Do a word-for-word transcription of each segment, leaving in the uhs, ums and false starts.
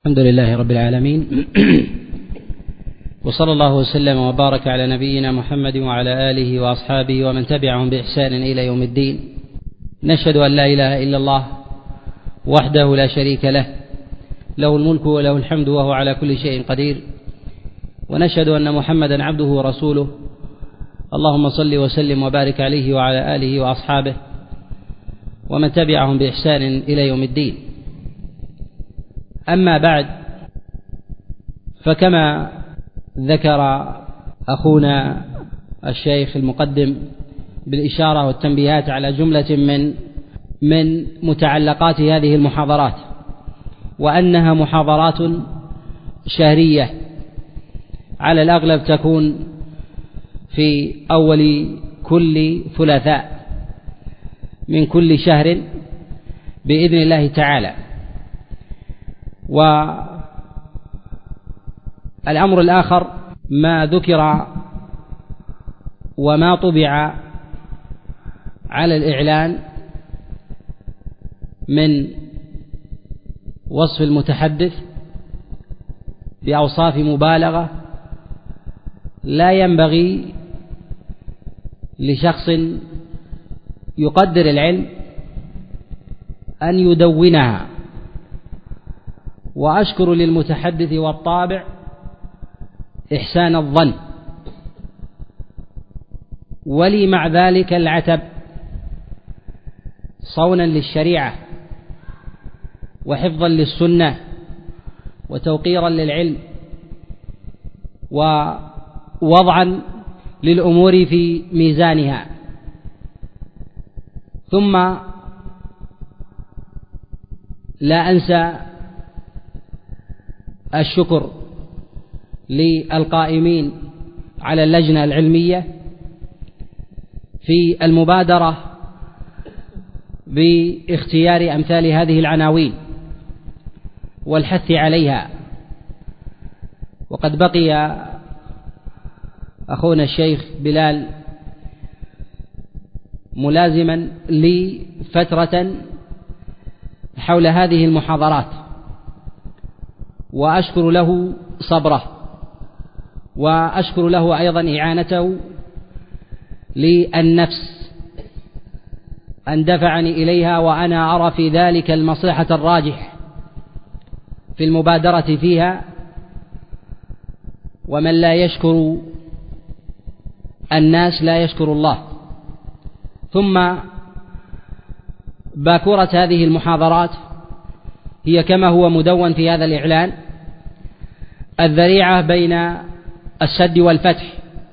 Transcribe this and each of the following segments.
الحمد لله رب العالمين وصلى الله وسلم وبارك على نبينا محمد وعلى آله وأصحابه ومن تبعهم بإحسان إلى يوم الدين. نشهد أن لا إله إلا الله وحده لا شريك له، له الملك وله الحمد وهو على كل شيء قدير، ونشهد أن محمدا عبده ورسوله، اللهم صل وسلم وبارك عليه وعلى آله وأصحابه ومن تبعهم بإحسان إلى يوم الدين. أما بعد، فكما ذكر أخونا الشيخ المقدم بالإشارة والتنبيهات على جملة من من متعلقات هذه المحاضرات، وأنها محاضرات شهرية على الأغلب تكون في أول كل ثلاثاء من كل شهر بإذن الله تعالى. والأمر الآخر ما ذكر وما طبع على الإعلان من وصف المتحدث بأوصاف مبالغة لا ينبغي لشخص يقدر العلم أن يدونها. وأشكر للمتحدث والطابع إحسان الظن، ولي مع ذلك العتب صونا للشريعة وحفظا للسنة وتوقيرا للعلم ووضعا للأمور في ميزانها. ثم لا أنسى الشكر للقائمين على اللجنة العلمية في المبادرة باختيار أمثال هذه العناوين والحث عليها. وقد بقي أخونا الشيخ بلال ملازما لي فترة حول هذه المحاضرات، وأشكر له صبره، وأشكر له أيضا إعانته للنفس أن دفعني إليها، وأنا أرى في ذلك المصلحة الراجح في المبادرة فيها. ومن لا يشكر الناس لا يشكر الله. ثم باكورة هذه المحاضرات هي كما هو مدون في هذا الإعلان الذريعة بين السد والفتح،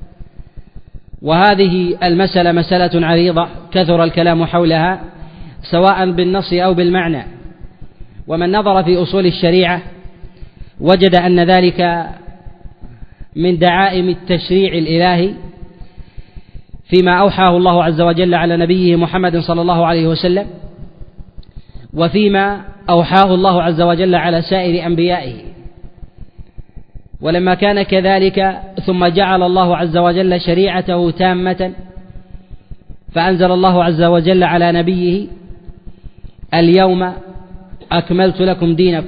وهذه المسألة مسألة عريضة كثر الكلام حولها سواء بالنص أو بالمعنى. ومن نظر في أصول الشريعة وجد أن ذلك من دعائم التشريع الإلهي فيما أوحاه الله عز وجل على نبيه محمد صلى الله عليه وسلم، وفيما أوحاه الله عز وجل على سائر أنبيائه. ولما كان كذلك ثم جعل الله عز وجل شريعته تامة، فأنزل الله عز وجل على نبيه: اليوم أكملت لكم دينكم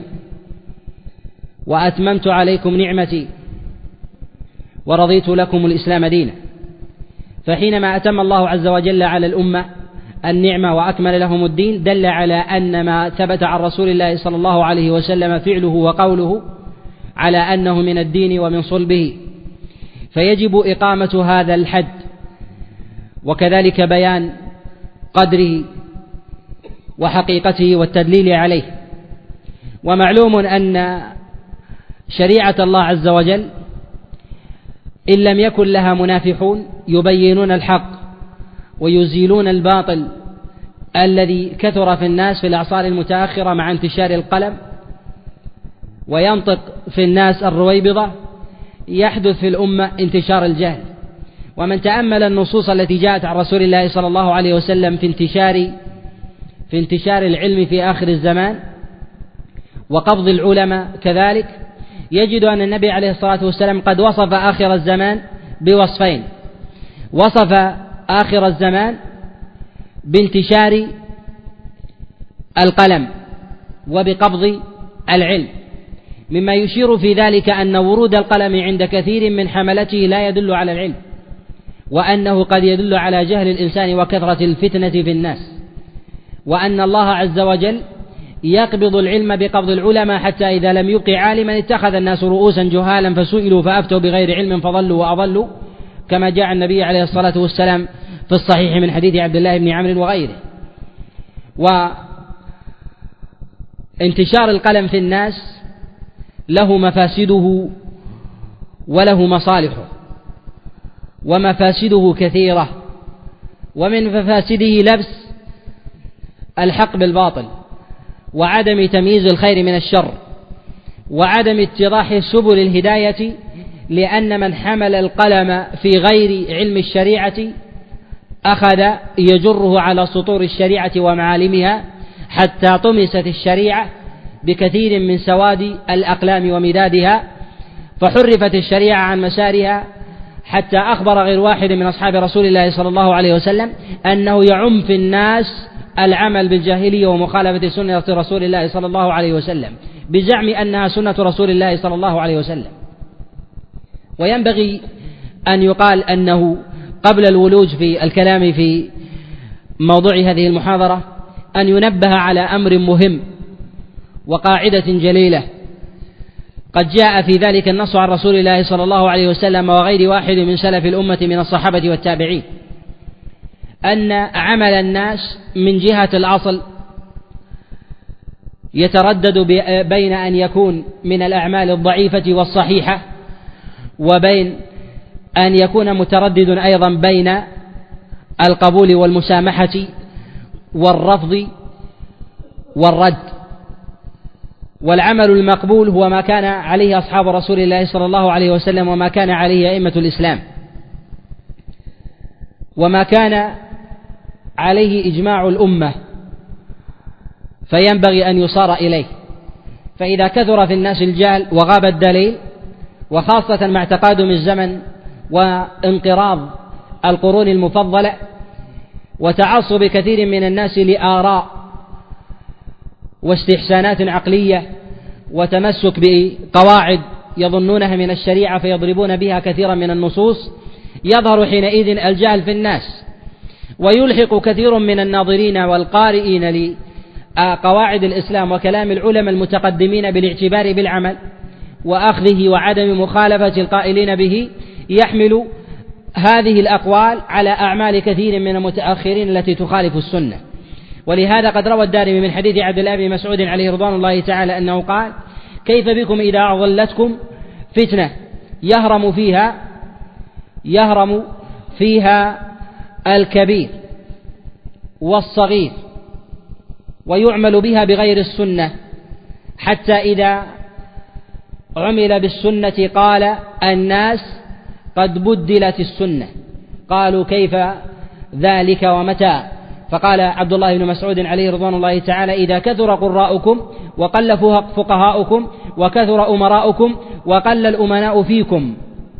وأتممت عليكم نعمتي ورضيت لكم الإسلام دينا. فحينما أتم الله عز وجل على الأمة النعمة وأكمل لهم الدين دل على أن ما ثبت عن رسول الله صلى الله عليه وسلم فعله وقوله على أنه من الدين ومن صلبه، فيجب إقامة هذا الحد وكذلك بيان قدره وحقيقته والتدليل عليه. ومعلوم أن شريعة الله عز وجل إن لم يكن لها منافحون يبينون الحق ويزيلون الباطل الذي كثر في الناس في الأعصار المتأخرة مع انتشار القلم، وينطق في الناس الرويبضة، يحدث في الأمة انتشار الجهل. ومن تأمل النصوص التي جاءت عن رسول الله صلى الله عليه وسلم في انتشار في انتشار العلم في آخر الزمان وقبض العلماء كذلك، يجد أن النبي عليه الصلاة والسلام قد وصف آخر الزمان بوصفين: وصف آخر الزمان بانتشار القلم وبقبض العلم، مما يشير في ذلك أن ورود القلم عند كثير من حملته لا يدل على العلم، وأنه قد يدل على جهل الإنسان وكثرة الفتنة في الناس، وأن الله عز وجل يقبض العلم بقبض العلماء حتى إذا لم يبق عالما اتخذ الناس رؤوسا جهالا فسئلوا فأفتوا بغير علم فضلوا وأضلوا، كما جاء النبي عليه الصلاة والسلام في الصحيح من حديث عبد الله بن عمرو وغيره. وانتشار القلم في الناس له مفاسده وله مصالحه، ومفاسده كثيرة، ومن مفاسده لبس الحق بالباطل، وعدم تمييز الخير من الشر، وعدم اتضاح سبل الهداية، لأن من حمل القلم في غير علم الشريعة أخذ يجره على سطور الشريعة ومعالمها حتى طمست الشريعة بكثير من سواد الأقلام ومدادها، فحرفت الشريعة عن مسارها، حتى أخبر غير واحد من أصحاب رسول الله صلى الله عليه وسلم أنه يعم في الناس العمل بالجاهلية ومخالفة سنة رسول الله صلى الله عليه وسلم بزعم أنها سنة رسول الله صلى الله عليه وسلم. وينبغي أن يقال أنه قبل الولوج في الكلام في موضوع هذه المحاضرة أن ينبه على أمر مهم وقاعدة جليلة قد جاء في ذلك النص عن رسول الله صلى الله عليه وسلم وغير واحد من سلف الأمة من الصحابة والتابعين، أن عمل الناس من جهة الأصل يتردد بين أن يكون من الأعمال الضعيفة والصحيحة، وبين أن يكون متردد أيضا بين القبول والمسامحة والرفض والرد. والعمل المقبول هو ما كان عليه أصحاب رسول الله صلى الله عليه وسلم وما كان عليه أئمة الإسلام وما كان عليه إجماع الأمة، فينبغي أن يصار إليه. فإذا كثر في الناس الجهل وغاب الدليل، وخاصة مع تقادم الزمن وانقراض القرون المفضلة وتعصب كثير من الناس لآراء واستحسانات عقلية وتمسك بقواعد يظنونها من الشريعة فيضربون بها كثيرا من النصوص، يظهر حينئذ الجهل في الناس، ويلحق كثير من الناظرين والقارئين لقواعد الإسلام وكلام العلماء المتقدمين بالاعتبار بالعمل وأخذه وعدم مخالفة القائلين به، يحمل هذه الأقوال على أعمال كثير من المتأخرين التي تخالف السنة. ولهذا قد روى الدارمي من حديث عبد الله بن مسعود عليه رضوان الله تعالى أنه قال: كيف بكم إذا أضلتكم فتنة يهرم فيها يهرم فيها الكبير والصغير ويعمل بها بغير السنة، حتى إذا عمل بالسنة قال الناس قد بدلت السنة. قالوا: كيف ذلك ومتى؟ فقال عبد الله بن مسعود عليه رضوان الله تعالى: إذا كثر قراؤكم وقل فقهاؤكم وكثر أمراؤكم وقل الأمناء فيكم.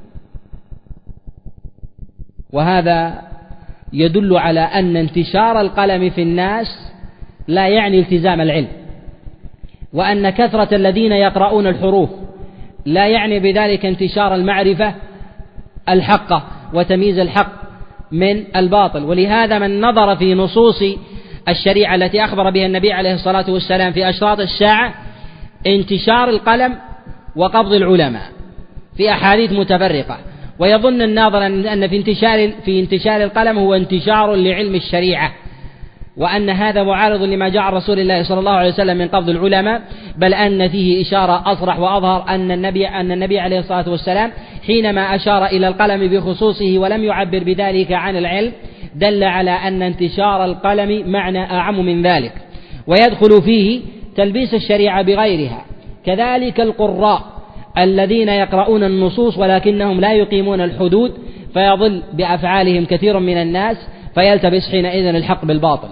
وهذا يدل على أن انتشار القلم في الناس لا يعني التزام العلم، وأن كثرة الذين يقرؤون الحروف لا يعني بذلك انتشار المعرفة الحقة وتمييز الحق من الباطل. ولهذا من نظر في نصوص الشريعة التي أخبر بها النبي عليه الصلاة والسلام في أشراط الساعة انتشار القلم وقبض العلماء في أحاديث متفرقة، ويظن الناظر أن في انتشار في انتشار القلم هو انتشار لعلم الشريعة، وأن هذا معارض لما جاء عن رسول الله صلى الله عليه وسلم من قبض العلماء، بل أن فيه إشارة أصرح وأظهر أن النبي أن النبي عليه الصلاة والسلام حينما أشار إلى القلم بخصوصه ولم يعبر بذلك عن العلم دل على أن انتشار القلم معنى أعم من ذلك، ويدخل فيه تلبيس الشريعة بغيرها. كذلك القراء الذين يقرؤون النصوص ولكنهم لا يقيمون الحدود، فيضل بأفعالهم كثير من الناس، فيلتبس حينئذ الحق بالباطل.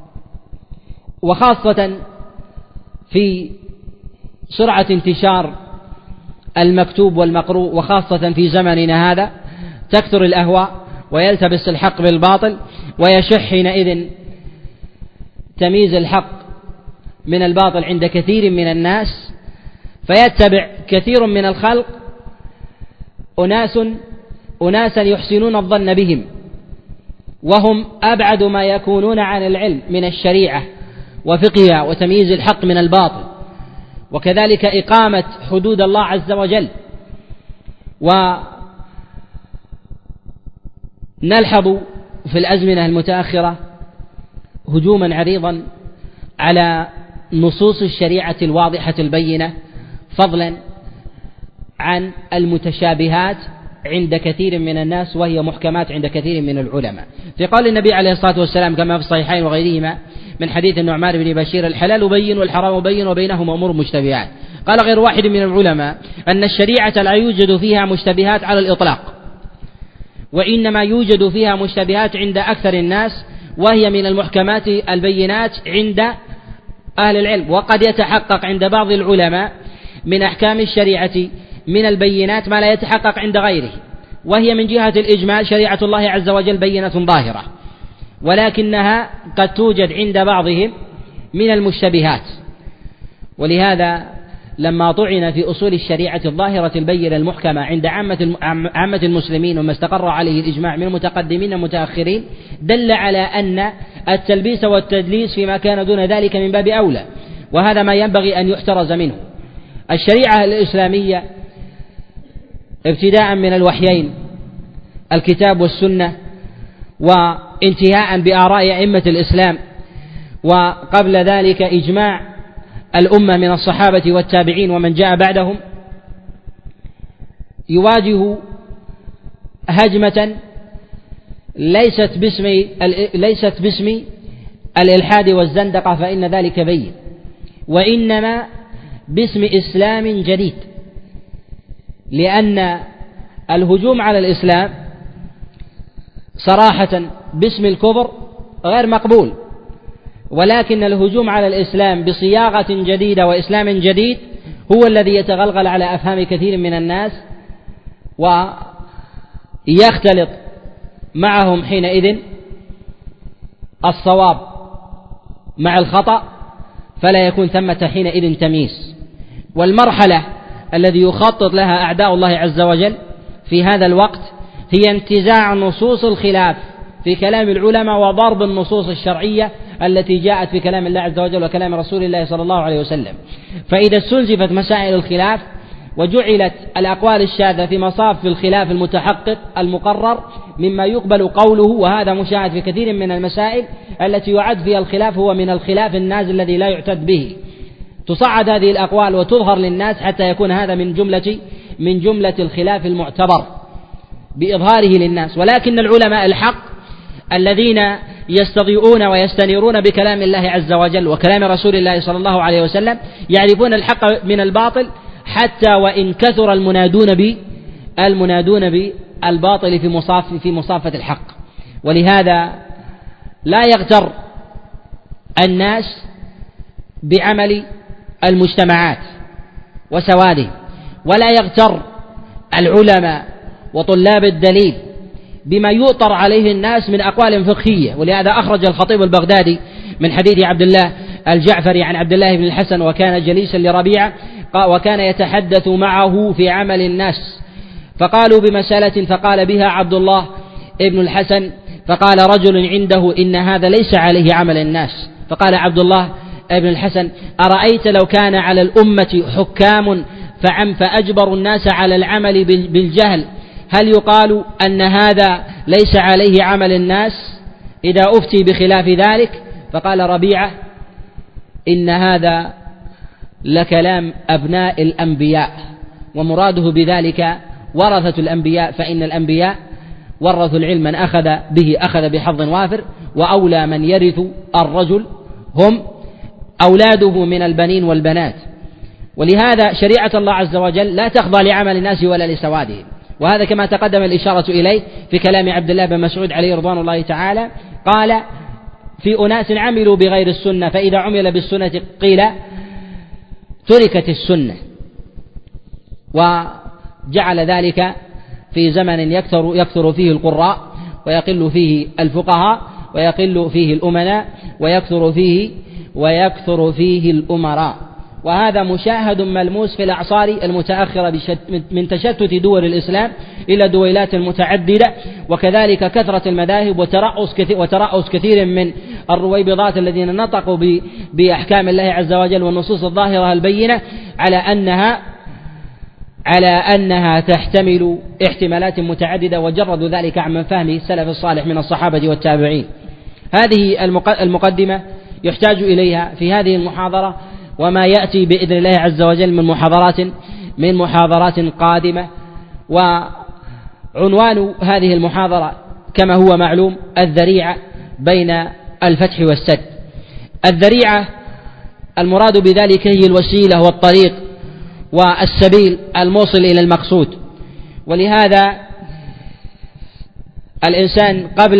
وخاصة في سرعة انتشار المكتوب والمقروء، وخاصة في زمننا هذا تكثر الأهواء ويلتبس الحق بالباطل، ويشح حينئذ تمييز الحق من الباطل عند كثير من الناس، فيتبع كثير من الخلق أناس أناسا يحسنون الظن بهم، وهم أبعد ما يكونون عن العلم من الشريعة وفقهها وتمييز الحق من الباطل، وكذلك إقامة حدود الله عز وجل. ونلحظ في الأزمنة المتأخرة هجوما عريضا على نصوص الشريعة الواضحة البينة، فضلا عن المتشابهات عند كثير من الناس وهي محكمات عند كثير من العلماء. في قول النبي عليه الصلاة والسلام كما في الصحيحين وغيرهما من حديث النعمان بن بشير: الحلال بين والحرام بين وبينهما أمور مشتبهات. قال غير واحد من العلماء أن الشريعة لا يوجد فيها مشتبهات على الإطلاق، وإنما يوجد فيها مشتبهات عند أكثر الناس، وهي من المحكمات البينات عند أهل العلم. وقد يتحقق عند بعض العلماء من أحكام الشريعة من البينات ما لا يتحقق عند غيره، وهي من جهة الإجمال شريعة الله عز وجل بينة ظاهرة، ولكنها قد توجد عند بعضهم من المشتبهات. ولهذا لما طعن في أصول الشريعة الظاهرة البينة المحكمة عند عامة المسلمين وما استقر عليه الإجماع من المتقدمين والمتأخرين، دل على أن التلبيس والتدليس فيما كان دون ذلك من باب أولى، وهذا ما ينبغي أن يحترز منه. الشريعة الإسلامية ابتداء من الوحيين الكتاب والسنة، وانتهاء بآراء أئمة الإسلام، وقبل ذلك إجماع الأمة من الصحابة والتابعين ومن جاء بعدهم، يواجه هجمة ليست باسم ليست باسم الإلحاد والزندقة، فإن ذلك بين، وإنما باسم إسلام جديد، لأن الهجوم على الإسلام صراحة باسم الكفر غير مقبول، ولكن الهجوم على الإسلام بصياغة جديدة وإسلام جديد هو الذي يتغلغل على أفهام كثير من الناس، ويختلط معهم حينئذ الصواب مع الخطأ، فلا يكون ثمة حينئذ تمييز. والمرحلة الذي يخطط لها أعداء الله عز وجل في هذا الوقت هي انتزاع نصوص الخلاف في كلام العلماء وضرب النصوص الشرعية التي جاءت في كلام الله عز وجل وكلام رسول الله صلى الله عليه وسلم. فإذا استنزفت مسائل الخلاف وجعلت الأقوال الشاذة في مصاف الخلاف المتحقق المقرر مما يقبل قوله، وهذا مشاهد في كثير من المسائل التي يعد فيها الخلاف هو من الخلاف النازل الذي لا يعتد به، تصعد هذه الأقوال وتظهر للناس حتى يكون هذا من جملة من جملة الخلاف المعتبر بإظهاره للناس. ولكن العلماء الحق الذين يستضيئون ويستنيرون بكلام الله عز وجل وكلام رسول الله صلى الله عليه وسلم يعرفون الحق من الباطل، حتى وإن كثر المنادون ب المنادون بالباطل في مصاف في مصافة الحق. ولهذا لا يغتر الناس بعمل المجتمعات وسواده، ولا يغتر العلماء وطلاب الدليل بما يؤطر عليه الناس من أقوال فقهية. ولهذا أخرج الخطيب البغدادي من حديث عبد الله الجعفري عن عبد الله بن الحسن، وكان جليسا لربيعة وكان يتحدث معه في عمل الناس، فقالوا بمسألة فقال بها عبد الله بن الحسن، فقال رجل عنده: إن هذا ليس عليه عمل الناس. فقال عبد الله بن الحسن: أرأيت لو كان على الأمة حكام فعم فأجبروا الناس على العمل بالجهل، هل يقال أن هذا ليس عليه عمل الناس إذا أفتي بخلاف ذلك؟ فقال ربيعة: إن هذا لكلام أبناء الأنبياء، ومراده بذلك ورثة الأنبياء، فإن الأنبياء ورثوا العلم، من أخذ به أخذ بحظ وافر، وأولى من يرث الرجل هم أولاده من البنين والبنات. ولهذا شريعة الله عز وجل لا تخضع لعمل الناس ولا لسوادهم، وهذا كما تقدم الإشارة إليه في كلام عبد الله بن مسعود عليه رضوان الله تعالى، قال: في أناس عملوا بغير السنة، فإذا عمل بالسنة قيل تركت السنة. وجعل ذلك في زمن يكثر, يكثر فيه القراء ويقل فيه الفقهاء ويقل فيه الأمناء ويكثر فيه ويكثر فيه الأمراء. وهذا مشاهد ملموس في الأعصار المتأخرة من تشتت دول الإسلام إلى دويلات متعددة، وكذلك كثرة المذاهب وترأس كثير, وترأس كثير من الرويبضات الذين نطقوا بأحكام الله عز وجل والنصوص الظاهرة البينة على أنها على أنها تحتمل احتمالات متعددة، وجردوا ذلك عن فهم السلف الصالح من الصحابة والتابعين. هذه المقدمة يحتاج إليها في هذه المحاضرة، وما يأتي بإذن الله عز وجل من محاضرات من محاضرات قادمة. وعنوان هذه المحاضرة كما هو معلوم الذريعة بين الفتح والسد. الذريعة المراد بذلك هي الوسيلة والطريق والسبيل الموصل إلى المقصود، ولهذا الإنسان قبل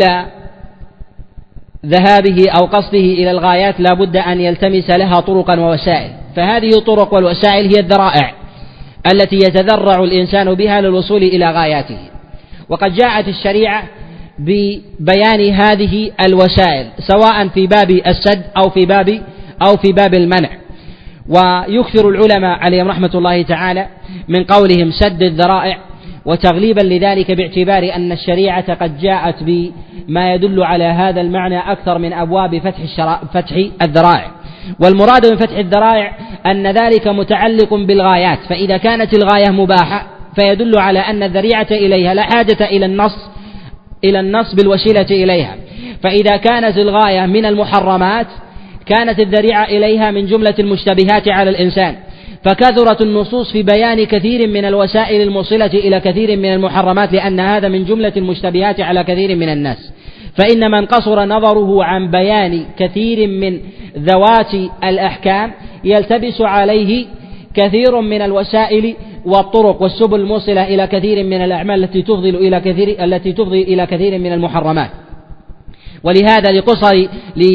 ذهابه أو قصده إلى الغايات لا بد أن يلتمس لها طرقا ووسائل، فهذه الطرق والوسائل هي الذرائع التي يتذرع الإنسان بها للوصول إلى غاياته. وقد جاءت الشريعة ببيان هذه الوسائل سواء في باب السد أو في باب أو في باب المنع. ويكثر العلماء عليهم رحمة الله تعالى من قولهم سد الذرائع، وتغليبا لذلك باعتبار أن الشريعة قد جاءت بما يدل على هذا المعنى أكثر من أبواب فتح, فتح الذرائع. والمراد من فتح الذرائع أن ذلك متعلق بالغايات، فإذا كانت الغاية مباحة فيدل على أن الذريعة إليها لا حاجة إلى النص إلى النص بالوسيلة إليها. فإذا كانت الغاية من المحرمات كانت الذريعة إليها من جملة المشتبهات على الإنسان، فكثرت النصوص في بيان كثير من الوسائل الموصلة إلى كثير من المحرمات، لأن هذا من جملة المشتبهات على كثير من الناس. فإن من قصر نظره عن بيان كثير من ذوات الأحكام يلتبس عليه كثير من الوسائل والطرق والسبل الموصلة إلى كثير من الأعمال التي تفضي إلى كثير التي تفضي إلى كثير من المحرمات. ولهذا لقصر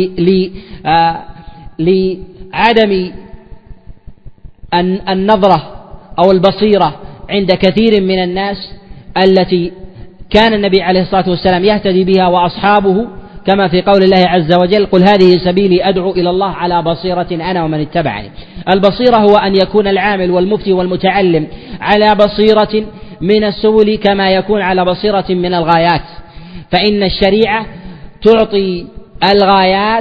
لعدم النظرة أو البصيرة عند كثير من الناس التي كان النبي عليه الصلاة والسلام يهتدي بها وأصحابه، كما في قول الله عز وجل قل هذه سبيلي أدعو إلى الله على بصيرة أنا ومن اتبعني. البصيرة هو أن يكون العامل والمفتي والمتعلم على بصيرة من السبل كما يكون على بصيرة من الغايات، فإن الشريعة تعطي الغايات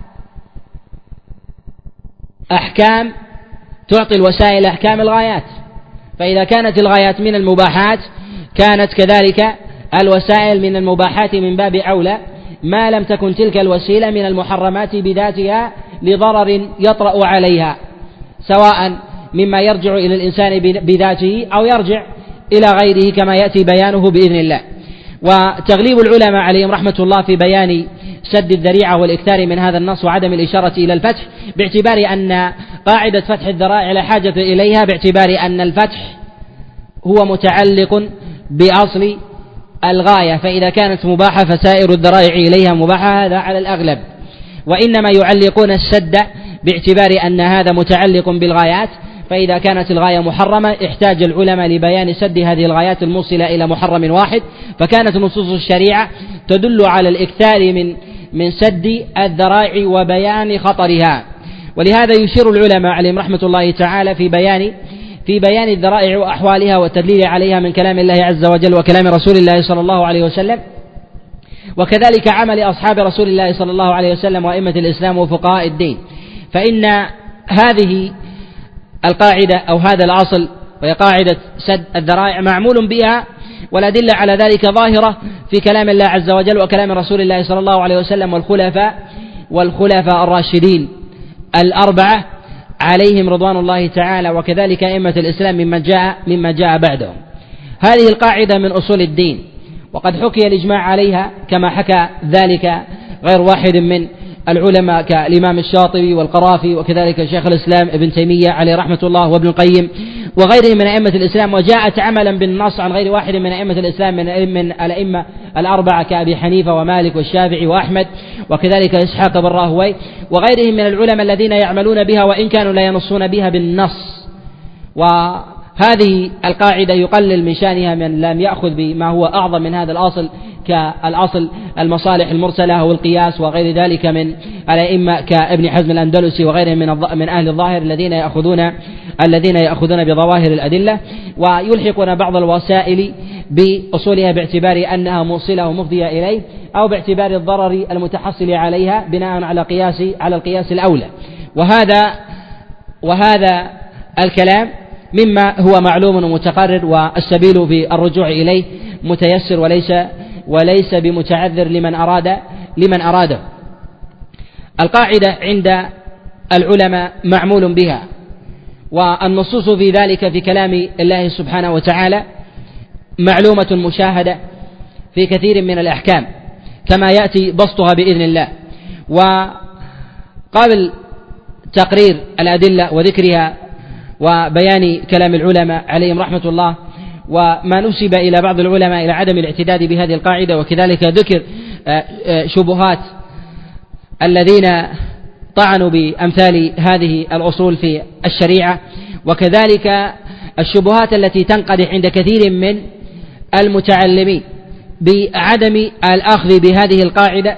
أحكام تعطي الوسائل أحكام الغايات، فإذا كانت الغايات من المباحات كانت كذلك الوسائل من المباحات من باب أولى، ما لم تكن تلك الوسيلة من المحرمات بذاتها لضرر يطرأ عليها، سواء مما يرجع إلى الإنسان بذاته أو يرجع إلى غيره كما يأتي بيانه بإذن الله. وتغليب العلماء عليهم رحمة الله في بيان سد الذريعة والإكثار من هذا النص وعدم الإشارة إلى الفتح باعتبار أن قاعدة فتح الذرائع لا حاجة إليها، باعتبار أن الفتح هو متعلق بأصل الغاية، فإذا كانت مباحة فسائر الذرائع إليها مباحة، هذا على الأغلب. وإنما يعلقون السد باعتبار أن هذا متعلق بالغايات، فإذا كانت الغاية محرمة احتاج العلماء لبيان سد هذه الغايات الموصلة إلى محرم واحد، فكانت نصوص الشريعة تدل على الإكثار من من سد الذرائع وبيان خطرها. ولهذا يشير العلماء عليهم رحمة الله تعالى في بيان في بيان الذرائع وأحوالها والتدليل عليها من كلام الله عز وجل وكلام رسول الله صلى الله عليه وسلم، وكذلك عمل أصحاب رسول الله صلى الله عليه وسلم وأئمة الإسلام وفقهاء الدين. فإن هذه القاعدة أو هذا الأصل وهي قاعدة سد الذرائع معمول بها، والأدلة على ذلك ظاهرة في كلام الله عز وجل وكلام رسول الله صلى الله عليه وسلم والخلفاء والخلفاء الراشدين الأربعة عليهم رضوان الله تعالى، وكذلك أئمة الإسلام ممن جاء مما جاء بعدهم. هذه القاعدة من أصول الدين، وقد حكي الإجماع عليها كما حكى ذلك غير واحد من العلماء كالإمام الشاطبي والقرافي وكذلك شيخ الإسلام ابن تيمية عليه رحمة الله وابن القيم وغيرهم من أئمة الإسلام، وجاءت عملا بالنص عن غير واحد من أئمة الإسلام من من الأئمة الأربعة كأبي حنيفة ومالك والشافعي وأحمد وكذلك إسحاق بن راهوي وغيرهم من العلماء الذين يعملون بها وإن كانوا لا ينصون بها بالنص. وهذه القاعدة يقلل من شأنها من لم يأخذ بما هو أعظم من هذا الأصل كالأصل المصالح المرسلة والقياس وغير ذلك من الأئمة كابن حزم الأندلسي وغيرهم من من أهل الظاهر الذين يأخذون الذين يأخذون بظواهر الأدلة، ويلحقون بعض الوسائل بأصولها باعتبار أنها موصلة ومفضية إليه، أو باعتبار الضرر المتحصل عليها بناء على قياس على القياس الأولى. وهذا وهذا الكلام مما هو معلوم ومتقرر، والسبيل في الرجوع إليه متيسر وليس وليس بمتعذر لمن أراد لمن أراده. القاعدة عند العلماء معمول بها، والنصوص في ذلك في كلام الله سبحانه وتعالى معلومة مشاهدة في كثير من الأحكام كما يأتي بسطها بإذن الله. وقبل تقرير الأدلة وذكرها وبيان كلام العلماء عليهم رحمة الله وما نسب إلى بعض العلماء إلى عدم الاعتداد بهذه القاعدة، وكذلك ذكر شبهات الذين طعنوا بأمثال هذه الأصول في الشريعة، وكذلك الشبهات التي تنقدح عند كثير من المتعلمين بعدم الأخذ بهذه القاعدة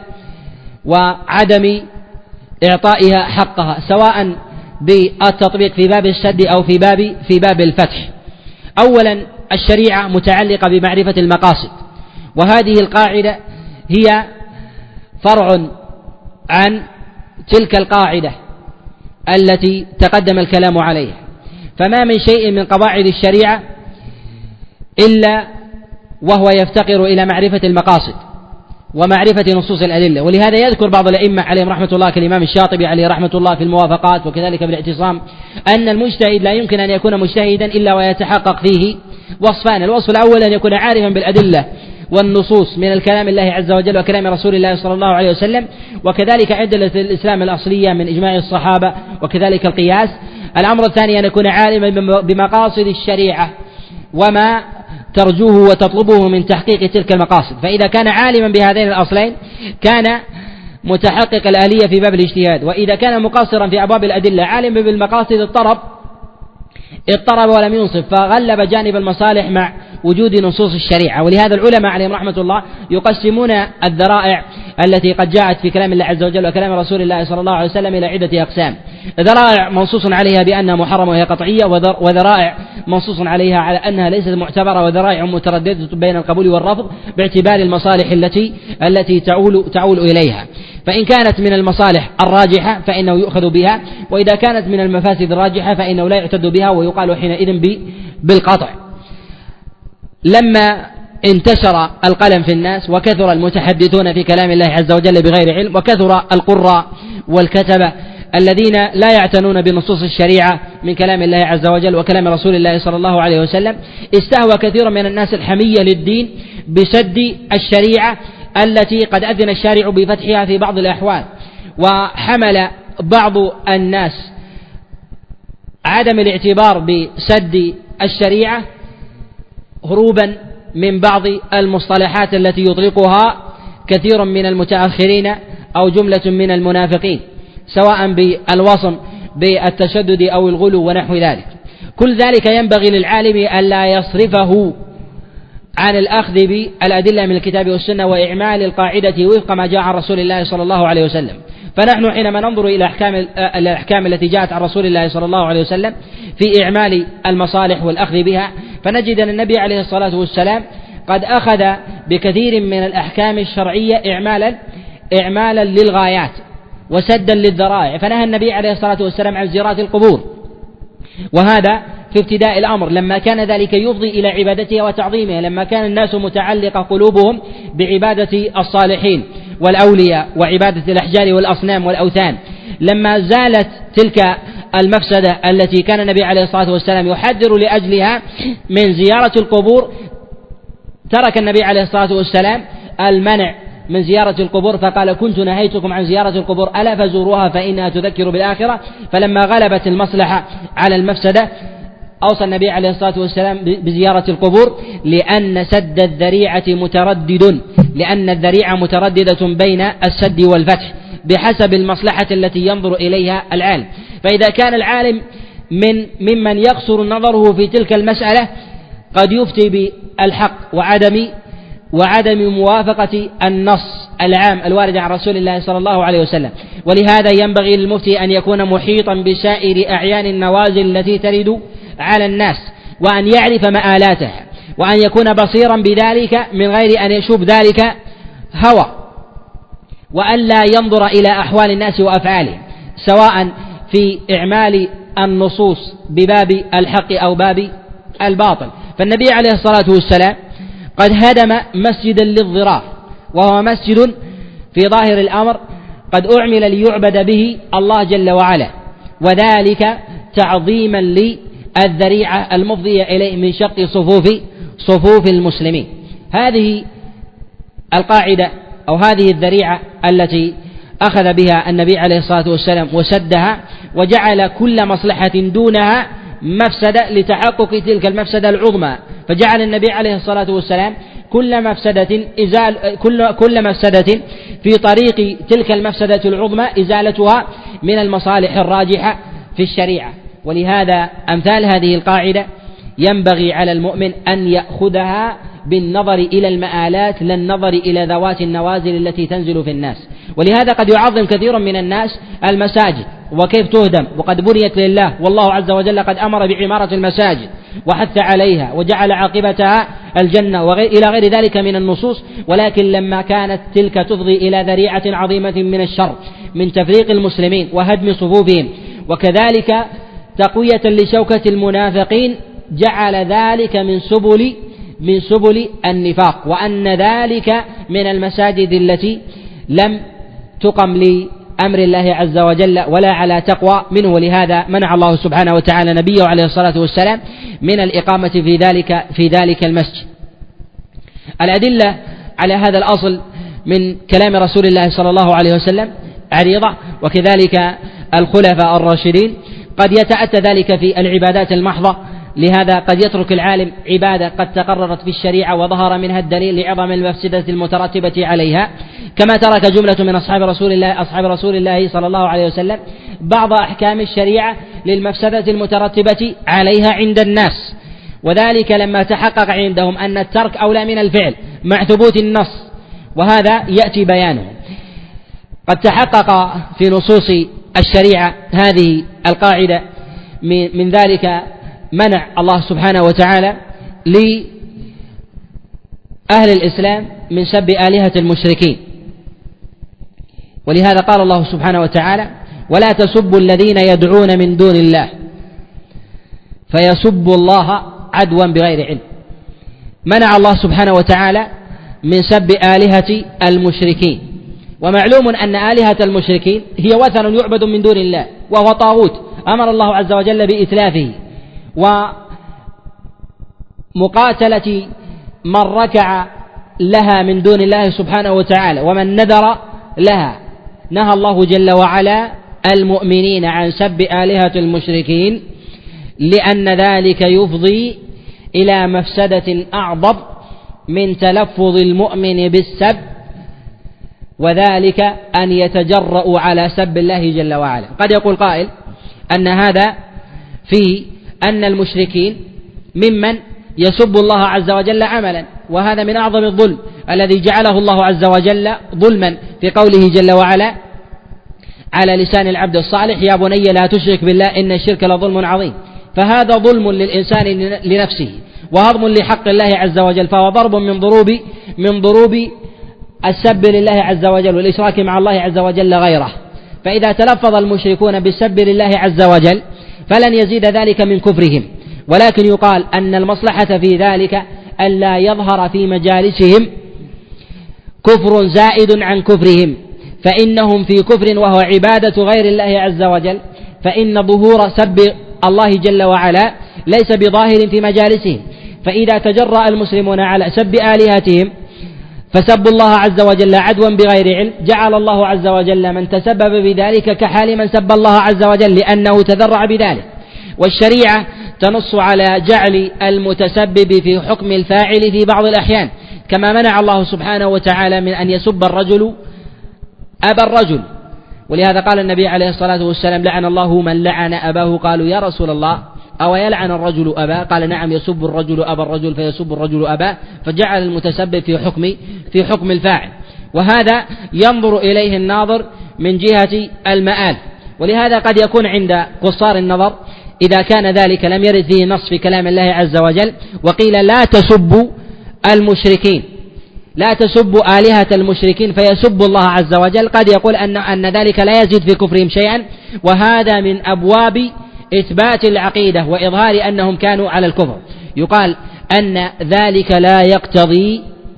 وعدم إعطائها حقها، سواء بالتطبيق في باب السد أو في باب في باب الفتح. أولا، الشريعة متعلقة بمعرفة المقاصد، وهذه القاعدة هي فرع عن تلك القاعدة التي تقدم الكلام عليها. فما من شيء من قواعد الشريعة إلا وهو يفتقر إلى معرفة المقاصد ومعرفة نصوص الأدلة. ولهذا يذكر بعض الأئمة عليهم رحمة الله كالإمام الشاطبي عليه رحمة الله في الموافقات وكذلك بالاعتصام أن المجتهد لا يمكن أن يكون مجتهدا إلا ويتحقق فيه وصفان: الوصف الأول أن يكون عارفا بالأدلة والنصوص من الكلام الله عز وجل وكلام رسول الله صلى الله عليه وسلم، وكذلك أدلة الإسلام الأصلية من إجماع الصحابة وكذلك القياس. الأمر الثاني أن يكون عالما بمقاصد الشريعة وما ترجوه وتطلبه من تحقيق تلك المقاصد. فإذا كان عالما بهذين الأصلين كان متحقق الآلية في باب الاجتهاد، وإذا كان مقصرا في أبواب الأدلة عالما بالمقاصد اضطرب اضطرب ولم ينصف، فغلب جانب المصالح مع وجود نصوص الشريعة. ولهذا العلماء عليهم رحمة الله يقسمون الذرائع التي قد جاءت في كلام الله عز وجل وكلام رسول الله صلى الله عليه وسلم إلى عدة أقسام: ذرائع منصوص عليها بأنها محرمة وهي قطعية، وذرائع منصوص عليها على أنها ليست معتبرة، وذرائع مترددة بين القبول والرفض باعتبار المصالح التي التي تعول تعول إليها. فإن كانت من المصالح الراجحة فإنه يؤخذ بها، وإذا كانت من المفاسد الراجحة فإنه لا يعتد بها ويقال حينئذ بالقطع. لما انتشر القلم في الناس وكثر المتحدثون في كلام الله عز وجل بغير علم، وكثر القراء والكتبة الذين لا يعتنون بنصوص الشريعة من كلام الله عز وجل وكلام رسول الله صلى الله عليه وسلم، استهوى كثير من الناس الحمية للدين بسد الشريعة التي قد أذن الشارع بفتحها في بعض الأحوال. وحمل بعض الناس عدم الاعتبار بسد الشريعة هروبا من بعض المصطلحات التي يطلقها كثير من المتأخرين أو جملة من المنافقين، سواء بالوصم بالتشدد أو الغلو ونحو ذلك. كل ذلك ينبغي للعالم ألا يصرفه عن الأخذ بالأدلة من الكتاب والسنة وإعمال القاعدة وفق ما جاء عن رسول الله صلى الله عليه وسلم. فنحن حينما ننظر إلى أحكام الأحكام التي جاءت عن رسول الله صلى الله عليه وسلم في إعمال المصالح والأخذ بها، فنجد أن النبي عليه الصلاة والسلام قد أخذ بكثير من الأحكام الشرعية إعمالا إعمالا للغايات وسدا للذرائع. فنهى النبي عليه الصلاة والسلام عن زيارات القبور، وهذا في ابتداء الأمر لما كان ذلك يفضي إلى عبادتها وتعظيمها، لما كان الناس متعلقة قلوبهم بعبادة الصالحين والأولياء وعبادة الأحجار والأصنام والأوثان. لما زالت تلك المفسدة التي كان النبي عليه الصلاة والسلام يحذر لأجلها من زيارة القبور، ترك النبي عليه الصلاة والسلام المنع من زيارة القبور، فقال: كنت نهيتكم عن زيارة القبور ألا فزوروها فإنها تذكر بالآخرة. فلما غلبت المصلحة على المفسدة أوصى النبي عليه الصلاة والسلام بزيارة القبور، لأن سد الذريعة متردد لأن الذريعة مترددة بين السد والفتح بحسب المصلحة التي ينظر إليها العالم. فإذا كان العالم من ممن يقصر نظره في تلك المسألة قد يفتي بالحق وعدم وعدم موافقة النص العام الوارد عن رسول الله صلى الله عليه وسلم. ولهذا ينبغي للمفتي أن يكون محيطا بسائر أعيان النوازل التي ترد على الناس، وأن يعرف مآلاتها، وأن يكون بصيرا بذلك من غير أن يشوب ذلك هوى، وأن لا ينظر إلى أحوال الناس وأفعالهم سواء في إعمال النصوص بباب الحق أو باب الباطل. فالنبي عليه الصلاة والسلام قد هدم مسجدا للضرار، وهو مسجد في ظاهر الأمر قد أعمل ليعبد به الله جل وعلا، وذلك تعظيما للذريعة المفضية إليه من شق صفوف صفوف المسلمين. هذه القاعدة أو هذه الذريعة التي أخذ بها النبي عليه الصلاة والسلام وسدها، وجعل كل مصلحة دونها مفسدة لتحقق تلك المفسدة العظمى، فجعل النبي عليه الصلاة والسلام كل مفسدة إزال كل كل مفسدة في طريق تلك المفسدة العظمى إزالتها من المصالح الراجحة في الشريعة. ولهذا أمثال هذه القاعدة ينبغي على المؤمن أن يأخذها بالنظر إلى المآلات لا النظر إلى ذوات النوازل التي تنزل في الناس. ولهذا قد يعظم كثير من الناس المساجد وكيف تهدم وقد بنيت لله، والله عز وجل قد أمر بعمارة المساجد وحث عليها وجعل عاقبتها الجنة وإلى غير ذلك من النصوص، ولكن لما كانت تلك تفضي إلى ذريعة عظيمة من الشر من تفريق المسلمين وهدم صفوفهم وكذلك تقوية لشوكة المنافقين، جعل ذلك من سبل من سبل النفاق، وأن ذلك من المساجد التي لم تقم لأمر الله عز وجل ولا على تقوى منه. ولهذا منع الله سبحانه وتعالى نبيه عليه الصلاة والسلام من الإقامة في ذلك في ذلك المسجد. الأدلة على هذا الأصل من كلام رسول الله صلى الله عليه وسلم عريضة، وكذلك الخلفاء الراشدين. قد يتأتى ذلك في العبادات المحضة، لهذا قد يترك العالم عبادة قد تقررت في الشريعة وظهر منها الدليل لعظم المفسدة المترتبة عليها، كما ترك جملة من أصحاب رسول الله أصحاب رسول الله صلى الله عليه وسلم بعض أحكام الشريعة للمفسدة المترتبة عليها عند الناس، وذلك لما تحقق عندهم أن الترك أولى من الفعل مع ثبوت النص، وهذا يأتي بيانه. قد تحقق في نصوص الشريعة هذه القاعدة من ذلك منع الله سبحانه وتعالى لأهل الإسلام من سب آلهة المشركين، ولهذا قال الله سبحانه وتعالى: ولا تسبوا الذين يدعون من دون الله فيسبوا الله عدوا بغير علم. منع الله سبحانه وتعالى من سب آلهة المشركين، ومعلوم أن آلهة المشركين هي وثن يعبد من دون الله وهو طاغوت أمر الله عز وجل بإتلافه ومقاتلة من ركع لها من دون الله سبحانه وتعالى ومن نذر لها. نهى الله جل وعلا المؤمنين عن سب آلهة المشركين، لأن ذلك يفضي إلى مفسدة أعظم من تلفظ المؤمن بالسب، وذلك أن يتجرأ على سب الله جل وعلا. قد يقول قائل أن هذا فيه أن المشركين ممن يسب الله عز وجل عملا، وهذا من أعظم الظلم الذي جعله الله عز وجل ظلما في قوله جل وعلا على لسان العبد الصالح: يا بني لا تشرك بالله إن الشرك لظلم عظيم. فهذا ظلم للإنسان لنفسه وهضم لحق الله عز وجل، فهو ضرب من ضروب من ضروب السب لله عز وجل والإشراك مع الله عز وجل غيره. فإذا تلفظ المشركون بالسب لله عز وجل فلن يزيد ذلك من كفرهم، ولكن يقال أن المصلحة في ذلك ألا يظهر في مجالسهم كفر زائد عن كفرهم، فإنهم في كفر وهو عبادة غير الله عز وجل، فإن ظهور سب الله جل وعلا ليس بظاهر في مجالسهم. فإذا تجرأ المسلمون على سب آلهتهم فسبوا الله عز وجل عدوا بغير علم، جعل الله عز وجل من تسبب بذلك كحال من سب الله عز وجل لأنه تذرع بذلك. والشريعة تنص على جعل المتسبب في حكم الفاعل في بعض الأحيان، كما منع الله سبحانه وتعالى من أن يسب الرجل أبا الرجل، ولهذا قال النبي عليه الصلاة والسلام: لعن الله من لعن أباه. قالوا: يا رسول الله، أو يلعن الرجل أباه؟ قال: نعم، يسب الرجل أبا الرجل فيسب الرجل أباه، فجعل المتسبب في حكم في حكم الفاعل، وهذا ينظر إليه الناظر من جهة المآل. ولهذا قد يكون عند قصار النظر إذا كان ذلك لم يرد فيه نص في كلام الله عز وجل، وقيل: لا تسبوا المشركين، لا تسبوا آلهة المشركين فيسب الله عز وجل، قد يقول أن أن ذلك لا يزيد في كفرهم شيئا، وهذا من أبواب إثبات العقيدة وإظهار أنهم كانوا على الكفر. يقال أن ذلك لا يقتضي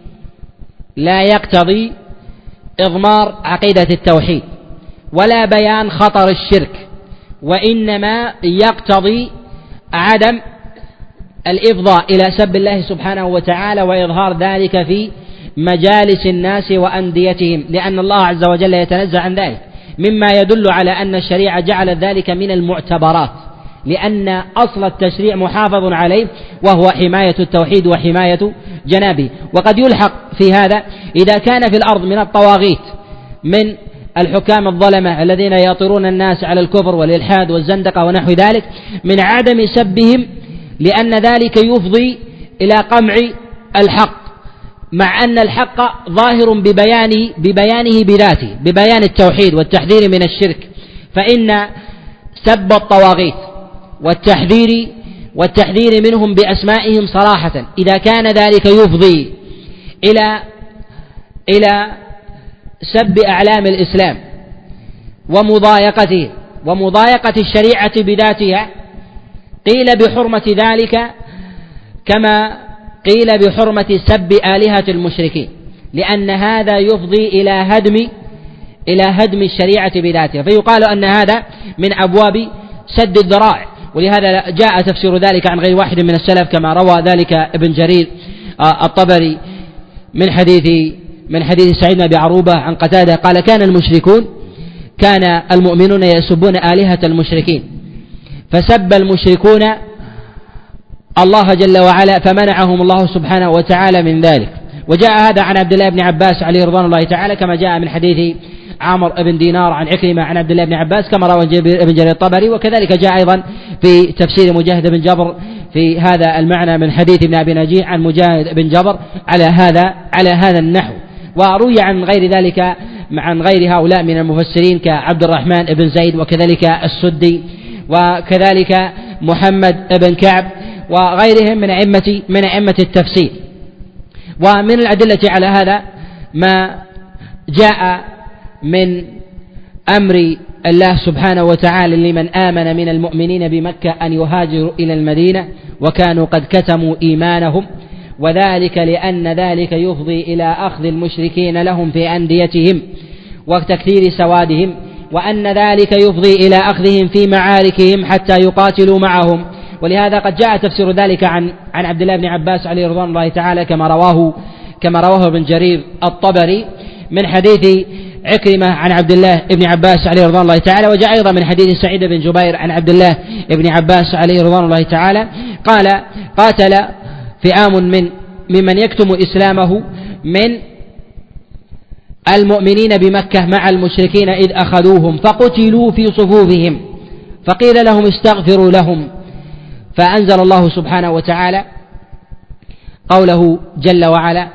لا يقتضي إضمار عقيدة التوحيد ولا بيان خطر الشرك، وإنما يقتضي عدم الإفضاء إلى سب الله سبحانه وتعالى وإظهار ذلك في مجالس الناس وأنديتهم، لأن الله عز وجل يتنزه عن ذلك، مما يدل على أن الشريعة جعلت ذلك من المعتبرات، لأن أصل التشريع محافظ عليه وهو حماية التوحيد وحماية جنابه. وقد يلحق في هذا إذا كان في الأرض من الطواغيت من الحكام الظلمة الذين يطرون الناس على الكفر والإلحاد والزندقة ونحو ذلك، من عدم سبهم، لأن ذلك يفضي إلى قمع الحق، مع أن الحق ظاهر ببيانه ببيانه بذاته، ببيان التوحيد والتحذير من الشرك. فإن سب الطواغيت والتحذير والتحذير منهم بأسمائهم صراحة إذا كان ذلك يفضي إلى إلى سب أعلام الإسلام ومضايقته ومضايقة الشريعة بذاتها، قيل بحرمة ذلك كما قيل بحرمة سب آلهة المشركين، لأن هذا يفضي إلى هدم إلى هدم الشريعة بذاتها، فيقال أن هذا من أبواب سد الذرائع. ولهذا جاء تفسير ذلك عن غير واحد من السلف، كما روى ذلك ابن جرير الطبري من حديث من حديث سعيد بن أبي عروبة عن قتادة قال: كان المشركون كان المؤمنون يسبون آلهة المشركين، فسب المشركون الله جل وعلا فمنعهم الله سبحانه وتعالى من ذلك. وجاء هذا عن عبد الله بن عباس عليه رضوان الله تعالى، كما جاء من حديث عمرو بن دينار عن عكرمة عن عبد الله بن عباس، كما روى ابن جرير الطبري. وكذلك جاء أيضا في تفسير مجاهد بن جبر في هذا المعنى من حديث ابن أبي نجيح عن مجاهد بن جبر على هذا على هذا النحو. وروي عن غير ذلك عن غير هؤلاء من المفسرين كعبد الرحمن بن زيد وكذلك السدي وكذلك محمد بن كعب وغيرهم من أئمة من أئمة التفسير. ومن الأدلة على هذا ما جاء من أمر الله سبحانه وتعالى لمن آمن من المؤمنين بمكة أن يهاجروا إلى المدينة وكانوا قد كتموا إيمانهم، وذلك لأن ذلك يفضي إلى أخذ المشركين لهم في أنديتهم وتكثير سوادهم، وأن ذلك يفضي إلى أخذهم في معاركهم حتى يقاتلوا معهم. ولهذا قد جاء تفسير ذلك عن عن عبد الله بن عباس عليه رضوان الله تعالى، كما رواه كما رواه ابن جرير الطبري من حديث عكرمة عن عبد الله بن عباس عليه رضوان الله تعالى. وجاء أيضا من حديث سعيد بن جبير عن عبد الله بن عباس عليه رضوان الله تعالى قال: قاتل فئام من ممن يكتم إسلامه من المؤمنين بمكة مع المشركين إذ أخذوهم فقتلوا في صفوفهم، فقيل لهم استغفروا لهم، فأنزل الله سبحانه وتعالى قوله جل وعلا: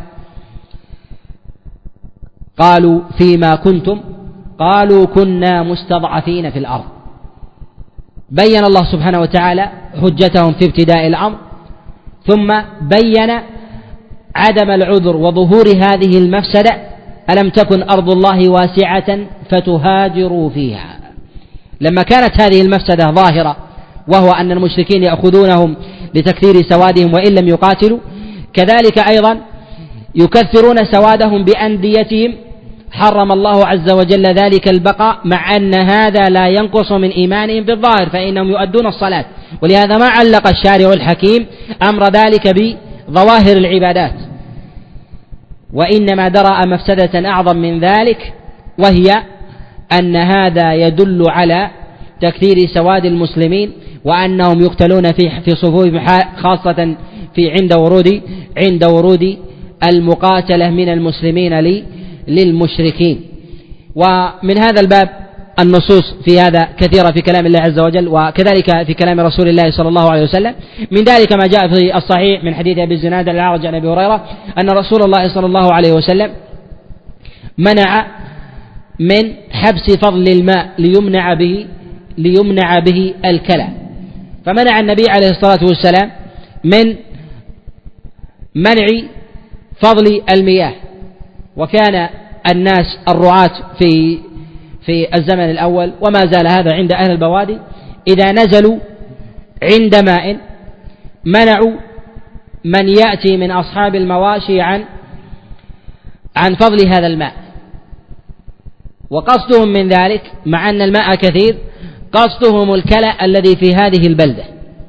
قالوا فيما كنتم قالوا كنا مستضعفين في الأرض. بين الله سبحانه وتعالى حجتهم في ابتداء الأمر، ثم بين عدم العذر وظهور هذه المفسدة: ألم تكن أرض الله واسعة فتهاجروا فيها. لما كانت هذه المفسدة ظاهرة، وهو أن المشركين يأخذونهم لتكثير سوادهم وإن لم يقاتلوا، كذلك أيضا يكثرون سوادهم بأنديتهم، حرم الله عز وجل ذلك البقاء، مع أن هذا لا ينقص من إيمانهم بالظاهر، فإنهم يؤدون الصلاة. ولهذا ما علق الشارع الحكيم أمر ذلك بظواهر العبادات، وإنما درأ مفسدة أعظم من ذلك، وهي أن هذا يدل على تكثير سواد المسلمين وأنهم يقتلون في في صفوفهم، خاصة في عند ورود عند ورود المقاتلة من المسلمين للمشركين. ومن هذا الباب النصوص في هذا كثيرة في كلام الله عز وجل وكذلك في كلام رسول الله صلى الله عليه وسلم. من ذلك ما جاء في الصحيح من حديث أبي الزناد الأعرج عن أبي هريرة أن رسول الله صلى الله عليه وسلم منع من حبس فضل الماء ليمنع به ليمنع به الكلى، فمنع النبي عليه الصلاة والسلام من منع فضل المياه. وكان الناس الرعاة في في الزمن الأول وما زال هذا عند أهل البوادي إذا نزلوا عند ماء منعوا من يأتي من أصحاب المواشي عن عن فضل هذا الماء، وقصدهم من ذلك مع أن الماء كثير قصدهم الكلى الذي في هذه البلدة.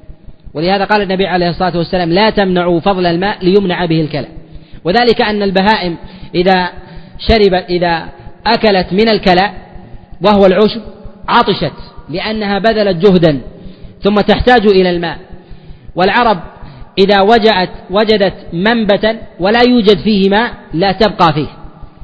ولهذا قال النبي عليه الصلاة والسلام لا تمنعوا فضل الماء ليمنع به الكلى، وذلك أن البهائم إذا شربت إذا أكلت من الكلى وهو العشب عطشت لأنها بذلت جهدا ثم تحتاج إلى الماء. والعرب إذا وجدت وجدت منبتا ولا يوجد فيه ماء لا تبقى فيه،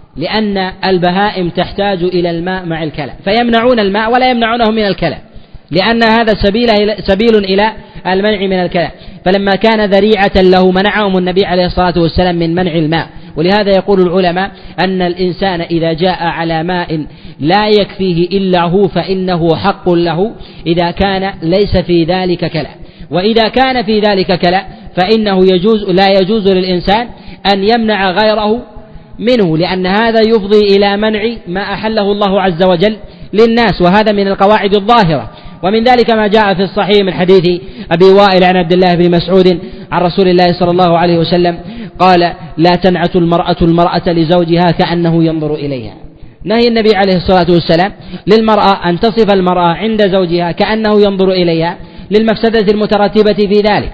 لأن البهائم تحتاج إلى الماء مع الكلى، فيمنعون الماء ولا يمنعونه من الكلى، لأن هذا سبيل سبيل إلى المنع من الكلى. فلما كان ذريعة له منعهم النبي عليه الصلاة والسلام من منع الماء. ولهذا يقول العلماء أن الإنسان إذا جاء على ماء لا يكفيه إلا هو فإنه حق له إذا كان ليس في ذلك كلى، وإذا كان في ذلك كلى فإنه يجوز لا يجوز للإنسان أن يمنع غيره منه، لأن هذا يفضي إلى منع ما أحله الله عز وجل للناس، وهذا من القواعد الظاهرة. ومن ذلك ما جاء في الصحيح من حديث أبي وائل عن عبد الله بن مسعود عن رسول الله صلى الله عليه وسلم قال لا تنعت المرأة المرأة لزوجها كأنه ينظر إليها. نهي النبي عليه الصلاة والسلام للمرأة أن تصف المرأة عند زوجها كأنه ينظر إليها للمفسدة المترتبة في ذلك،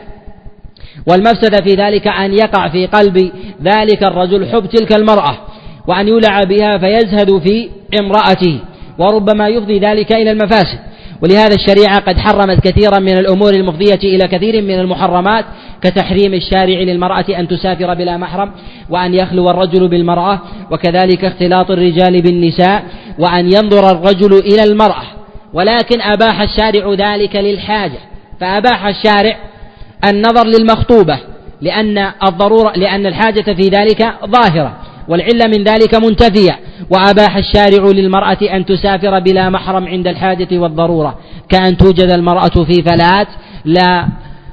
والمفسدة في ذلك أن يقع في قلب ذلك الرجل حب تلك المرأة وأن يولع بها فيزهد في امرأته، وربما يفضي ذلك إلى المفاسد. ولهذا الشريعة قد حرمت كثيرا من الأمور المفضية إلى كثير من المحرمات، كتحريم الشارع للمرأة أن تسافر بلا محرم، وأن يخلو الرجل بالمرأة، وكذلك اختلاط الرجال بالنساء، وأن ينظر الرجل إلى المرأة. ولكن أباح الشارع ذلك للحاجة، فأباح الشارع النظر للمخطوبة لأن الضرورة لأن الحاجة في ذلك ظاهرة والعلة من ذلك منتفية، وأباح الشارع للمرأة أن تسافر بلا محرم عند الحاجة والضرورة، كأن توجد المرأة في فلات لا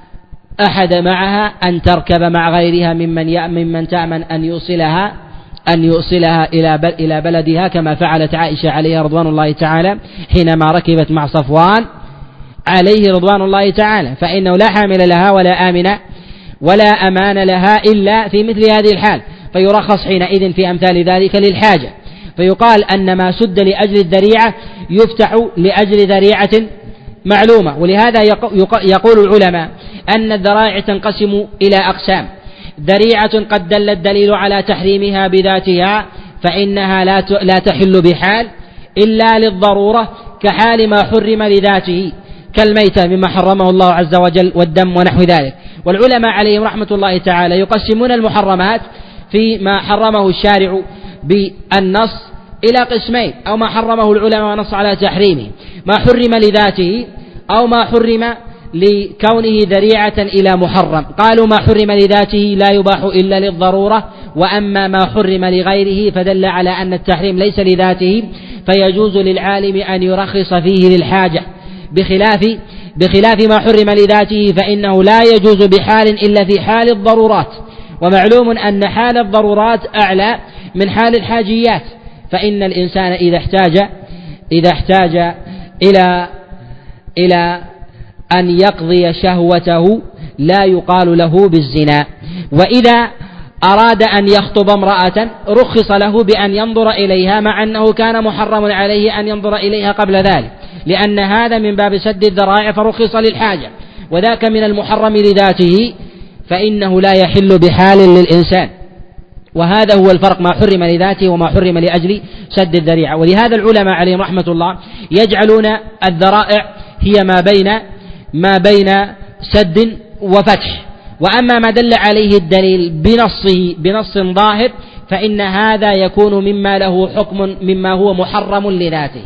أحد معها أن تركب مع غيرها ممن ممن تأمن أن يوصلها أن يوصلها إلى إلى بلدها، كما فعلت عائشة عليها رضوان الله تعالى حينما ركبت مع صفوان عليه رضوان الله تعالى، فإنه لا حامل لها ولا آمن ولا أمان لها إلا في مثل هذه الحال، فيرخص حينئذ في أمثال ذلك للحاجة. فيقال أن ما سد لأجل الذريعة يفتح لأجل ذريعة معلومة. ولهذا يقول العلماء أن الذرائع تنقسم إلى أقسام: ذريعة قد دل الدليل على تحريمها بذاتها فإنها لا تحل بحال إلا للضرورة، كحال ما حرم لذاته كالميتة مما حرمه الله عز وجل والدم ونحو ذلك. والعلماء عليهم رحمة الله تعالى يقسمون المحرمات فيما حرمه الشارع بالنص إلى قسمين: أو ما حرمه العلماء ونص على تحريمه، ما حرم لذاته، أو ما حرم لكونه ذريعة إلى محرم. قالوا ما حرم لذاته لا يباح إلا للضرورة، وأما ما حرم لغيره فدل على أن التحريم ليس لذاته فيجوز للعالم أن يرخص فيه للحاجة، بخلاف بخلاف ما حرم لذاته فإنه لا يجوز بحال إلا في حال الضرورات. ومعلوم أن حال الضرورات أعلى من حال الحاجيات، فإن الإنسان إذا احتاج إذا احتاج إلى إلى أن يقضي شهوته لا يقال له بالزنا. وإذا أراد أن يخطب امرأة رخص له بأن ينظر إليها، مع أنه كان محرم عليه أن ينظر إليها قبل ذلك، لأن هذا من باب سد الذرائع فرخص للحاجة، وذاك من المحرم لذاته فإنه لا يحل بحال للإنسان. وهذا هو الفرق، ما حرم لذاته وما حرم لأجل سد الذريعة. ولهذا العلماء عليهم رحمة الله يجعلون الذرائع هي ما بين ما بين سد وفتح. وأما ما دل عليه الدليل بنصه بنص ظاهر فإن هذا يكون مما له حكم مما هو محرم لذاته،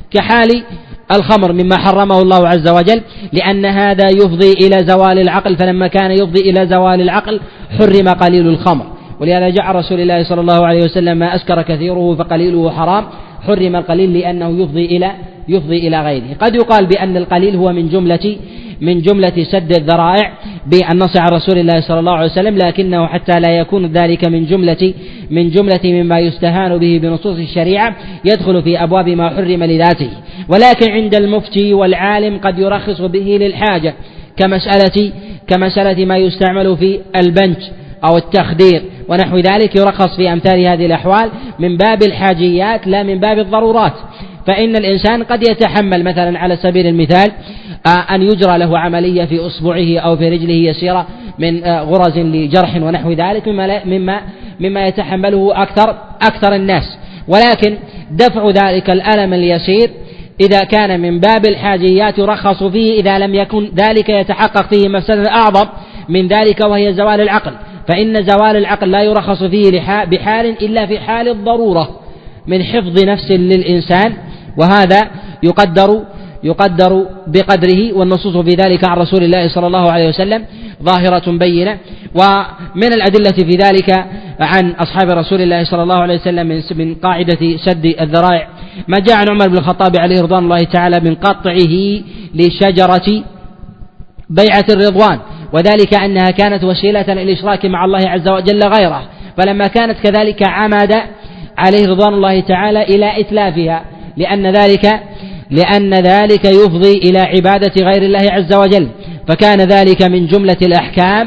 كحال الخمر مما حرمه الله عز وجل، لأن هذا يفضي إلى زوال العقل، فلما كان يفضي إلى زوال العقل حرم قليل الخمر. ولهذا جاء رسول الله صلى الله عليه وسلم ما أسكر كثيره فقليله حرام، حرم القليل لأنه يفضي إلى يفضي إلى غيره. قد يقال بأن القليل هو من جملة من جملة سد الذرائع بالنص على رسول الله صلى الله عليه وسلم، لكنه حتى لا يكون ذلك من جملة من جملة مما يستهان به بنصوص الشريعة يدخل في أبواب ما حرم لذاته. ولكن عند المفتي والعالم قد يرخص به للحاجة، كمسألة كمسألة ما يستعمل في البنج أو التخدير ونحو ذلك، يرخص في أمثال هذه الأحوال من باب الحاجيات لا من باب الضرورات. فإن الإنسان قد يتحمل مثلا على سبيل المثال أن يجرى له عملية في أصبعه أو في رجله يسيرة من غرز لجرح ونحو ذلك مما مما مما يتحمله أكثر أكثر الناس، ولكن دفع ذلك الألم اليسير إذا كان من باب الحاجيات يرخص فيه إذا لم يكن ذلك يتحقق فيه مفسدة أعظم من ذلك وهي زوال العقل، فإن زوال العقل لا يرخص فيه بحال إلا في حال الضرورة من حفظ نفس للإنسان، وهذا يقدر يقدر بقدره، والنصوص في ذلك عن رسول الله صلى الله عليه وسلم ظاهرة بينة. ومن الأدلة في ذلك عن أصحاب رسول الله صلى الله عليه وسلم من قاعدة سد الذرائع ما جاء عن عمر بن الخطاب عليه رضوان الله تعالى من قطعه لشجرة بيعة الرضوان، وذلك أنها كانت وسيلة للإشراك مع الله عز وجل غيره، فلما كانت كذلك عمد عليه رضوان الله تعالى إلى إتلافها، لأن ذلك لأن ذلك يفضي إلى عبادة غير الله عز وجل، فكان ذلك من جملة الأحكام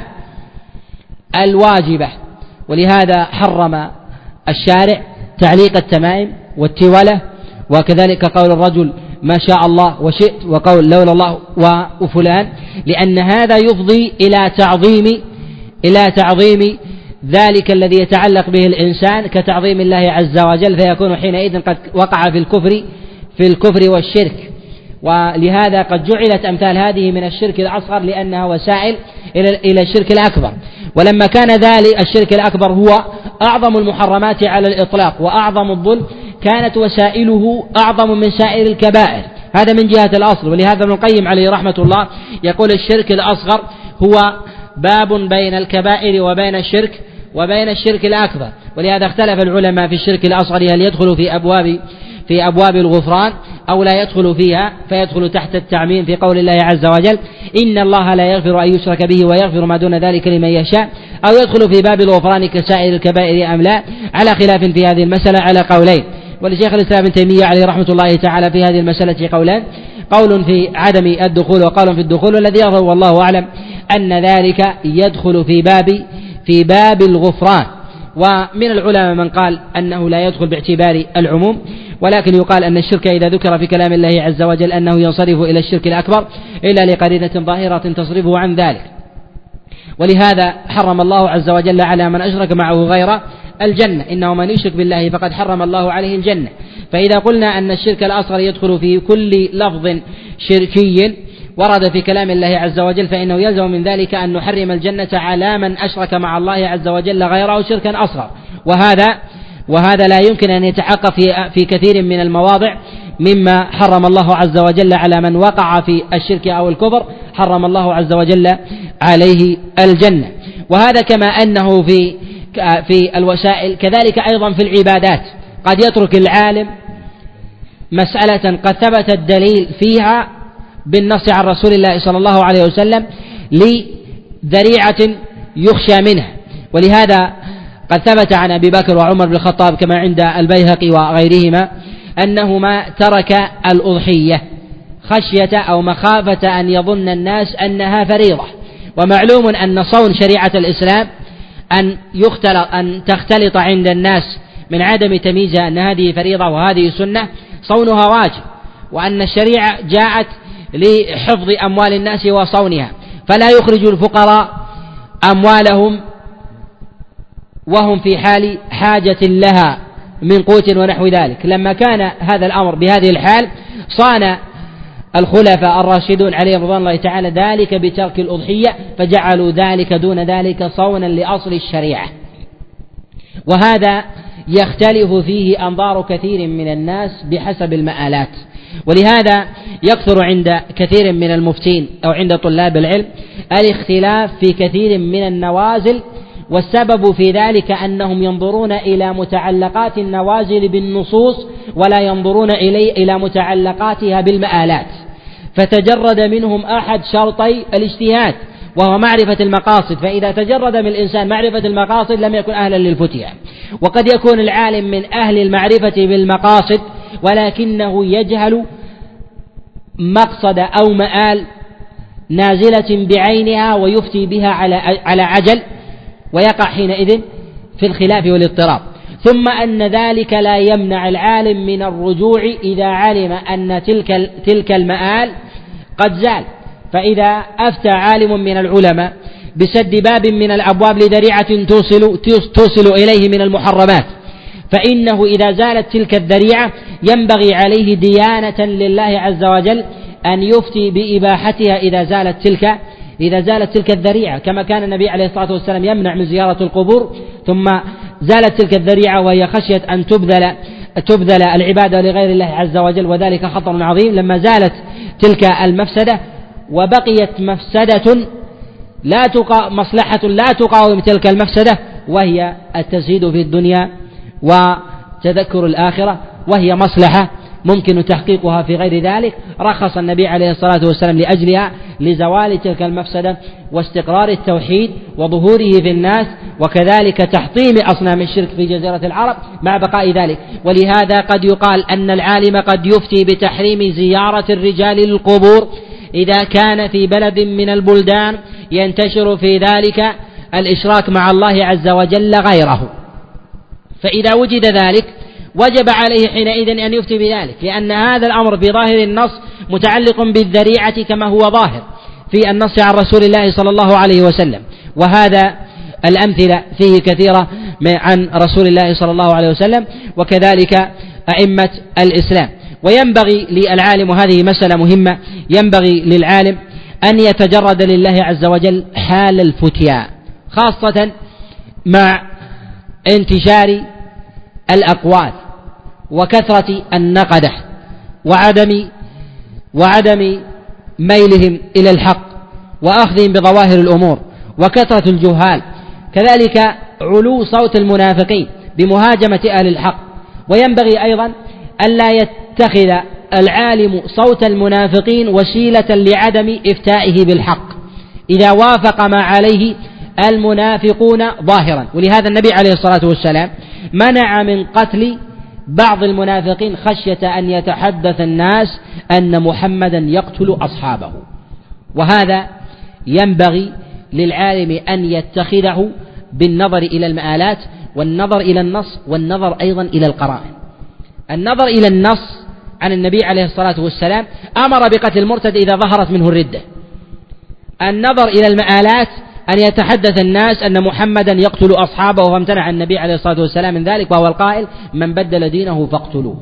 الواجبة. ولهذا حرم الشارع تعليق التمائم والتولة، وكذلك قول الرجل ما شاء الله وشئت وقول لولا الله وفلان، لأن هذا يفضي إلى تعظيم إلى تعظيم ذلك الذي يتعلق به الإنسان كتعظيم الله عز وجل، فيكون حينئذ قد وقع في الكفر في الكفر والشرك. ولهذا قد جعلت أمثال هذه من الشرك الأصغر لأنها وسائل إلى الشرك الأكبر. ولما كان ذلك الشرك الأكبر هو أعظم المحرمات على الإطلاق وأعظم الظلم، كانت وسائله أعظم من سائر الكبائر، هذا من جهة الأصل. ولهذا ابن القيم عليه رحمة الله يقول الشرك الأصغر هو باب بين الكبائر وبين الشرك وبين الشرك الأكبر. ولهذا اختلف العلماء في الشرك الأصغر هل يدخل في أبواب في أبواب الغفران أو لا يدخل فيها، فيدخل تحت التعميم في قول الله عز وجل إن الله لا يغفر أن يشرك به ويغفر ما دون ذلك لمن يشاء، أو يدخل في باب الغفران كسائر الكبائر أم لا، على خلاف في هذه المسألة على قولين. ولشيخ الإسلام ابن تيمية عليه رحمة الله تعالى في هذه المسألة قولان، قول في عدم الدخول وقول في الدخول، والذي يظهر والله أعلم أن ذلك يدخل في باب في باب الغفران. ومن العلماء من قال أنه لا يدخل باعتبار العموم، ولكن يقال أن الشرك إذا ذكر في كلام الله عز وجل أنه ينصرف إلى الشرك الأكبر إلا لقرينة ظاهرة تصرفه عن ذلك. ولهذا حرم الله عز وجل على من أشرك معه غير الجنة، إنه من يشرك بالله فقد حرم الله عليه الجنة. فإذا قلنا أن الشرك الأصغر يدخل في كل لفظ شركي ورد في كلام الله عز وجل، فإنه يلزم من ذلك أن نحرم الجنة على من أشرك مع الله عز وجل غيره شركا أصغر، وهذا وهذا لا يمكن أن يتحقق في في كثير من المواضع مما حرم الله عز وجل على من وقع في الشرك أو الكفر، حرم الله عز وجل عليه الجنة. وهذا كما أنه في في الوسائل كذلك أيضا في العبادات، قد يترك العالم مسألة قد ثبت الدليل فيها بالنص عن رسول الله صلى الله عليه وسلم لذريعة يخشى منها. ولهذا قد ثبت عن أبي بكر وعمر بن الخطاب كما عند البيهقي وغيرهما أنهما ترك الأضحية خشية أو مخافة أن يظن الناس أنها فريضة. ومعلوم أن صون شريعة الإسلام أن يختلط أن تختلط عند الناس من عدم تمييزها أن هذه فريضة وهذه سنة، صونها واجب، وأن الشريعة جاءت لحفظ أموال الناس وصونها، فلا يخرج الفقراء أموالهم وهم في حال حاجة لها من قوت ونحو ذلك. لما كان هذا الأمر بهذه الحال صان الخلفاء الراشدون عليهم رضوان الله تعالى ذلك بترك الأضحية، فجعلوا ذلك دون ذلك صونا لأصل الشريعة. وهذا يختلف فيه أنظار كثير من الناس بحسب المآلات، ولهذا يكثر عند كثير من المفتين أو عند طلاب العلم الاختلاف في كثير من النوازل، والسبب في ذلك أنهم ينظرون إلى متعلقات النوازل بالنصوص ولا ينظرون إلي إلى متعلقاتها بالمآلات، فتجرد منهم أحد شرطي الاجتهاد وهو معرفة المقاصد، فإذا تجرد من الإنسان معرفة المقاصد لم يكن أهلا للفتية. وقد يكون العالم من أهل المعرفة بالمقاصد ولكنه يجهل مقصد أو مآل نازلة بعينها ويفتي بها على على عجل، ويقع حينئذ في الخلاف والاضطراب. ثم أن ذلك لا يمنع العالم من الرجوع إذا علم أن تلك تلك المآل قد زال. فإذا أفتى عالم من العلماء بسد باب من الأبواب لذريعة توصل توصل إليه من المحرمات، فإنه إذا زالت تلك الذريعة ينبغي عليه ديانة لله عز وجل أن يفتي بإباحتها إذا زالت تلك إذا زالت تلك الذريعة، كما كان النبي عليه الصلاة والسلام يمنع من زيارة القبور ثم زالت تلك الذريعة وهي خشية أن تبذل تبذل العبادة لغير الله عز وجل، وذلك خطر عظيم. لما زالت تلك المفسدة وبقيت مفسدة لا تقا مصلحة لا تقاوم تلك المفسدة، وهي التزهيد في الدنيا وتذكر الآخرة، وهي مصلحة ممكن تحقيقها في غير ذلك، رخص النبي عليه الصلاة والسلام لأجلها لزوال تلك المفسدة واستقرار التوحيد وظهوره في الناس، وكذلك تحطيم أصنام الشرك في جزيرة العرب مع بقاء ذلك. ولهذا قد يقال أن العالم قد يفتي بتحريم زيارة الرجال للقبور إذا كان في بلد من البلدان ينتشر في ذلك الإشراك مع الله عز وجل غيره، فإذا وجد ذلك وجب عليه حينئذ أن يفتي بذلك، لأن هذا الأمر في ظاهر النص متعلق بالذريعة كما هو ظاهر في النص عن رسول الله صلى الله عليه وسلم، وهذا الأمثلة فيه كثيرة عن رسول الله صلى الله عليه وسلم وكذلك أئمة الإسلام. وينبغي للعالم، وهذه مسألة مهمة، ينبغي للعالم أن يتجرد لله عز وجل حال الفتيا، خاصة مع انتشار الأقوال وكثرة النقدة وعدم وعدم ميلهم إلى الحق وأخذهم بظواهر الأمور وكثرة الجهال، كذلك علو صوت المنافقين بمهاجمة أهل الحق. وينبغي أيضا ألا يتخذ العالم صوت المنافقين وسيلة لعدم إفتائه بالحق إذا وافق ما عليه المنافقون ظاهرا. ولهذا النبي عليه الصلاة والسلام منع من قتل بعض المنافقين خشية أن يتحدث الناس أن محمدا يقتل أصحابه، وهذا ينبغي للعالم أن يتخذه بالنظر إلى المآلات والنظر إلى النص والنظر أيضا إلى القرائن. النظر إلى النص عن النبي عليه الصلاة والسلام أمر بقتل المرتد إذا ظهرت منه الردة. النظر إلى المآلات أن يتحدث الناس أن محمدا يقتل أصحابه، وامتنع النبي عليه الصلاة والسلام من ذلك، وهو القائل من بدل دينه فاقتلوه.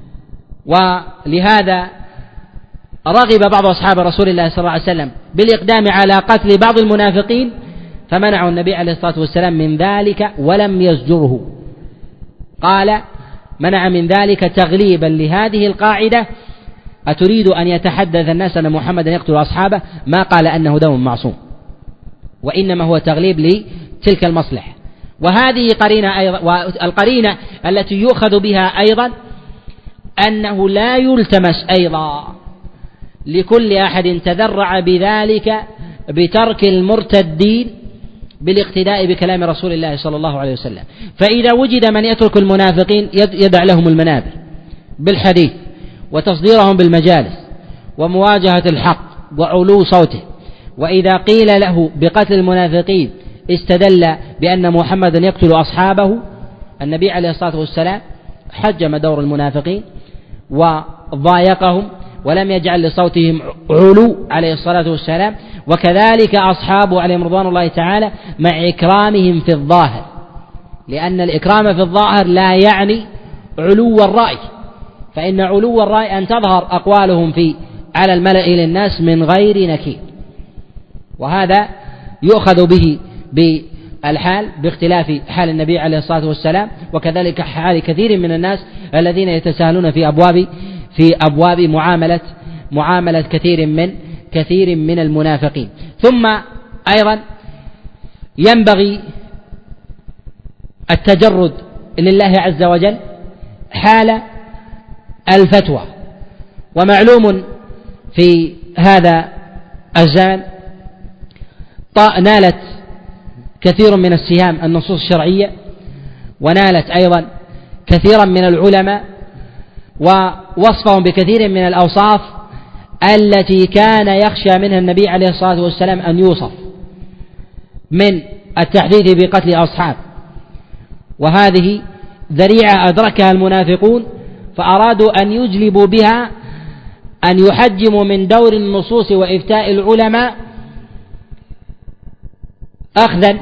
ولهذا رغب بعض أصحاب رسول الله صلى الله عليه وسلم بالإقدام على قتل بعض المنافقين، فمنعوا النبي عليه الصلاة والسلام من ذلك ولم يزجره. قال منع من ذلك تغليبا لهذه القاعدة: أتريد أن يتحدث الناس أن محمدا يقتل أصحابه؟ ما قال أنه دم معصوم، وإنما هو تغليب لتلك المصلحة. وهذه قرينة أيضا، والقرينة التي يؤخذ بها أيضا أنه لا يلتمس أيضا لكل أحد تذرع بذلك بترك المرتدين بالاقتداء بكلام رسول الله صلى الله عليه وسلم. فإذا وجد من يترك المنافقين يدع لهم المنابر بالحديث وتصديرهم بالمجالس ومواجهة الحق وعلو صوته، وإذا قيل له بقتل المنافقين استدل بأن محمدا يقتل أصحابه، النبي عليه الصلاة والسلام حجم دور المنافقين وضايقهم ولم يجعل لصوتهم علو عليه الصلاة والسلام، وكذلك أصحابه عليهم رضوان الله تعالى مع إكرامهم في الظاهر، لأن الإكرام في الظاهر لا يعني علو الرأي، فإن علو الرأي أن تظهر أقوالهم في على الملأ للناس من غير نكير، وهذا يؤخذ به بالحال باختلاف حال النبي عليه الصلاة والسلام، وكذلك حال كثير من الناس الذين يتساهلون في أبواب في أبواب معاملة معاملة كثير من كثير من المنافقين. ثم أيضا ينبغي التجرد لله عز وجل حال الفتوى. ومعلوم في هذا الزمن نالت كثير من السهام النصوص الشرعية، ونالت أيضا كثيرا من العلماء ووصفهم بكثير من الأوصاف التي كان يخشى منها النبي عليه الصلاة والسلام أن يوصف، من التحديد بقتل أصحاب. وهذه ذريعة أدركها المنافقون فأرادوا أن يجلبوا بها أن يحجموا من دور النصوص وإفتاء العلماء أخذا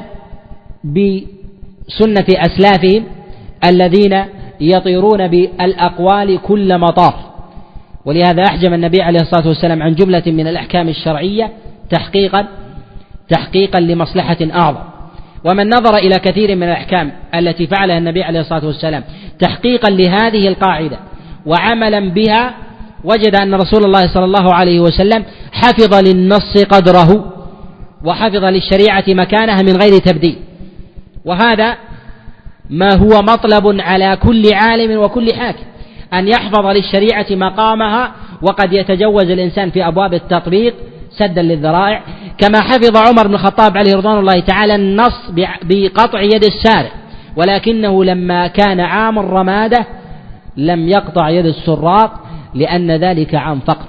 بسنة أسلافهم الذين يطيرون بالأقوال كل مطار. ولهذا أحجم النبي عليه الصلاة والسلام عن جملة من الأحكام الشرعية تحقيقا تحقيقا لمصلحة أعظم. ومن نظر إلى كثير من الأحكام التي فعلها النبي عليه الصلاة والسلام تحقيقا لهذه القاعدة وعملا بها وجد أن رسول الله صلى الله عليه وسلم حفظ للنص قدره وحفظ للشريعة مكانها من غير تبديل. وهذا ما هو مطلب على كل عالم وكل حاكم، أن يحفظ للشريعة مقامها، وقد يتجوز الإنسان في أبواب التطبيق سدا للذرائع، كما حفظ عمر بن الخطاب عليه رضوان الله تعالى النص بقطع يد السارق، ولكنه لما كان عام الرمادة لم يقطع يد السراق لأن ذلك عام فقر،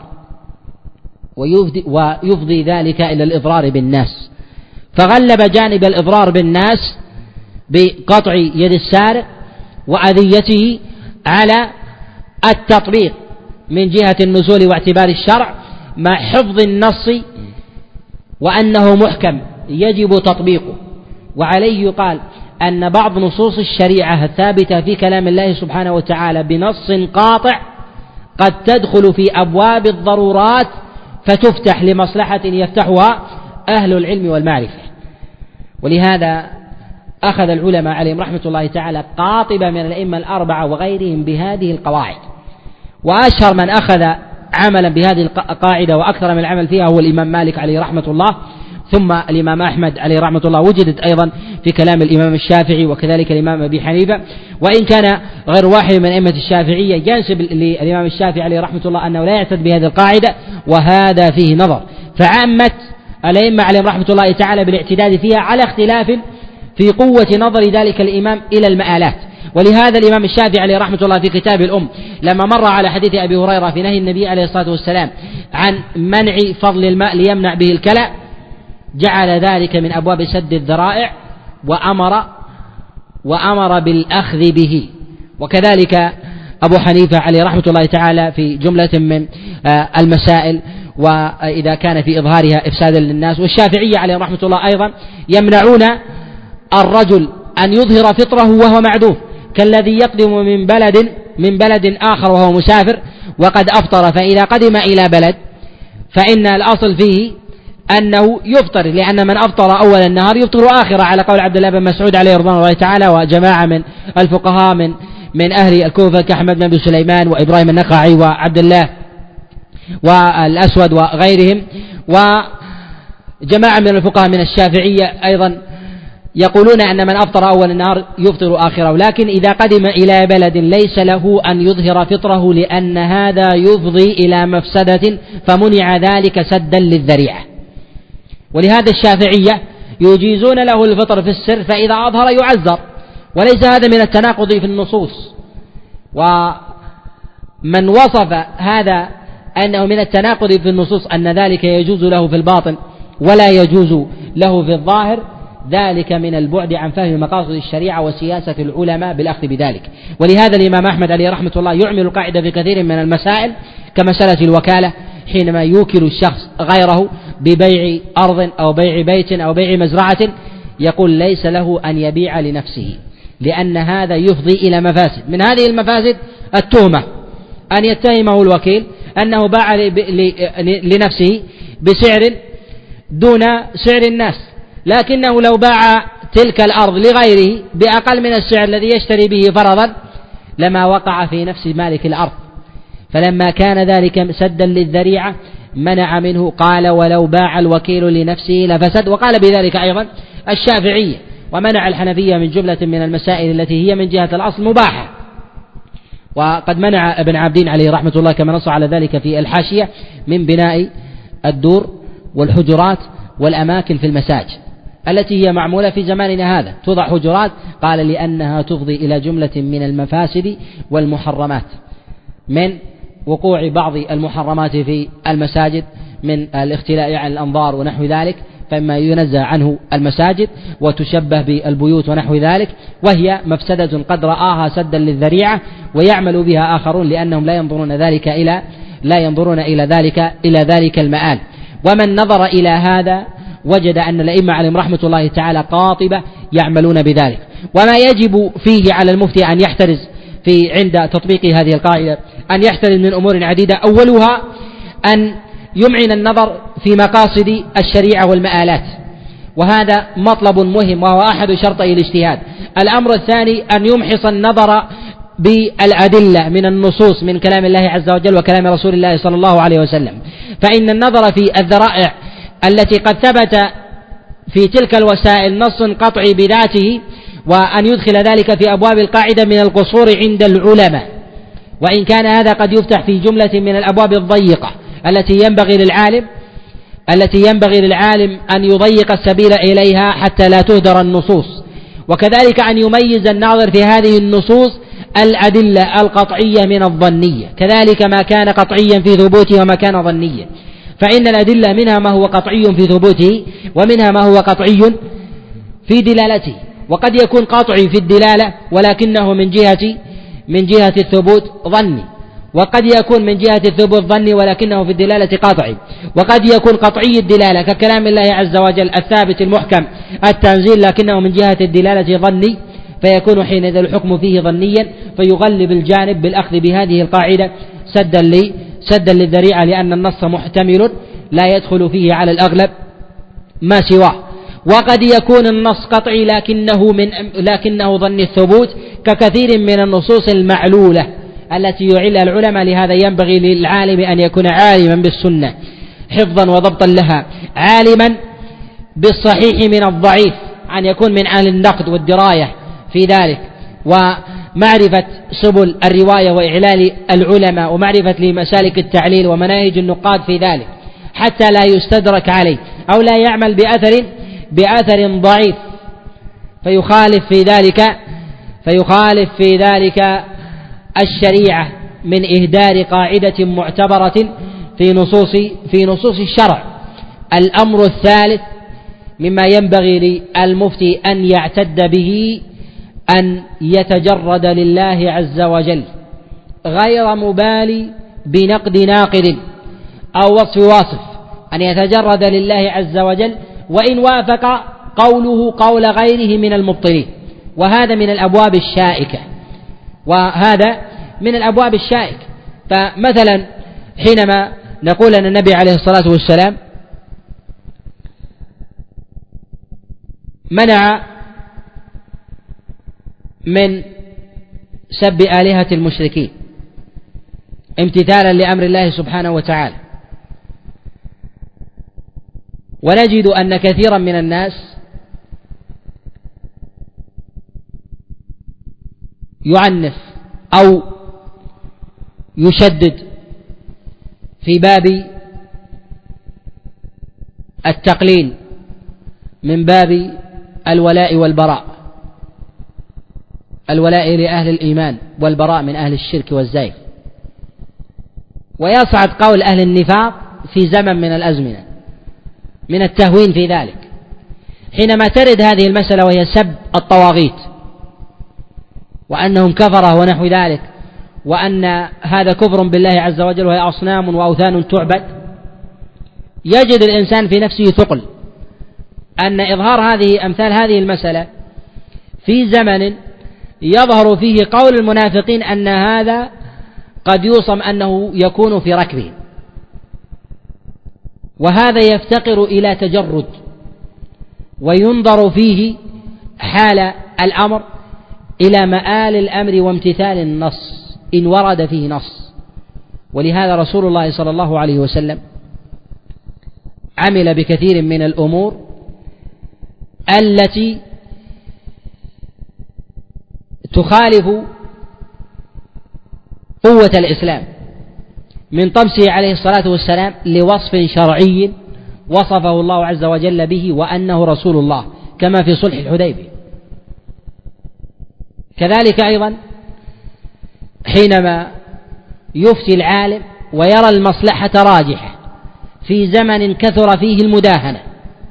ويفضي, ويفضي ذلك إلى الإضرار بالناس، فغلب جانب الإضرار بالناس بقطع يد السارق وأذيته على التطبيق من جهة النزول واعتبار الشرع مع حفظ النص وأنه محكم يجب تطبيقه. وعليه يقال أن بعض نصوص الشريعة الثابتة في كلام الله سبحانه وتعالى بنص قاطع قد تدخل في أبواب الضرورات فتفتح لمصلحة يفتحها أهل العلم والمعرفة. ولهذا أخذ العلماء عليهم رحمة الله تعالى قاطبة من الأئمة الأربعة وغيرهم بهذه القواعد. وأشهر من أخذ عملا بهذه القاعدة وأكثر من العمل فيها هو الإمام مالك عليه رحمة الله، ثم الإمام أحمد عليه رحمة الله، وجدت أيضا في كلام الإمام الشافعي وكذلك الإمام أبي حنيفة، وإن كان غير واحد من أئمة الشافعية ينسب للإمام الشافعي عليه رحمة الله أنه لا يعتد بهذه القاعدة، وهذا فيه نظر. فعمت الأئمة عليهم رحمة الله تعالى بالاعتداد فيها على اختلاف في قوة نظر ذلك الإمام إلى المآلات. ولهذا الإمام الشافعي عليه رحمة الله في كتاب الأم لما مر على حديث أبي هريرة في نهي النبي عليه الصلاة والسلام عن منع فضل الماء ليمنع به الكلى جعل ذلك من أبواب سد الذرائع وأمر وأمر بالأخذ به. وكذلك أبو حنيفة عليه رحمة الله تعالى في جملة من المسائل وإذا كان في إظهارها إفسادا للناس. والشافعية عليه رحمة الله أيضا يمنعون الرجل أن يظهر فطره وهو معذور، كالذي يقدم من بلد من بلد آخر وهو مسافر وقد أفطر، فإذا قدم إلى بلد فإن الأصل فيه أنه يفطر، لأن من أفطر أول النهار يفطر آخر، على قول عبد الله بن مسعود عليه رضوان الله تعالى وجماعة من الفقهاء من من أهل الكوفة كأحمد بن سليمان وإبراهيم النخعي وعبد الله والأسود وغيرهم، وجماعة من الفقهاء من الشافعية أيضا يقولون أن من أفطر أول النهار يفطر آخره، لكن إذا قدم إلى بلد ليس له أن يظهر فطره لأن هذا يفضي إلى مفسدة فمنع ذلك سدا للذريعة. ولهذا الشافعية يجيزون له الفطر في السر، فإذا أظهر يعذر، وليس هذا من التناقض في النصوص. ومن وصف هذا أنه من التناقض في النصوص أن ذلك يجوز له في الباطن ولا يجوز له في الظاهر، ذلك من البعد عن فهم مقاصد الشريعة وسياسة العلماء بالأخذ بذلك. ولهذا الإمام أحمد عليه رحمة الله يعمل القاعدة في كثير من المسائل كمسألة الوكالة، حينما يوكل الشخص غيره ببيع أرض أو بيع بيت أو بيع مزرعة يقول ليس له أن يبيع لنفسه، لأن هذا يفضي إلى مفاسد. من هذه المفاسد التهمة، أن يتهمه الوكيل أنه باع لنفسه بسعر دون سعر الناس، لكنه لو باع تلك الأرض لغيره بأقل من السعر الذي يشتري به فرضا لما وقع في نفس مالك الأرض. فلما كان ذلك سدا للذريعة منع منه. قال ولو باع الوكيل لنفسه لفسد. وقال بذلك أيضا الشافعية. ومنع الحنفية من جملة من المسائل التي هي من جهة الأصل مباحة. وقد منع ابن عابدين عليه رحمة الله كما نص على ذلك في الحاشية من بناء الدور والحجرات والأماكن في المساجد التي هي معمولة في زماننا هذا، توضع حجرات. قال لأنها تفضي إلى جملة من المفاسد والمحرمات، من وقوع بعض المحرمات في المساجد من الاختلاء عن الأنظار ونحو ذلك، فإما ينزه عنه المساجد وتشبه بالبيوت ونحو ذلك، وهي مفسدة قد رآها سدا للذريعة ويعمل بها آخرون لأنهم لا ينظرون ذلك إلى لا ينظرون إلى ذلك إلى ذلك المآل. ومن نظر إلى هذا وجد أن الأئمة عليهم رحمة الله تعالى قاطبة يعملون بذلك. وما يجب فيه على المفتي أن يحترز في عند تطبيق هذه القاعدة أن يحترز من أمور عديدة. أولها أن يمعن النظر في مقاصد الشريعة والمآلات، وهذا مطلب مهم وهو أحد شرطي الاجتهاد. الأمر الثاني أن يمحص النظر بالأدلة من النصوص من كلام الله عز وجل وكلام رسول الله صلى الله عليه وسلم، فإن النظر في الذرائع التي قد ثبت في تلك الوسائل نص قطعي بذاته، وأن يدخل ذلك في أبواب القاعدة من القصور عند العلماء، وإن كان هذا قد يفتح في جملة من الأبواب الضيقة التي ينبغي للعالم التي ينبغي للعالم أن يضيق السبيل إليها حتى لا تهدر النصوص. وكذلك أن يميز الناظر في هذه النصوص الأدلة القطعية من الظنية، كذلك ما كان قطعيا في ثبوته وما كان ظنيا، فإن الأدلة منها ما هو قطعي في ثبوته ومنها ما هو قطعي في دلالته. وقد يكون قطعي في الدلالة ولكنه من جهة من جهة الثبوت ظني، وقد يكون من جهة الثبوت ظني ولكنه في الدلالة قطعي، وقد يكون قطعي الدلالة ككلام الله عز وجل الثابت المحكم التنزيل لكنه من جهة الدلالة ظني، فيكون حينئذ الحكم فيه ظنيا، فيغلب الجانب بالأخذ بهذه القاعدة سدا لي سدا للذريعة، لأن النص محتمل لا يدخل فيه على الأغلب ما سواه. وقد يكون النص قطعي لكنه من لكنه ظني الثبوت ككثير من النصوص المعلولة التي يعلها العلماء. لهذا ينبغي للعالم أن يكون عالما بالسنة حفظا وضبطا لها، عالما بالصحيح من الضعيف، أن يكون من أهل النقد والدراية في ذلك، ومعرفة سبل الرواية وإعلال العلماء، ومعرفة لمسالك التعليل ومناهج النقاد في ذلك، حتى لا يستدرك عليه أو لا يعمل بأثر بأثر ضعيف فيخالف في ذلك فيخالف في ذلك الشريعة من إهدار قاعدة معتبرة في نصوص في نصوص الشرع. الأمر الثالث مما ينبغي للمفتي أن يعتد به أن يتجرد لله عز وجل غير مبالي بنقد ناقد أو وصف واصف، أن يتجرد لله عز وجل وإن وافق قوله قول غيره من المبطلين. وهذا من الأبواب الشائكة وهذا من الأبواب الشائكة. فمثلا حينما نقول أن النبي عليه الصلاة والسلام منع من سب آلهة المشركين امتثالا لأمر الله سبحانه وتعالى، ونجد أن كثيرا من الناس يعنف أو يشدد في باب التقليل من باب الولاء والبراء، الولاء لأهل الإيمان والبراء من أهل الشرك والزيغ، ويصعد قول أهل النفاق في زمن من الأزمنة من التهوين في ذلك. حينما ترد هذه المسألة وهي سب الطواغيت وأنهم كفرة ونحو ذلك، وأن هذا كفر بالله عز وجل وهي أصنام وأوثان تعبد، يجد الإنسان في نفسه ثقل أن إظهار هذه أمثال هذه المسألة في زمن يظهر فيه قول المنافقين أن هذا قد يوصم أنه يكون في ركبه، وهذا يفتقر إلى تجرد وينظر فيه حال الأمر إلى مآل الأمر وامتثال النص إن ورد فيه نص، ولهذا رسول الله صلى الله عليه وسلم عمل بكثير من الأمور التي تخالف قوة الإسلام، من طمسه عليه الصلاة والسلام لوصف شرعي وصفه الله عز وجل به وأنه رسول الله، كما في صلح الحديبية. كذلك أيضا حينما يفتي العالم ويرى المصلحة راجحة في زمن كثر فيه المداهنة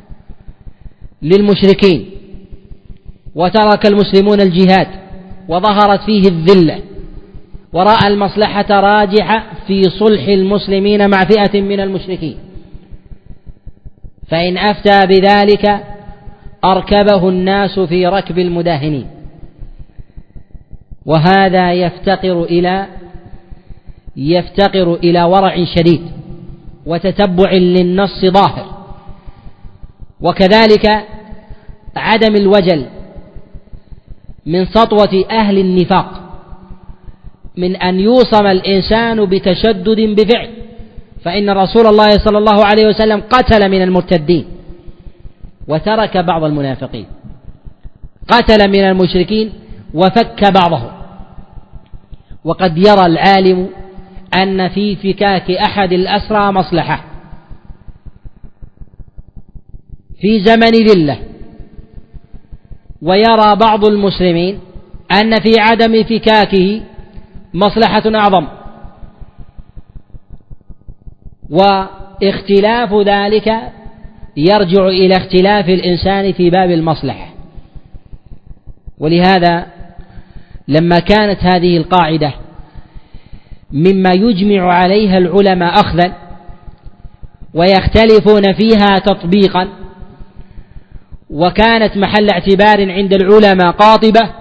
للمشركين وترك المسلمون الجهاد وظهرت فيه الذلة، ورأى المصلحة راجحة في صلح المسلمين مع فئة من المشركين، فإن أفتى بذلك أركبه الناس في ركب المداهنين. وهذا يفتقر إلى يفتقر إلى ورع شديد وتتبع للنص ظاهر، وكذلك عدم الوجل من سطوة أهل النفاق من أن يوصم الإنسان بتشدد بفعل، فإن رسول الله صلى الله عليه وسلم قتل من المرتدين وترك بعض المنافقين، قتل من المشركين وفك بعضهم. وقد يرى العالم أن في فكاك أحد الأسرى مصلحة في زمن ذلة، ويرى بعض المسلمين أن في عدم فكاكه مصلحة أعظم، واختلاف ذلك يرجع إلى اختلاف الإنسان في باب المصلحة. ولهذا لما كانت هذه القاعدة مما يجمع عليها العلماء أخذا ويختلفون فيها تطبيقا، وكانت محل اعتبار عند العلماء قاطبة،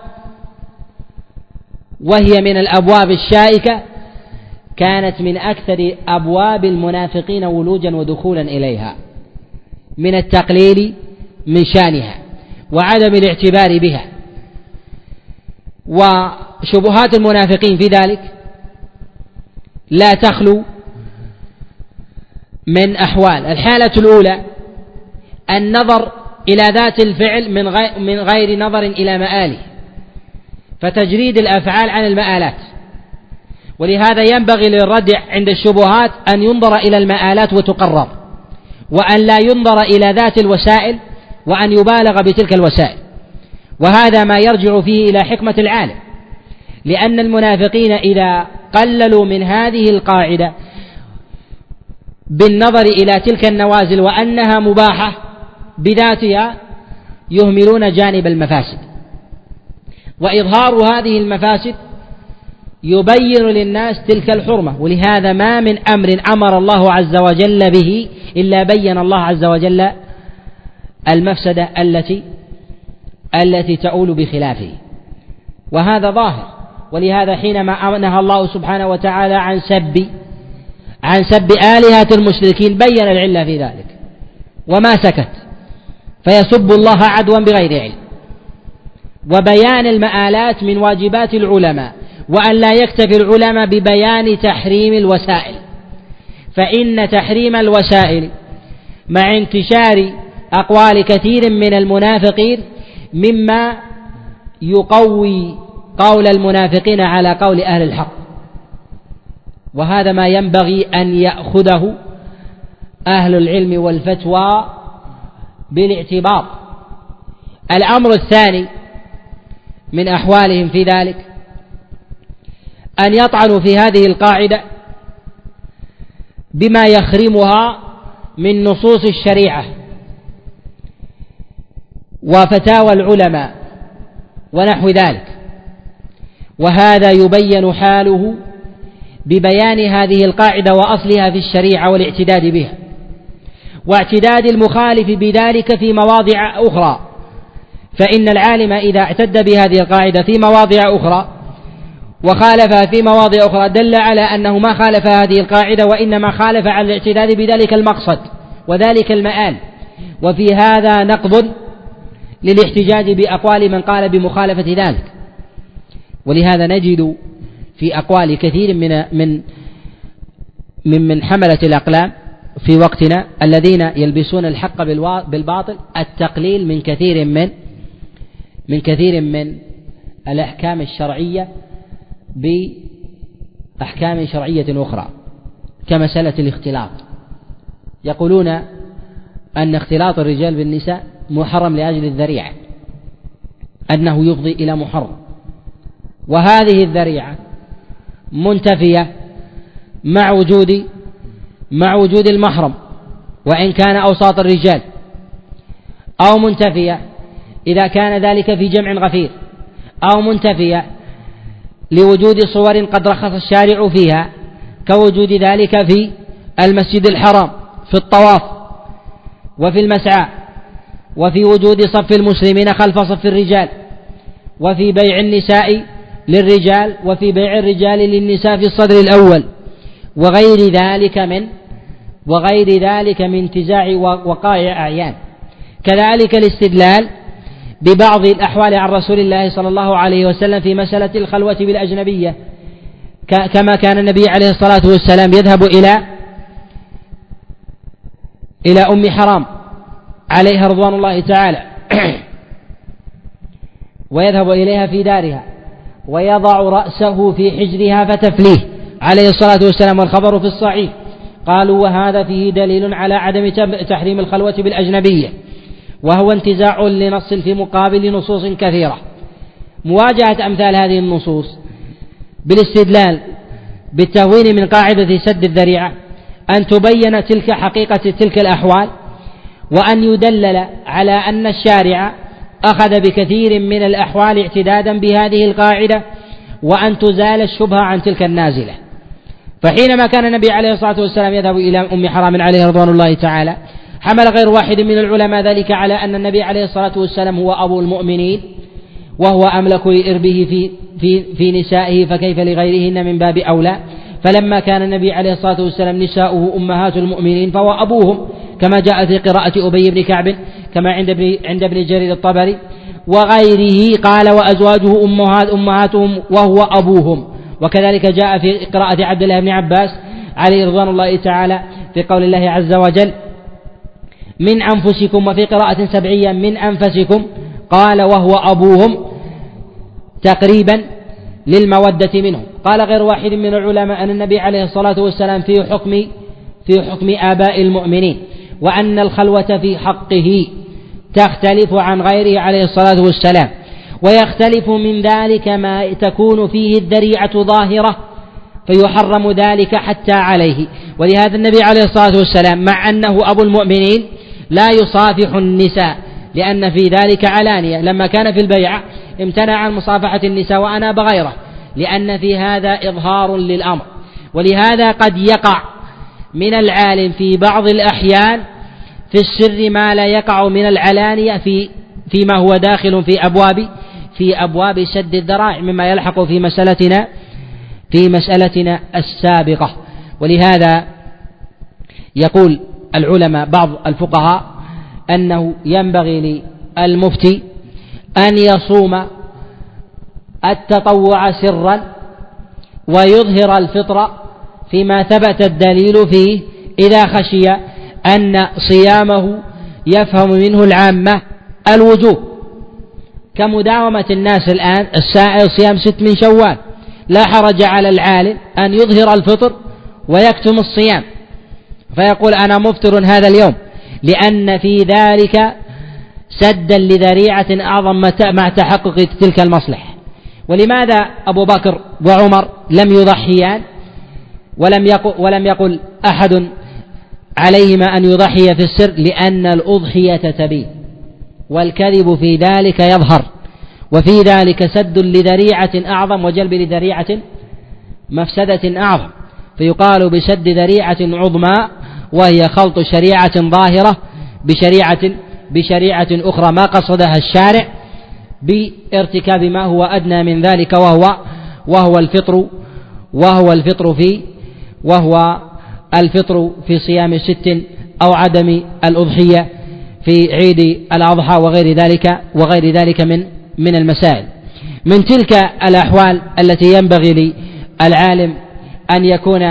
وهي من الأبواب الشائكة، كانت من أكثر أبواب المنافقين ولوجا ودخولا إليها من التقليل من شانها وعدم الاعتبار بها. وشبهات المنافقين في ذلك لا تخلو من أحوال. الحالة الأولى النظر إلى ذات الفعل من غير نظر إلى مآله، فتجريد الأفعال عن المآلات. ولهذا ينبغي للردع عند الشبهات أن ينظر إلى المآلات وتقرر، وأن لا ينظر إلى ذات الوسائل وأن يبالغ بتلك الوسائل. وهذا ما يرجع فيه إلى حكمة العالم، لأن المنافقين إذا قللوا من هذه القاعدة بالنظر إلى تلك النوازل وأنها مباحة بذاتها يهملون جانب المفاسد، وإظهار هذه المفاسد يبين للناس تلك الحرمة. ولهذا ما من أمر أمر الله عز وجل به إلا بين الله عز وجل المفسدة التي التي تؤول بخلافه، وهذا ظاهر. ولهذا حينما نهى الله سبحانه وتعالى عن سب عن سب آلهة المشركين بين العلة في ذلك وما سكت، فيسب الله عدوا بغير علم. وبيان المآلات من واجبات العلماء، وأن لا يكتفي العلماء ببيان تحريم الوسائل، فإن تحريم الوسائل مع انتشار أقوال كثير من المنافقين مما يقوي قول المنافقين على قول أهل الحق، وهذا ما ينبغي أن يأخذه أهل العلم والفتوى بالاعتبار. الأمر الثاني من أحوالهم في ذلك أن يطعنوا في هذه القاعدة بما يخرمها من نصوص الشريعة وفتاوى العلماء ونحو ذلك، وهذا يبين حاله ببيان هذه القاعدة وأصلها في الشريعة والاعتداد بها، واعتداد المخالف بذلك في مواضع أخرى. فإن العالم إذا اعتد بهذه القاعدة في مواضع أخرى وخالفها في مواضع أخرى دل على أنه ما خالف هذه القاعدة، وإنما خالف على الاعتداد بذلك المقصد وذلك المآل. وفي هذا نقض للاحتجاج بأقوال من قال بمخالفة ذلك. ولهذا نجد في أقوال كثير من من من من حملة الأقلام في وقتنا الذين يلبسون الحق بالباطل التقليل من كثير من من كثير من الأحكام الشرعية بأحكام شرعية أخرى كمسألة الاختلاط. يقولون أن اختلاط الرجال بالنساء محرم لأجل الذريعة، أنه يفضي إلى محرم، وهذه الذريعة منتفية مع وجود مع وجود المحرم وإن كان أوساط الرجال، أو منتفية إذا كان ذلك في جمع غفير، أو منتفية لوجود صور قد رخص الشارع فيها كوجود ذلك في المسجد الحرام في الطواف وفي المسعى، وفي وجود صف المسلمين خلف صف الرجال، وفي بيع النساء للرجال، وفي بيع الرجال للنساء في الصدر الأول، وغير ذلك من وغير ذلك من انتزاع وقائع أعيان. كذلك الاستدلال ببعض الأحوال عن رسول الله صلى الله عليه وسلم في مسألة الخلوة بالأجنبية، كما كان النبي عليه الصلاة والسلام يذهب إلى إلى أم حرام عليها رضوان الله تعالى ويذهب إليها في دارها ويضع رأسه في حجرها فتفليه عليه الصلاة والسلام، والخبر في الصحيح. قالوا وهذا فيه دليل على عدم تحريم الخلوة بالأجنبية، وهو انتزاع لنص في مقابل نصوص كثيرة. مواجهة أمثال هذه النصوص بالاستدلال بالتهوين من قاعدة سد الذريعة أن تبين تلك حقيقة تلك الأحوال، وأن يدلل على أن الشارع أخذ بكثير من الأحوال اعتدادا بهذه القاعدة، وأن تزال الشبهة عن تلك النازلة. فحينما كان النبي عليه الصلاة والسلام يذهب إلى أم حرام عليه رضوان الله تعالى، حمل غير واحد من العلماء ذلك على أن النبي عليه الصلاة والسلام هو أبو المؤمنين وهو أملك لإربه في, في, في نسائه، فكيف لغيرهن من باب أولى. فلما كان النبي عليه الصلاة والسلام نساؤه أمهات المؤمنين فهو أبوهم، كما جاء في قراءة أبي بن كعب كما عند ابن, عند ابن جرير الطبري وغيره قال وأزواجه أمهات أمهاتهم وهو أبوهم. وكذلك جاء في قراءة عبد الله بن عباس عليه رضوان الله تعالى في قول الله عز وجل من أنفسكم، وفي قراءة سبعية من أنفسكم قال وهو أبوهم تقريبا للمودة منهم. قال غير واحد من العلماء أن النبي عليه الصلاة والسلام في حكم في حكم آباء المؤمنين، وأن الخلوة في حقه تختلف عن غيره عليه الصلاة والسلام، ويختلف من ذلك ما تكون فيه الذريعة ظاهرة فيحرم ذلك حتى عليه. ولهذا النبي عليه الصلاة والسلام مع أنه أبو المؤمنين لا يصافح النساء لأن في ذلك علانية، لما كان في البيعة امتنع عن مصافحة النساء وأناب غيره لأن في هذا إظهار للأمر. ولهذا قد يقع من العالم في بعض الأحيان في السر ما لا يقع من العلانية في فيما هو داخل في أبواب في أبواب سد الذرائع مما يلحق في مسألتنا في مسألتنا السابقة. ولهذا يقول العلماء بعض الفقهاء أنه ينبغي للمفتي أن يصوم التطوع سرا ويظهر الفطر فيما ثبت الدليل فيه إذا خشي أن صيامه يفهم منه العامة الوجوب، كمداومة الناس الآن السائر صيام ست من شوال، لا حرج على العالم أن يظهر الفطر ويكتم الصيام فيقول أنا مفطر هذا اليوم، لأن في ذلك سدا لذريعة أعظم مع تحقق تلك المصلحة. ولماذا أبو بكر وعمر لم يضحيان ولم يقل, ولم يقل أحد عليهما أن يضحي في السر؟ لأن الأضحية تبين والكذب في ذلك يظهر، وفي ذلك سد لذريعة أعظم وجلب لذريعة مفسدة أعظم، فيقال بسد ذريعة عظمى وهي خلط شريعة ظاهرة بشريعة بشريعة أخرى ما قصدها الشارع بارتكاب ما هو أدنى من ذلك وهو وهو الفطر وهو الفطر في وهو الفطر في صيام ست أو عدم الأضحية في عيد الأضحى وغير ذلك وغير ذلك من من المسائل. من تلك الأحوال التي ينبغي للعالم أن يكون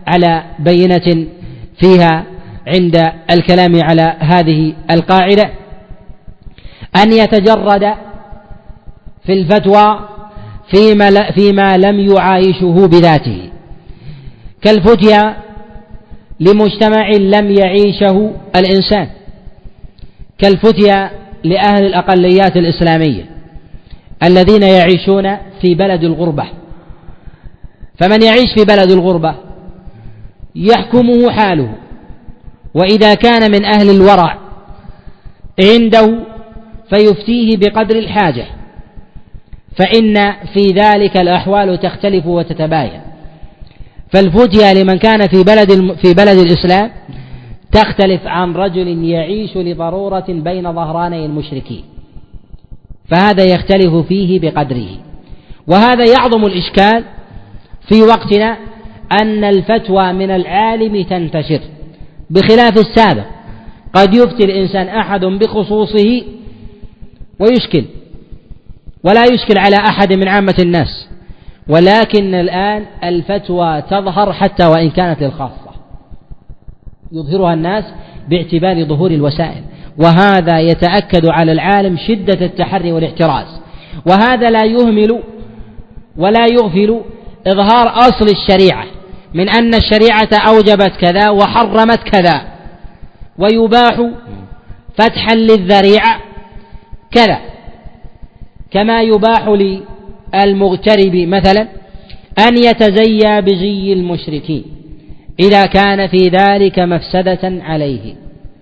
على بينة فيها عند الكلام على هذه القاعدة أن يتجرد في الفتوى فيما, فيما لم يعايشه بذاته، كالفتيا لمجتمع لم يعيشه الإنسان، كالفتيا لأهل الأقليات الإسلامية الذين يعيشون في بلد الغربة. فمن يعيش في بلد الغربة يحكمه حاله، وإذا كان من أهل الورع عنده فيفتيه بقدر الحاجة، فإن في ذلك الأحوال تختلف وتتباين. فالفتيا لمن كان في بلد في بلد الإسلام تختلف عن رجل يعيش لضرورة بين ظهراني المشركين، فهذا يختلف فيه بقدره. وهذا يعظم الإشكال في وقتنا أن الفتوى من العالم تنتشر، بخلاف السابق قد يفتي الإنسان أحد بخصوصه ويشكل ولا يشكل على أحد من عامة الناس، ولكن الآن الفتوى تظهر حتى وإن كانت للخاصة، يظهرها الناس باعتبار ظهور الوسائل، وهذا يتأكد على العالم شدة التحري والاحتراز. وهذا لا يهمل ولا يغفل إظهار أصل الشريعة من أن الشريعة أوجبت كذا وحرمت كذا، ويباح فتحا للذريعة كذا، كما يباح للمغترب مثلا أن يتزيى بزي المشركين إذا كان في ذلك مفسدة عليه،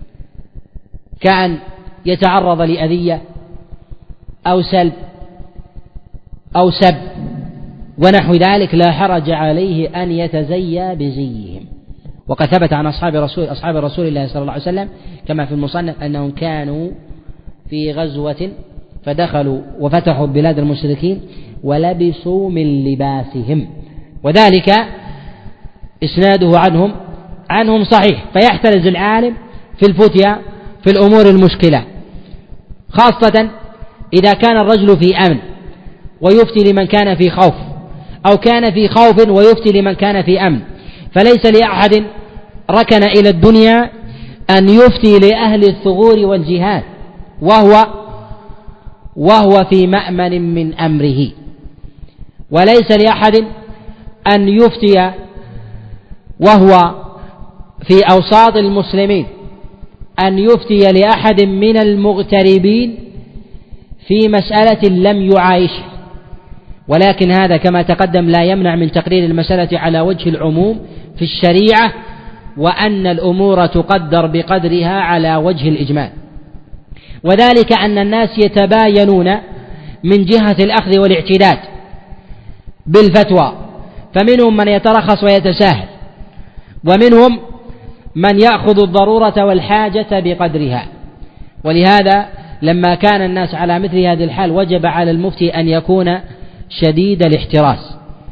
كأن يتعرض لأذية أو سلب أو سب ونحو ذلك، لا حرج عليه أن يتزيى بزيهم. وقد ثبت عن أصحاب رسول, أصحاب رسول الله صلى الله عليه وسلم كما في المصنف أنهم كانوا في غزوة فدخلوا وفتحوا بلاد المشركين ولبسوا من لباسهم، وذلك إسناده عنهم عنهم صحيح. فيحترز العالم في الفتيا في الأمور المشكلة، خاصة إذا كان الرجل في أمن ويفتي لمن كان في خوف، أو كان في خوف ويفتي لمن كان في أمن. فليس لأحد ركن إلى الدنيا أن يفتي لأهل الثغور والجهاد وهو وهو في مأمن من أمره، وليس لأحد أن يفتي وهو في أوساط المسلمين أن يفتي لأحد من المغتربين في مسألة لم يعايشه، ولكن هذا كما تقدم لا يمنع من تقرير المسألة على وجه العموم في الشريعة، وأن الأمور تقدر بقدرها على وجه الإجمال. وذلك أن الناس يتباينون من جهة الأخذ والاعتداد بالفتوى، فمنهم من يترخص ويتساهل، ومنهم من يأخذ الضرورة والحاجة بقدرها. ولهذا لما كان الناس على مثل هذه الحال وجب على المفتي أن يكون شديد الاحتراس.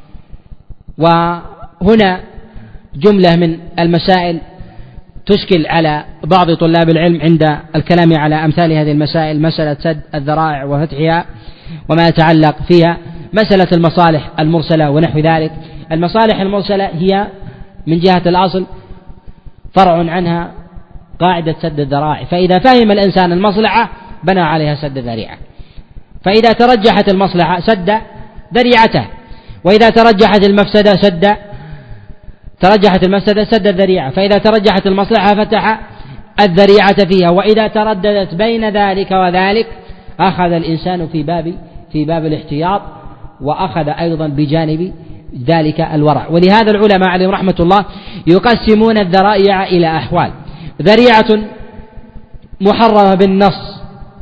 وهنا جملة من المسائل تشكل على بعض طلاب العلم عند الكلام على أمثال هذه المسائل، مسألة سد الذرائع وفتحها وما يتعلق فيها، مسألة المصالح المرسلة ونحو ذلك. المصالح المرسلة هي من جهة الأصل فرع عنها قاعدة سد الذرائع، فإذا فهم الإنسان المصلحة بنى عليها سد الذريعة، فإذا ترجحت المصلحة سد ذريعته، وإذا ترجحت المفسدة سد ترجحت المفسدة سد الذريعة، فإذا ترجحت المصلحة فتح الذريعة فيها، وإذا ترددت بين ذلك وذلك أخذ الإنسان في باب في باب الاحتياط، وأخذ أيضا بجانب ذلك الورع. ولهذا العلماء عليهم رحمة الله يقسمون الذرائع إلى أحوال: ذريعة محرمة بالنص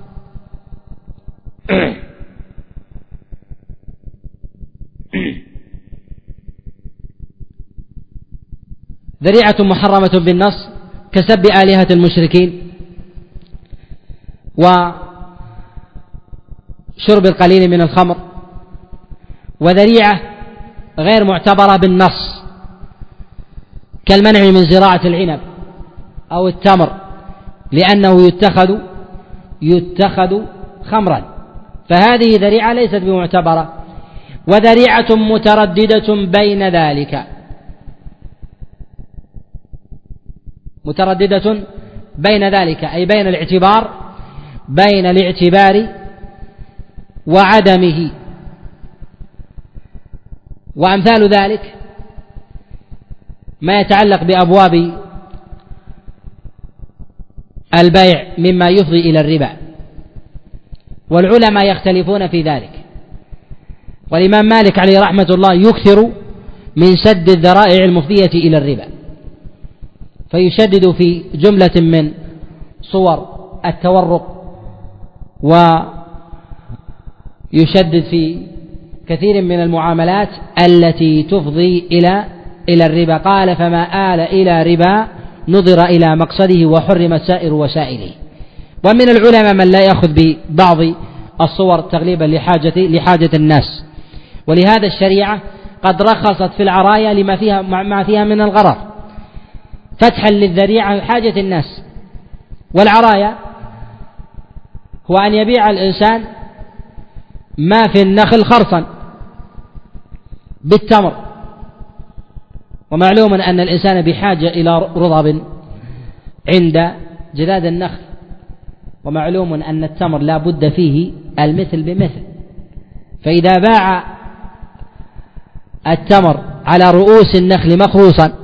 ذريعة محرمة بالنص كسب آلهة المشركين وشرب القليل من الخمر، وذريعة غير معتبرة بالنص كالمنع من زراعة العنب أو التمر لأنه يتخذ يتخذ خمرا، فهذه ذريعة ليست بمعتبرة. وذريعة مترددة بين ذلك مترددة بين ذلك، أي بين الاعتبار بين الاعتبار وعدمه. وأمثال ذلك ما يتعلق بأبواب البيع مما يفضي إلى الربا، والعلماء يختلفون في ذلك. والإمام مالك عليه رحمة الله يكثر من سد الذرائع المفضية إلى الربا، فيشدد في جملة من صور التورق، ويشدد في كثير من المعاملات التي تفضي إلى إلى الربا. قال: فما آل إلى ربا نظر إلى مقصده وحرم سائر وسائله. ومن العلماء من لا يأخذ ببعض الصور تغليبا لحاجة لحاجة الناس، ولهذا الشريعة قد رخصت في العرايا لما فيها ما فيها من الغرر، فتحا للذريعة حاجة الناس. والعرايا هو أن يبيع الإنسان ما في النخل خرصا بالتمر، ومعلوم أن الإنسان بحاجة إلى رطب عند جذاذ النخل، ومعلوم أن التمر لا بد فيه المثل بمثل، فإذا باع التمر على رؤوس النخل مخروصا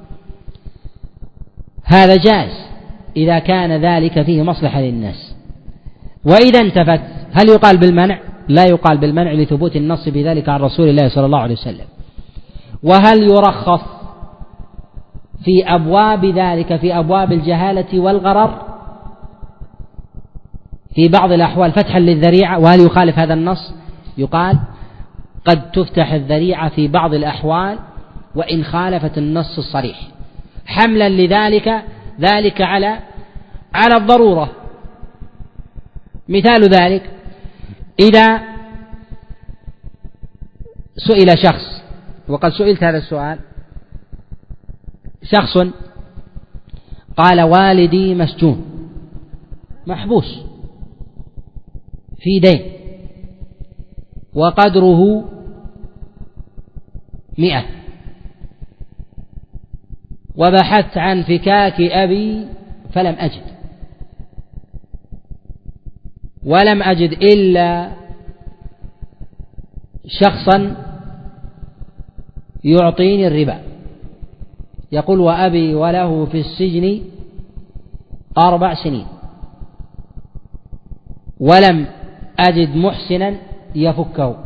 هذا جائز إذا كان ذلك فيه مصلحة للناس. وإذا انتفت هل يقال بالمنع؟ لا يقال بالمنع لثبوت النص بذلك عن رسول الله صلى الله عليه وسلم. وهل يرخص في أبواب ذلك في أبواب الجهالة والغرر في بعض الأحوال فتحا للذريعة؟ وهل يخالف هذا النص؟ يقال قد تفتح الذريعة في بعض الأحوال وإن خالفت النص الصريح، حملا لذلك ذلك على على الضرورة. مثال ذلك إذا سئل شخص، وقد سئلت هذا السؤال، شخص قال: والدي مسجون محبوس في دين وقدره مئة، وبحثت عن فكاك أبي فلم أجد، ولم أجد إلا شخصا يعطيني الربا، يقول: وأبي وله في السجن أربع سنين، ولم أجد محسنا يفكه،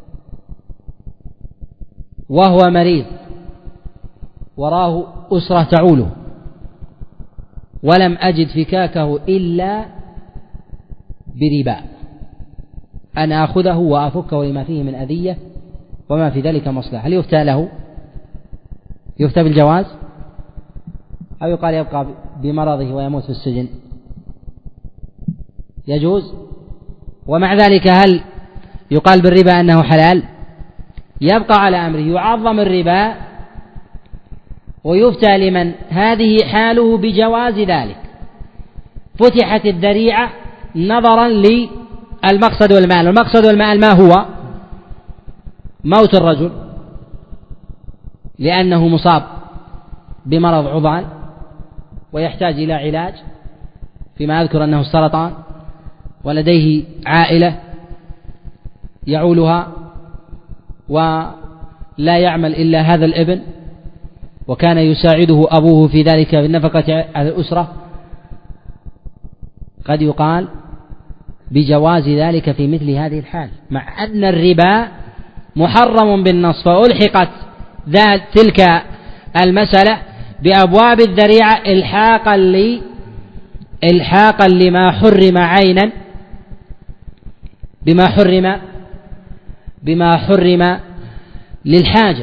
وهو مريض وراه أسرة تعوله، ولم أجد فكاكه إلا بربا، أن أخذه وأفكه لما فيه من أذية وما في ذلك مصلحة. هل يفتى له؟ يفتى بالجواز، أو يقال يبقى بمرضه ويموت في السجن؟ يجوز. ومع ذلك هل يقال بالربا أنه حلال؟ يبقى على أمره، يعظم الربا ويفتى لمن هذه حاله بجواز ذلك. فتحت الذريعة نظرا للمقصد والمال، والمقصد والمال ما هو؟ موت الرجل لأنه مصاب بمرض عضال ويحتاج إلى علاج، فيما أذكر أنه السرطان، ولديه عائلة يعولها ولا يعمل إلا هذا الابن، وكان يساعده أبوه في ذلك بالنفقة على الأسرة. قد يقال بجواز ذلك في مثل هذه الحال، مع أن الربا محرم بالنص، فألحقت ذات تلك المسألة بأبواب الذريعة إلحاقا لي إلحاقا لما حرم عينا بما حرم بما حرم للحاجة.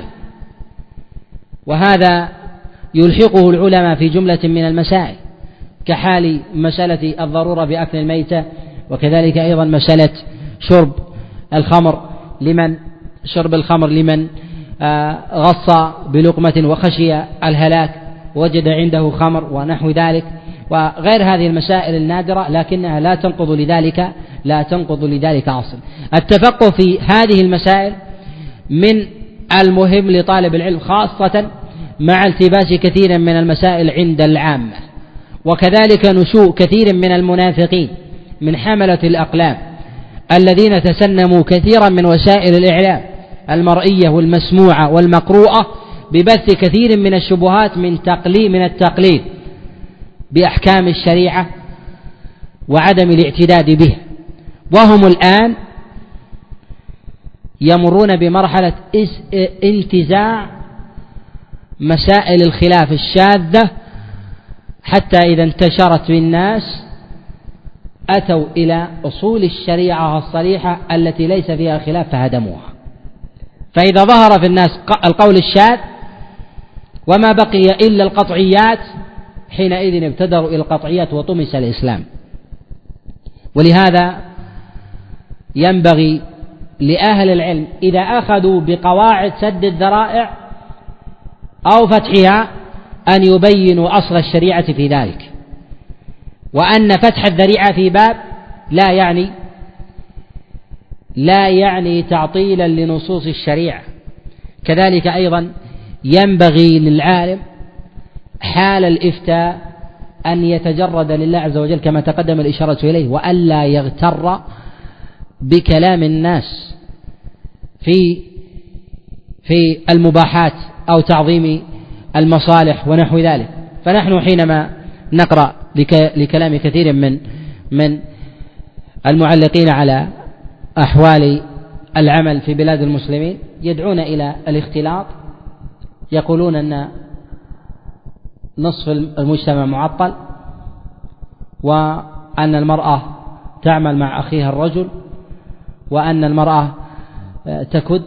وهذا يلحقه العلماء في جملة من المسائل، كحال مسألة الضرورة بأكل الميتة، وكذلك أيضا مسألة شرب الخمر لمن شرب الخمر لمن غص بلقمة وخشي الهلاك وجد عنده خمر ونحو ذلك، وغير هذه المسائل النادرة، لكنها لا تنقض لذلك لا تنقض لذلك أصل. التفقه في هذه المسائل من المهم لطالب العلم، خاصة مع التباس كثير من المسائل عند العامة. وكذلك نشوء كثير من المنافقين من حملة الأقلام الذين تسنموا كثيرا من وسائل الإعلام المرئية والمسموعة والمقروءة ببث كثير من الشبهات من تقليد من التقليد بأحكام الشريعة وعدم الاعتداد بها، وهم الآن يمرون بمرحلة انتزاع مسائل الخلاف الشاذة، حتى إذا انتشرت بالناس أتوا إلى أصول الشريعة الصريحة التي ليس فيها خلاف فهدموها. فإذا ظهر في الناس القول الشاذ وما بقي إلا القطعيات حينئذ ابتدروا إلى القطعيات وطمس الإسلام. ولهذا ينبغي لأهل العلم إذا أخذوا بقواعد سد الذرائع أو فتحها أن يبينوا أصل الشريعة في ذلك، وأن فتح الذريعة في باب لا يعني لا يعني تعطيلا لنصوص الشريعة. كذلك أيضا ينبغي للعالم حال الإفتاء أن يتجرد لله عز وجل كما تقدم الإشارة إليه، وألا يغتر بكلام الناس في في المباحات أو تعظيم المصالح ونحو ذلك. فنحن حينما نقرأ لكلام كثير من من المعلقين على أحوال العمل في بلاد المسلمين يدعون إلى الاختلاط، يقولون أن نصف المجتمع معطل، وأن المرأة تعمل مع أخيها الرجل، وأن المرأة تكد،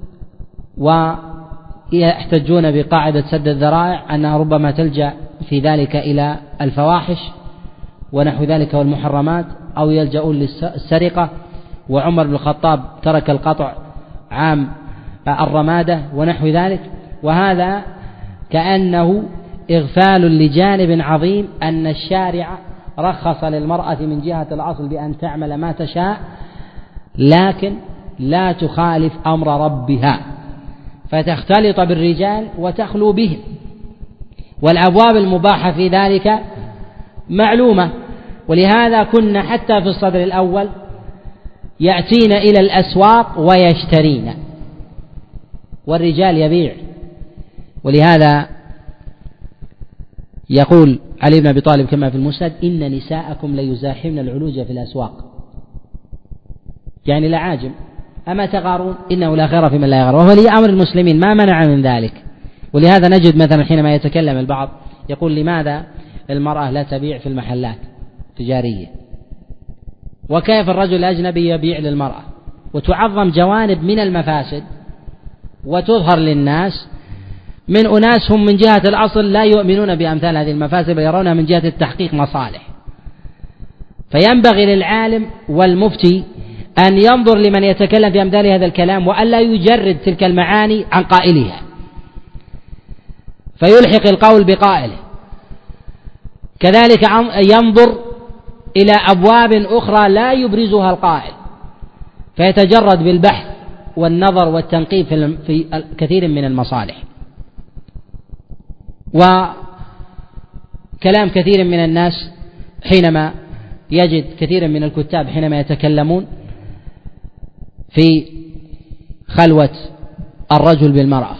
ويحتجون بقاعدة سد الذرائع أنها ربما تلجأ في ذلك إلى الفواحش ونحو ذلك والمحرمات، أو يلجؤون للسرقة، وعمر بن الخطاب ترك القطع عام الرمادة ونحو ذلك. وهذا كأنه إغفال لجانب عظيم، أن الشارع رخص للمرأة من جهة الأصل بأن تعمل ما تشاء، لكن لا تخالف أمر ربها فتختلط بالرجال وتخلو بهم، والأبواب المباحة في ذلك معلومة. ولهذا كنا حتى في الصدر الأول يأتين إلى الأسواق ويشترين، والرجال يبيع. ولهذا يقول علي بن أبي طالب كما في المسند: إن نساءكم ليزاحمن العلوج في الأسواق، يعني لعاجم، أما تغارون إنه لا خير في من لا يغار، وهو لي أمر المسلمين ما منع من ذلك. ولهذا نجد مثلا حينما يتكلم البعض يقول: لماذا المرأة لا تبيع في المحلات تجارية؟ وكيف الرجل الأجنبي يبيع للمرأة؟ وتعظم جوانب من المفاسد وتظهر للناس من أناس هم من جهة الأصل لا يؤمنون بأمثال هذه المفاسد، ويرونها من جهة التحقيق مصالح. فينبغي للعالم والمفتي أن ينظر لمن يتكلم في أمثال هذا الكلام، وألا يجرد تلك المعاني عن قائلها فيلحق القول بقائله. كذلك ينظر إلى أبواب أخرى لا يبرزها القائل فيتجرد بالبحث والنظر والتنقيب في كثير من المصالح. وكلام كثير من الناس حينما يجد كثير من الكتاب حينما يتكلمون في خلوة الرجل بالمرأة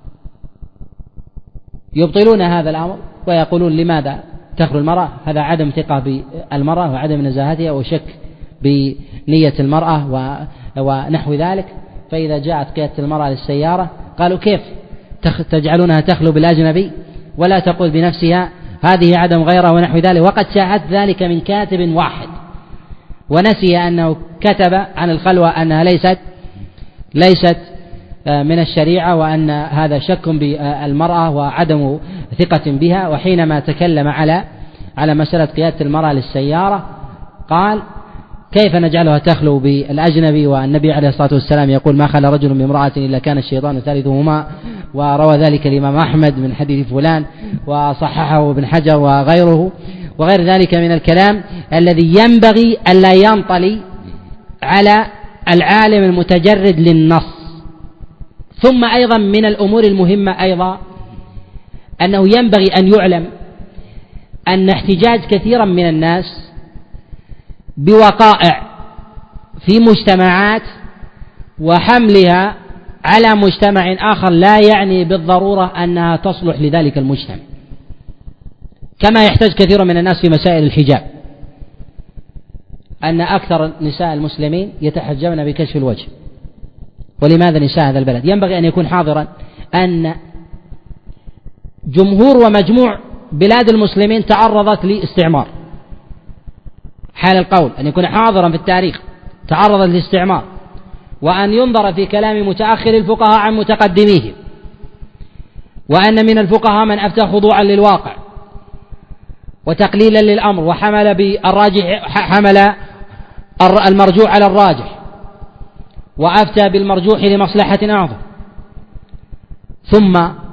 يبطلون هذا الأمر ويقولون: لماذا تخلو المرأة؟ هذا عدم ثقة بالمرأة وعدم نزاهتها وشك بنية المرأة ونحو ذلك. فإذا جاءت قيادة المرأة للسيارة قالوا: كيف تجعلونها تخلو بالأجنبي ولا تقول بنفسها هذه عدم غيرة ونحو ذلك؟ وقد شاهدت ذلك من كاتب واحد ونسي أنه كتب عن الخلوة أنها ليست ليست من الشريعة، وأن هذا شك بالمرأة وعدم ثقة بها. وحينما تكلم على على مسألة قيادة المرأة للسيارة قال: كيف نجعلها تخلو بالأجنبي والنبي عليه الصلاة والسلام يقول: ما خلى رجل بامرأة إلا كان الشيطان ثالثهما، وروى ذلك الإمام أحمد من حديث فلان وصححه ابن حجر وغيره وغير ذلك من الكلام الذي ينبغي ألا ينطلي على العالم المتجرد للنص. ثم أيضا من الأمور المهمة أيضا أنه ينبغي أن يعلم أن احتجاج كثيرا من الناس بوقائع في مجتمعات وحملها على مجتمع آخر لا يعني بالضرورة أنها تصلح لذلك المجتمع، كما يحتاج كثير من الناس في مسائل الحجاب، أن أكثر نساء المسلمين يتحجبن بكشف الوجه. ولماذا نساء هذا البلد؟ ينبغي أن يكون حاضرا أن جمهور ومجموع بلاد المسلمين تعرضت لاستعمار، حال القول أن يكون حاضرا في التاريخ تعرضت للاستعمار، وأن ينظر في كلام متأخر الفقهاء عن متقدميهم، وأن من الفقهاء من أفتى خضوعا للواقع وتقليلا للأمر وحمل بالراجح حمل المرجوع على الراجح وأفتى بالمرجوح لمصلحة أعظم. ثم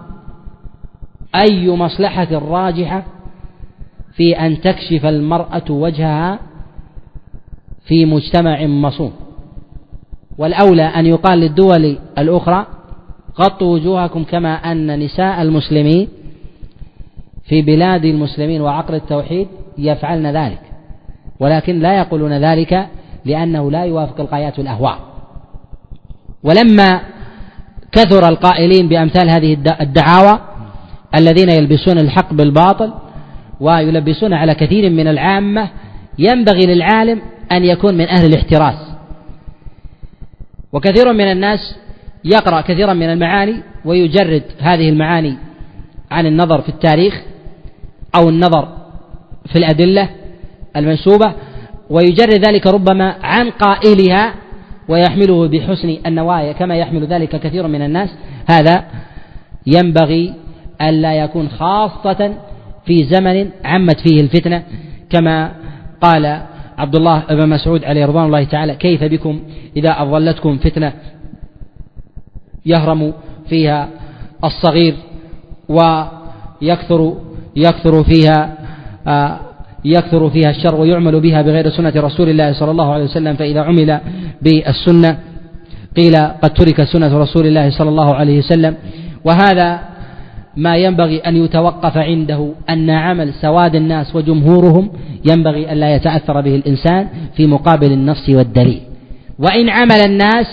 أي مصلحة راجحة في أن تكشف المرأة وجهها في مجتمع مصون؟ والأولى أن يقال للدول الأخرى غطوا وجوهكم كما أن نساء المسلمين في بلاد المسلمين وعقر التوحيد يفعلن ذلك، ولكن لا يقولون ذلك لأنه لا يوافق الغايات والأهواء. ولما كثر القائلين بأمثال هذه الدعاوى الذين يلبسون الحق بالباطل ويلبسون على كثير من العامة، ينبغي للعالم أن يكون من أهل الاحتراس. وكثير من الناس يقرأ كثيرا من المعاني ويجرد هذه المعاني عن النظر في التاريخ أو النظر في الأدلة المنسوبة، ويجرد ذلك ربما عن قائلها ويحمله بحسن النوايا كما يحمل ذلك كثير من الناس. هذا ينبغي ألا يكون خاصة في زمن عمت فيه الفتنة، كما قال عبد الله بن مسعود عليه رضوان الله تعالى: كيف بكم إذا أضلتكم فتنة يهرم فيها الصغير ويكثر يكثر فيها آه يكثر فيها الشر ويعمل بها بغير سنة رسول الله صلى الله عليه وسلم، فإذا عمل بالسنة قيل قد ترك سنة رسول الله صلى الله عليه وسلم. وهذا ما ينبغي أن يتوقف عنده، أن عمل سواد الناس وجمهورهم ينبغي أن لا يتأثر به الإنسان في مقابل النص والدليل. وإن عمل الناس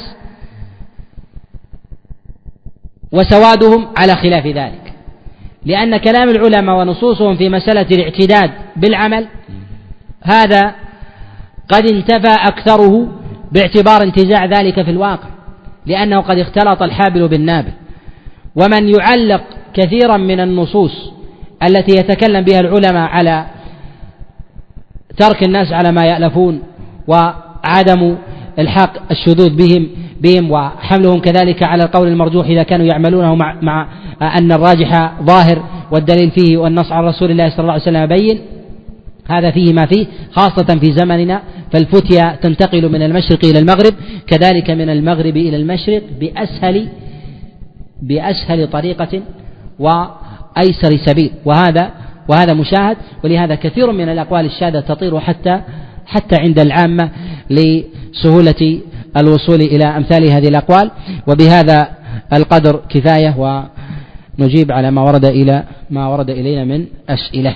وسوادهم على خلاف ذلك، لأن كلام العلماء ونصوصهم في مسألة الاعتداد بالعمل هذا قد انتفى أكثره باعتبار انتزاع ذلك في الواقع، لأنه قد اختلط الحابل بالنابل. ومن يعلق كثيرا من النصوص التي يتكلم بها العلماء على ترك الناس على ما يألفون وعدم الحاق الشذوذ بهم بهم وحملهم كذلك على القول المرجوح إذا كانوا يعملونه مع, مع أن الراجح ظاهر والدليل فيه والنص عن رسول الله صلى الله عليه وسلم بين، هذا فيه ما فيه، خاصة في زمننا. فالفتية تنتقل من المشرق إلى المغرب، كذلك من المغرب إلى المشرق بأسهل بأسهل طريقة وأيسر سبيل، وهذا وهذا مشاهد. ولهذا كثير من الأقوال الشاذة تطير حتى حتى عند العامة لسهولة الوصول إلى أمثال هذه الأقوال. وبهذا القدر كفاية، ونجيب على ما ورد إلى ما ورد إلينا من أسئلة.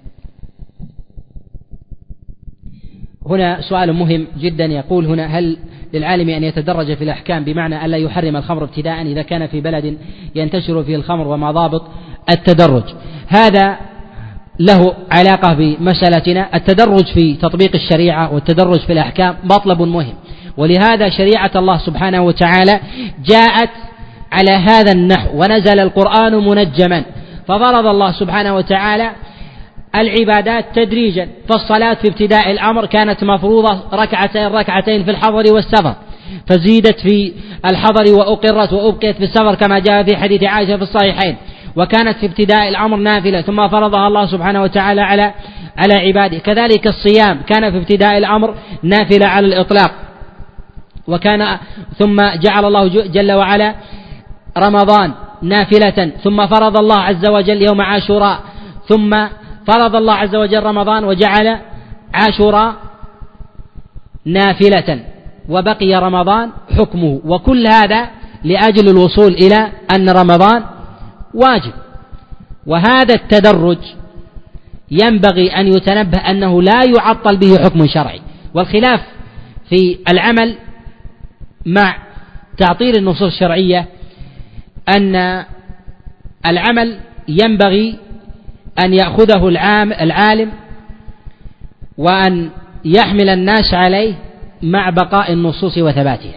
هنا سؤال مهم جدا يقول هنا: هل للعالم أن يتدرج في الأحكام بمعنى ألا يحرم الخمر ابتداء إذا كان في بلد ينتشر فيه الخمر، وما ضابط التدرج؟ هذا له علاقة بمسألتنا. التدرج في تطبيق الشريعة والتدرج في الأحكام مطلب مهم، ولهذا شريعة الله سبحانه وتعالى جاءت على هذا النحو، ونزل القرآن منجما، ففرض الله سبحانه وتعالى العبادات تدريجا. فالصلاة في ابتداء الأمر كانت مفروضة ركعتين ركعتين في الحضر والسفر، فزيدت في الحضر وأقرت وأبقيت في السفر كما جاء في حديث عائشة في الصحيحين، وكانت في ابتداء الأمر نافلة ثم فرضها الله سبحانه وتعالى على على عباده. كذلك الصيام كان في ابتداء الأمر نافلة على الإطلاق، وكان ثم جعل الله جل وعلا رمضان نافلة، ثم فرض الله عز وجل يوم عاشوراء، ثم فرض الله عز وجل رمضان وجعل عاشوراء نافلة، وبقي رمضان حكمه. وكل هذا لأجل الوصول إلى أن رمضان واجب. وهذا التدرج ينبغي أن يتنبه أنه لا يعطل به حكم شرعي. والخلاف في العمل مع تعطيل النصوص الشرعية أن العمل ينبغي أن يأخذه العالم وأن يحمل الناس عليه مع بقاء النصوص وثباتها.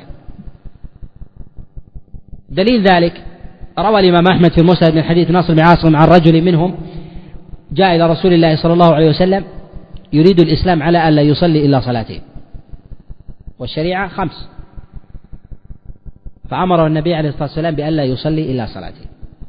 دليل ذلك روى الإمام أحمد في المسند من حديث ناصر بن عاصم عن رجل منهم جاء إلى رسول الله صلى الله عليه وسلم يريد الإسلام على أن لا يصلي إلا صلاتين، والشريعة خمس، فأمر النبي عليه الصلاة والسلام بأن لا يصلي إلا صلاتين.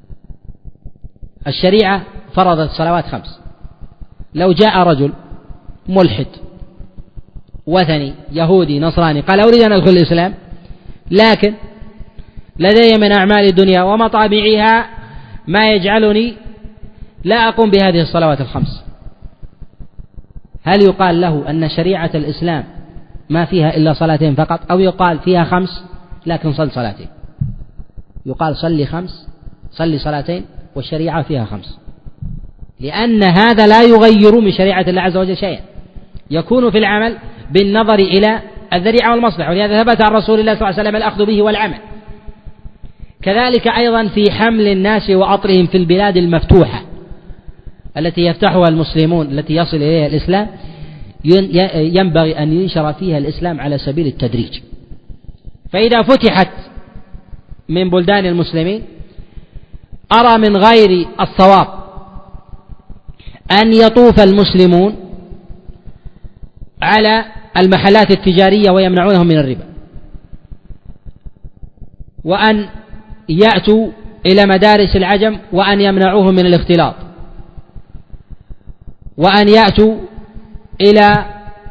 الشريعة فرضت صلوات خمس. لو جاء رجل ملحد وثني يهودي نصراني قال أريد أن أدخل الإسلام لكن لدي من أعمال الدنيا ومطابعها ما يجعلني لا أقوم بهذه الصلوات الخمس، هل يقال له أن شريعة الإسلام ما فيها إلا صلاتين فقط، أو يقال فيها خمس لكن صل صلاتين؟ يقال صلي خمس، صلي صلاتين، والشريعة فيها خمس، لأن هذا لا يغير من شريعة الله عز وجل شيئا، يكون في العمل بالنظر إلى الذريعة والمصلحة، ولهذا ثبت عن رسول الله صلى الله عليه وسلم الأخذ به والعمل. كذلك أيضا في حمل الناس وعطرهم في البلاد المفتوحة التي يفتحها المسلمون التي يصل إليها الإسلام، ينبغي أن ينشر فيها الإسلام على سبيل التدريج. فإذا فتحت من بلدان المسلمين أرى من غير الصواب أن يطوف المسلمون على المحلات التجارية ويمنعونهم من الربا، وأن يأتوا إلى مدارس العجم وأن يمنعوهم من الاختلاط، وأن يأتوا إلى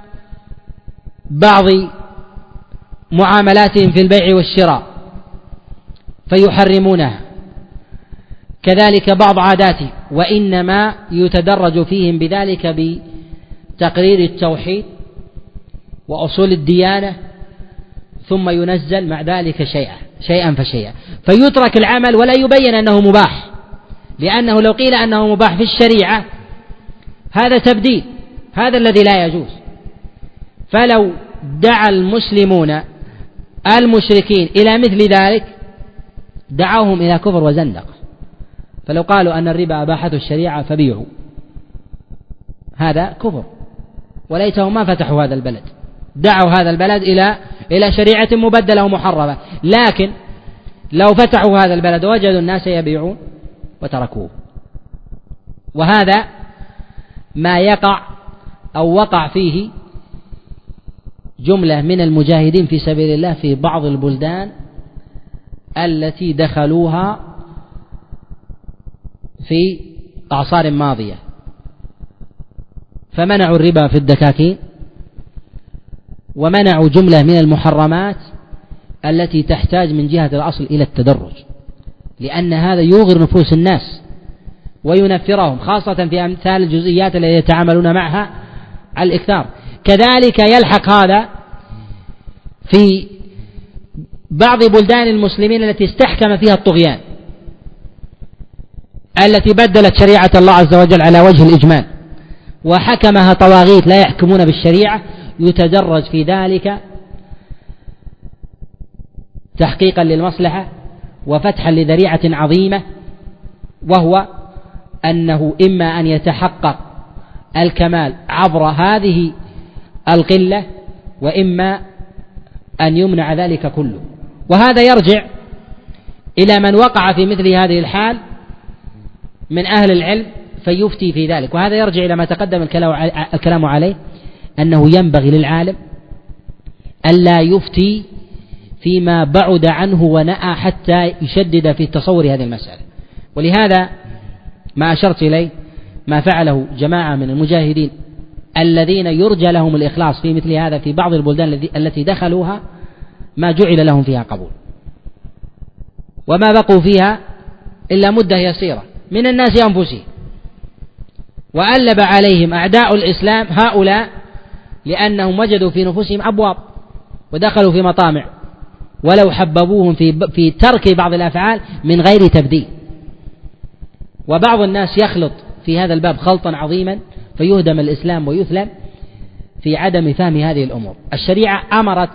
بعض معاملاتهم في البيع والشراء فيحرمونها، كذلك بعض عاداتهم، وإنما يتدرج فيهم بذلك بتقرير التوحيد وأصول الديانة، ثم ينزل مع ذلك شيئا شيئا فشيئا، فيترك العمل ولا يبين أنه مباح، لأنه لو قيل أنه مباح في الشريعة هذا تبديل، هذا الذي لا يجوز. فلو دعا المسلمون المشركين إلى مثل ذلك دعوهم إلى كفر وزندقة، فلو قالوا أن الربا أباحته الشريعة فبيعوا، هذا كفر، وليتهم ما فتحوا هذا البلد، دعوا هذا البلد إلى إلى شريعة مبدلة ومحرمة. لكن لو فتحوا هذا البلد وجدوا الناس يبيعون وتركوه. وهذا ما يقع أو وقع فيه جملة من المجاهدين في سبيل الله في بعض البلدان التي دخلوها في أعصار ماضية، فمنعوا الربا في الدكاكين، ومنعوا جملة من المحرمات التي تحتاج من جهة الأصل إلى التدرج، لأن هذا يوغر نفوس الناس وينفرهم، خاصة في أمثال الجزئيات التي يتعاملون معها على الإكثار. كذلك يلحق هذا في بعض بلدان المسلمين التي استحكم فيها الطغيان، التي بدلت شريعة الله عز وجل على وجه الإجمال وحكمها طواغيت لا يحكمون بالشريعة، يتدرج في ذلك تحقيقا للمصلحة وفتحا لذريعة عظيمة، وهو أنه إما أن يتحقق الكمال عبر هذه القلة، وإما أن يمنع ذلك كله. وهذا يرجع إلى من وقع في مثل هذه الحال من أهل العلم فيفتي في ذلك. وهذا يرجع إلى ما تقدم الكلام عليه، أنه ينبغي للعالم ألا يفتي فيما بعد عنه ونأى حتى يشدد في تصور هذه المسألة. ولهذا ما أشرت إليه ما فعله جماعة من المجاهدين الذين يرجى لهم الإخلاص في مثل هذا في بعض البلدان التي دخلوها، ما جعل لهم فيها قبول، وما بقوا فيها إلا مدة يسيرة من الناس أنفسهم، وألب عليهم أعداء الإسلام هؤلاء لأنهم وجدوا في نفوسهم أبواب ودخلوا في مطامع، ولو حببوهم في في ترك بعض الأفعال من غير تبديل. وبعض الناس يخلط في هذا الباب خلطا عظيما فيهدم الإسلام ويثلم في عدم فهم هذه الأمور. الشريعة أمرت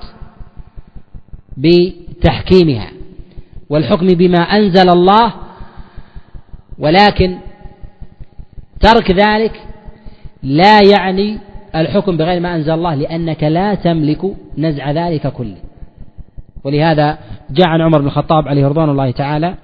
بتحكيمها والحكم بما أنزل الله، ولكن ترك ذلك لا يعني الحكم بغير ما أنزل الله، لأنك لا تملك نزع ذلك كله. ولهذا جاء عن عمر بن الخطاب عليه رضوان الله تعالى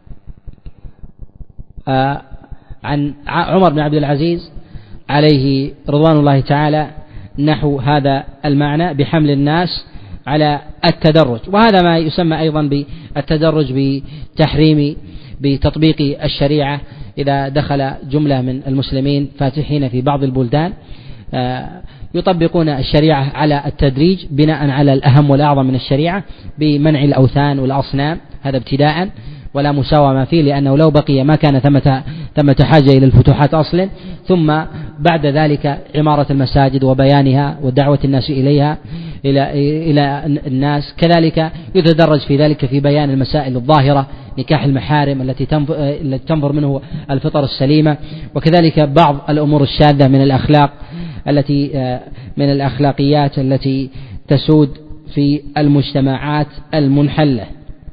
آه عن عمر بن عبد العزيز عليه رضوان الله تعالى نحو هذا المعنى بحمل الناس على التدرج، وهذا ما يسمى أيضا بالتدرج بتحريم بتطبيق الشريعة. إذا دخل جملة من المسلمين فاتحين في بعض البلدان يطبقون الشريعة على التدريج بناء على الأهم والأعظم من الشريعة بمنع الأوثان والأصنام، هذا ابتداء، ولا مساومة فيه، لأنه لو بقي ما كان ثمة ثمة حاجة إلى الفتوحات أصلا. ثم بعد ذلك عمارة المساجد وبيانها ودعوة الناس إليها إلى إلى الناس، كذلك يتدرج في ذلك في بيان المسائل الظاهرة، نكاح المحارم التي تنفر منه الفطر السليمة، وكذلك بعض الأمور الشاذة من الأخلاق التي من الأخلاقيات التي تسود في المجتمعات المنحلة.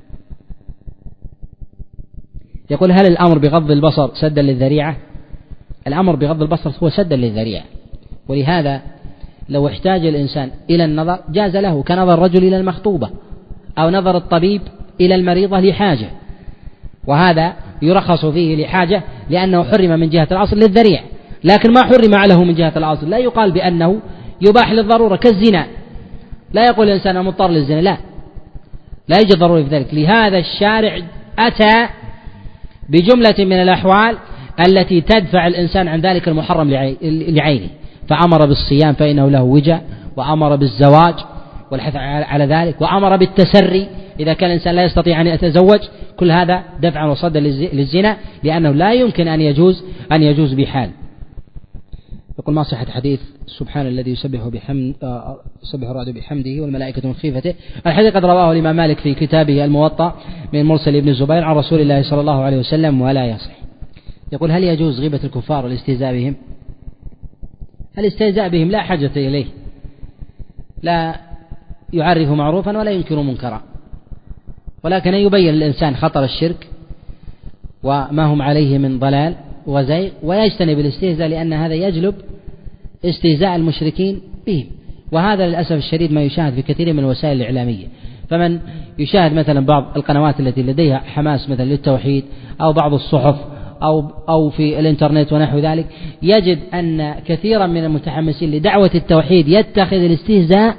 يقول: هل الأمر بغض البصر سدا للذريعة؟ الأمر بغض البصر هو سدا للذريعة، ولهذا لو احتاج الإنسان إلى النظر جاز له، كنظر الرجل إلى المخطوبة أو نظر الطبيب إلى المريضة لحاجة، وهذا يرخص فيه لحاجة لأنه حرم من جهة الأصل للذريعة، لكن ما حرم له من جهة الأصل لا يقال بأنه يباح للضرورة كالزنا، لا يقول الإنسان مضطر للزنا، لا لا يوجد ضروري في ذلك. لهذا الشارع أتى بجملة من الأحوال التي تدفع الإنسان عن ذلك المحرم لعينه، فأمر بالصيام فإنه له وجاء، وأمر بالزواج والحث على ذلك، وأمر بالتسري إذا كان الإنسان لا يستطيع أن يتزوج، كل هذا دفعا وصدا للزنا، لأنه لا يمكن أن يجوز أن يجوز بحال. يقول: ما صحة حديث سبحان الذي يسبح بحمد يسبح الرعد بحمده والملائكة من خيفته؟ الحديث قد رواه الإمام مالك في كتابه الموطأ من مرسل ابن الزبير عن رسول الله صلى الله عليه وسلم ولا يصح. يقول: هل يجوز غيبة الكفار والاستهزاء بهم؟ الاستهزاء بهم لا حاجة إليه، لا يعرف معروفا ولا ينكر منكرا، ولكن يبين الإنسان خطر الشرك وما هم عليه من ضلال وزيغ، ويجتنب الاستهزاء، لأن هذا يجلب استهزاء المشركين بهم، وهذا للأسف الشديد ما يشاهد في كثير من الوسائل الإعلامية. فمن يشاهد مثلا بعض القنوات التي لديها حماس مثلا للتوحيد أو بعض الصحف أو أو في الإنترنت ونحو ذلك، يجد أن كثيرا من المتحمسين لدعوة التوحيد يتخذ الاستهزاء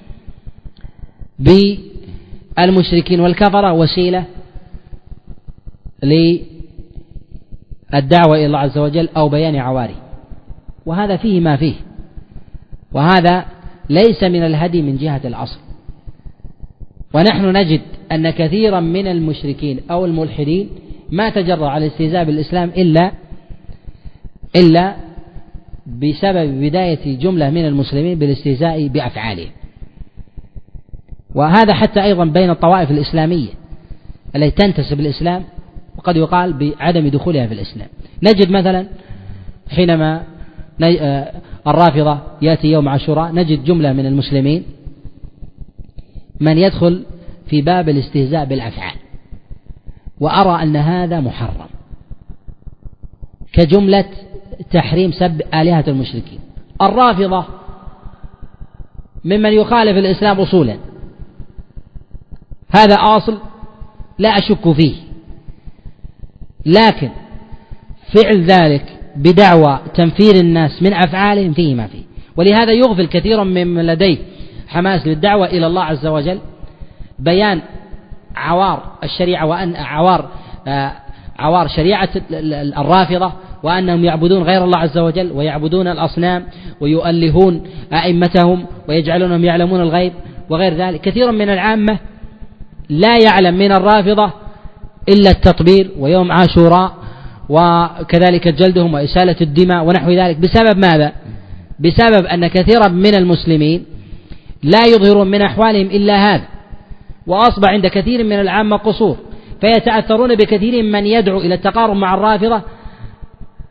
بالمشركين والكفرة وسيلة للدعوة إلى الله عز وجل أو بيان عواري، وهذا فيه ما فيه، وهذا ليس من الهدي من جهة الأصل. ونحن نجد أن كثيرا من المشركين أو الملحدين ما تجرأ على الاستهزاء بالإسلام إلا إلا بسبب بداية جملة من المسلمين بالاستهزاء بأفعالهم، وهذا حتى أيضا بين الطوائف الإسلامية التي تنتسب الإسلام وقد يقال بعدم دخولها في الإسلام. نجد مثلا حينما الرافضة يأتي يوم عاشوراء نجد جملة من المسلمين من يدخل في باب الاستهزاء بالأفعال، وأرى أن هذا محرم كجملة تحريم سب آلهة المشركين. الرافضة ممن يخالف الإسلام أصولا، هذا أصل لا أشك فيه، لكن فعل ذلك بدعوى تنفير الناس من أفعالهم فيه ما فيه. ولهذا يغفل كثيرا من لديه حماس للدعوة إلى الله عز وجل بيان عوار الشريعة، وأن عوار عوار شريعة الرافضة، وأنهم يعبدون غير الله عز وجل ويعبدون الأصنام ويؤلهون أئمتهم ويجعلونهم يعلمون الغيب وغير ذلك. كثير من العامة لا يعلم من الرافضة إلا التطبير ويوم عاشوراء وكذلك جلدهم وإسالة الدماء ونحو ذلك. بسبب ماذا؟ بسبب أن كثيرا من المسلمين لا يظهرون من أحوالهم إلا هذا، وأصبح عند كثير من العامة قصور، فيتأثرون بكثير من يدعو إلى التقارب مع الرافضة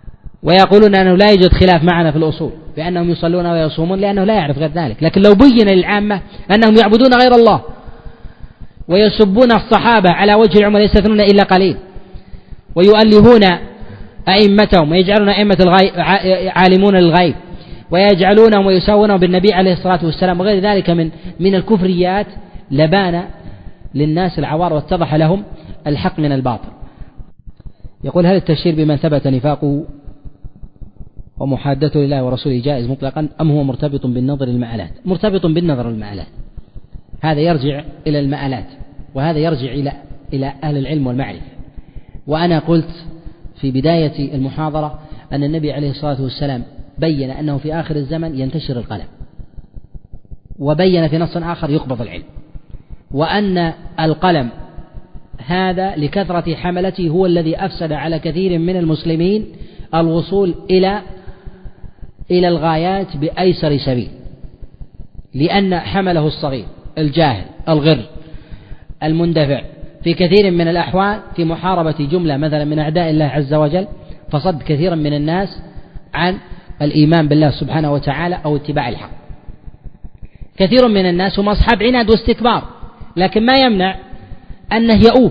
ويقولون أنه لا يوجد خلاف معنا في الأصول بأنهم يصلون ويصومون لأنه لا يعرف غير ذلك. لكن لو بين للعامة أنهم يعبدون غير الله ويسبون الصحابة على وجه العموم لا يستثنون إلا قليل، ويؤلهون أئمتهم ويجعلون أئمة الغيب عالمون للغيب ويجعلونهم ويساوونهم بالنبي عليه الصلاة والسلام وغير ذلك من من الكفريات، لبان للناس العوار واتضح لهم الحق من الباطل. يقول: هل التبشير بمن ثبت نفاقه ومحادته لله ورسوله جائز مطلقا أم هو مرتبط بالنظر المآلات؟ مرتبط بالنظر المآلات، هذا يرجع إلى المآلات وهذا يرجع إلى إلى أهل العلم والمعرفة. وأنا قلت في بداية المحاضرة أن النبي عليه الصلاة والسلام بين أنه في آخر الزمن ينتشر القلم، وبين في نص آخر يقبض العلم، وأن القلم هذا لكثرة حملته هو الذي أفسد على كثير من المسلمين الوصول إلى إلى الغايات بأيسر سبيل، لأن حمله الصغير الجاهل الغر المندفع في كثير من الأحوال في محاربة جملة مثلا من أعداء الله عز وجل، فصد كثيرا من الناس عن الإيمان بالله سبحانه وتعالى أو اتباع الحق. كثير من الناس هم أصحاب عناد واستكبار، لكن ما يمنع أنه يؤوب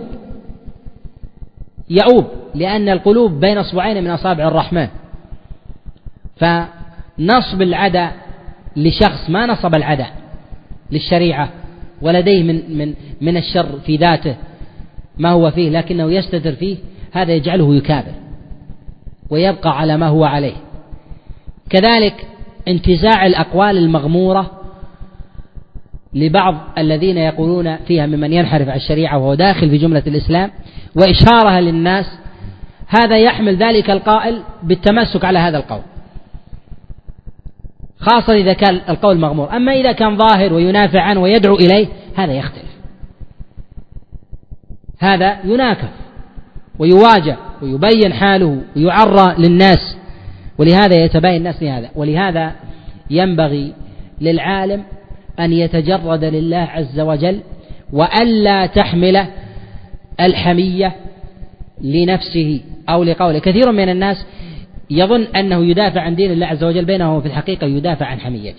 يؤوب لأن القلوب بين أصبعين من أصابع الرحمن. فنصب العداء لشخص ما نصب العداء للشريعة ولديه من من من الشر في ذاته ما هو فيه لكنه يستتر فيه، هذا يجعله يكابر ويبقى على ما هو عليه. كذلك انتزاع الأقوال المغمورة لبعض الذين يقولون فيها ممن ينحرف عن الشريعة وهو داخل في جملة الإسلام وإشارها للناس، هذا يحمل ذلك القائل بالتمسك على هذا القول، خاصة إذا كان القول مغمور. أما إذا كان ظاهر وينافع عنه ويدعو إليه هذا يختلف، هذا يناكف ويواجه ويبين حاله ويعرى للناس، ولهذا يتباين الناس لهذا. ولهذا ينبغي للعالم أن يتجرد لله عز وجل وألا تحمل الحمية لنفسه أو لقوله. كثير من الناس يظن أنه يدافع عن دين الله عز وجل بينه وفي الحقيقة يدافع عن حميته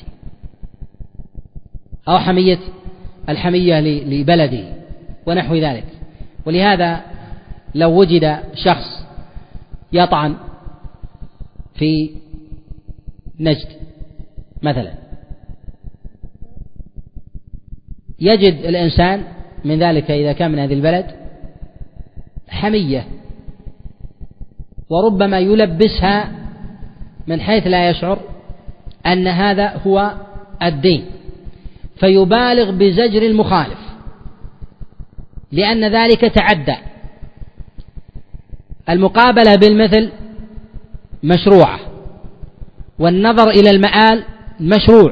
أو حمية الحمية لبلده ونحو ذلك. ولهذا لو وجد شخص يطعن في نجد مثلا، يجد الإنسان من ذلك إذا كان من هذه البلد حمية، وربما يلبسها من حيث لا يشعر أن هذا هو الدين، فيبالغ بزجر المخالف لأن ذلك تعدى. المقابلة بالمثل مشروعة، والنظر إلى المآل مشروع.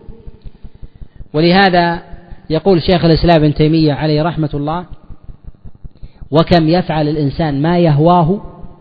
ولهذا يقول شيخ الإسلام ابن تيمية عليه رحمة الله: وكم يفعل الإنسان ما يهواه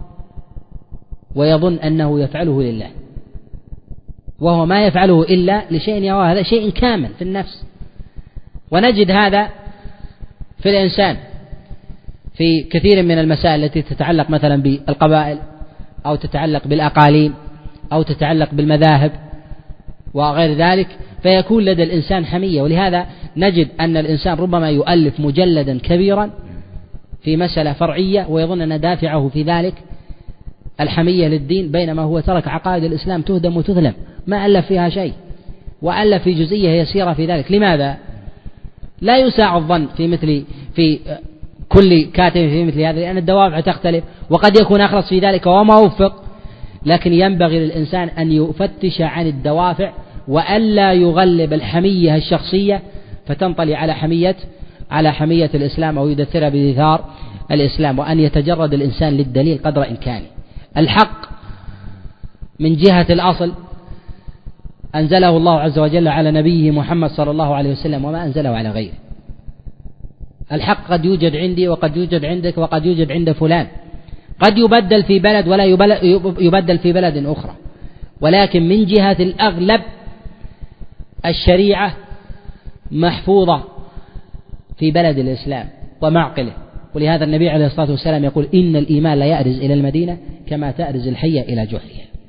ويظن أنه يفعله لله، وهو ما يفعله إلا لشيء يهواه، هذا شيء كامل في النفس. ونجد هذا في الإنسان في كثير من المسائل التي تتعلق مثلا بالقبائل أو تتعلق بالأقاليم أو تتعلق بالمذاهب وغير ذلك، فيكون لدى الإنسان حمية. ولهذا نجد أن الإنسان ربما يؤلف مجلدا كبيرا في مسألة فرعية ويظن أن دافعه في ذلك الحمية للدين، بينما هو ترك عقائد الإسلام تهدم وتظلم، ما ألف فيها شيء، وألف في جزئية يسيرة في ذلك. لماذا؟ لا يساع الظن في مثل في كل كاتب في مثل هذا، لأن الدوافع تختلف وقد يكون أخلص في ذلك وما وفق. لكن ينبغي للإنسان أن يفتش عن الدوافع وألا يغلب الحمية الشخصية فتنطلي على حمية على حمية الإسلام أو يدثرها بدثار الإسلام، وأن يتجرد الإنسان للدليل قدر إمكانه. الحق من جهة الأصل أنزله الله عز وجل على نبيه محمد صلى الله عليه وسلم وما أنزله على غيره. الحق قد يوجد عندي وقد يوجد عندك وقد يوجد عند فلان، قد يبدل في بلد ولا يبدل في بلد أخرى، ولكن من جهة الأغلب الشريعة محفوظة في بلد الإسلام ومعقله. ولهذا النبي عليه الصلاة والسلام يقول: إن الإيمان لا يأرز إلى المدينة كما تأرز الحية إلى جحرها.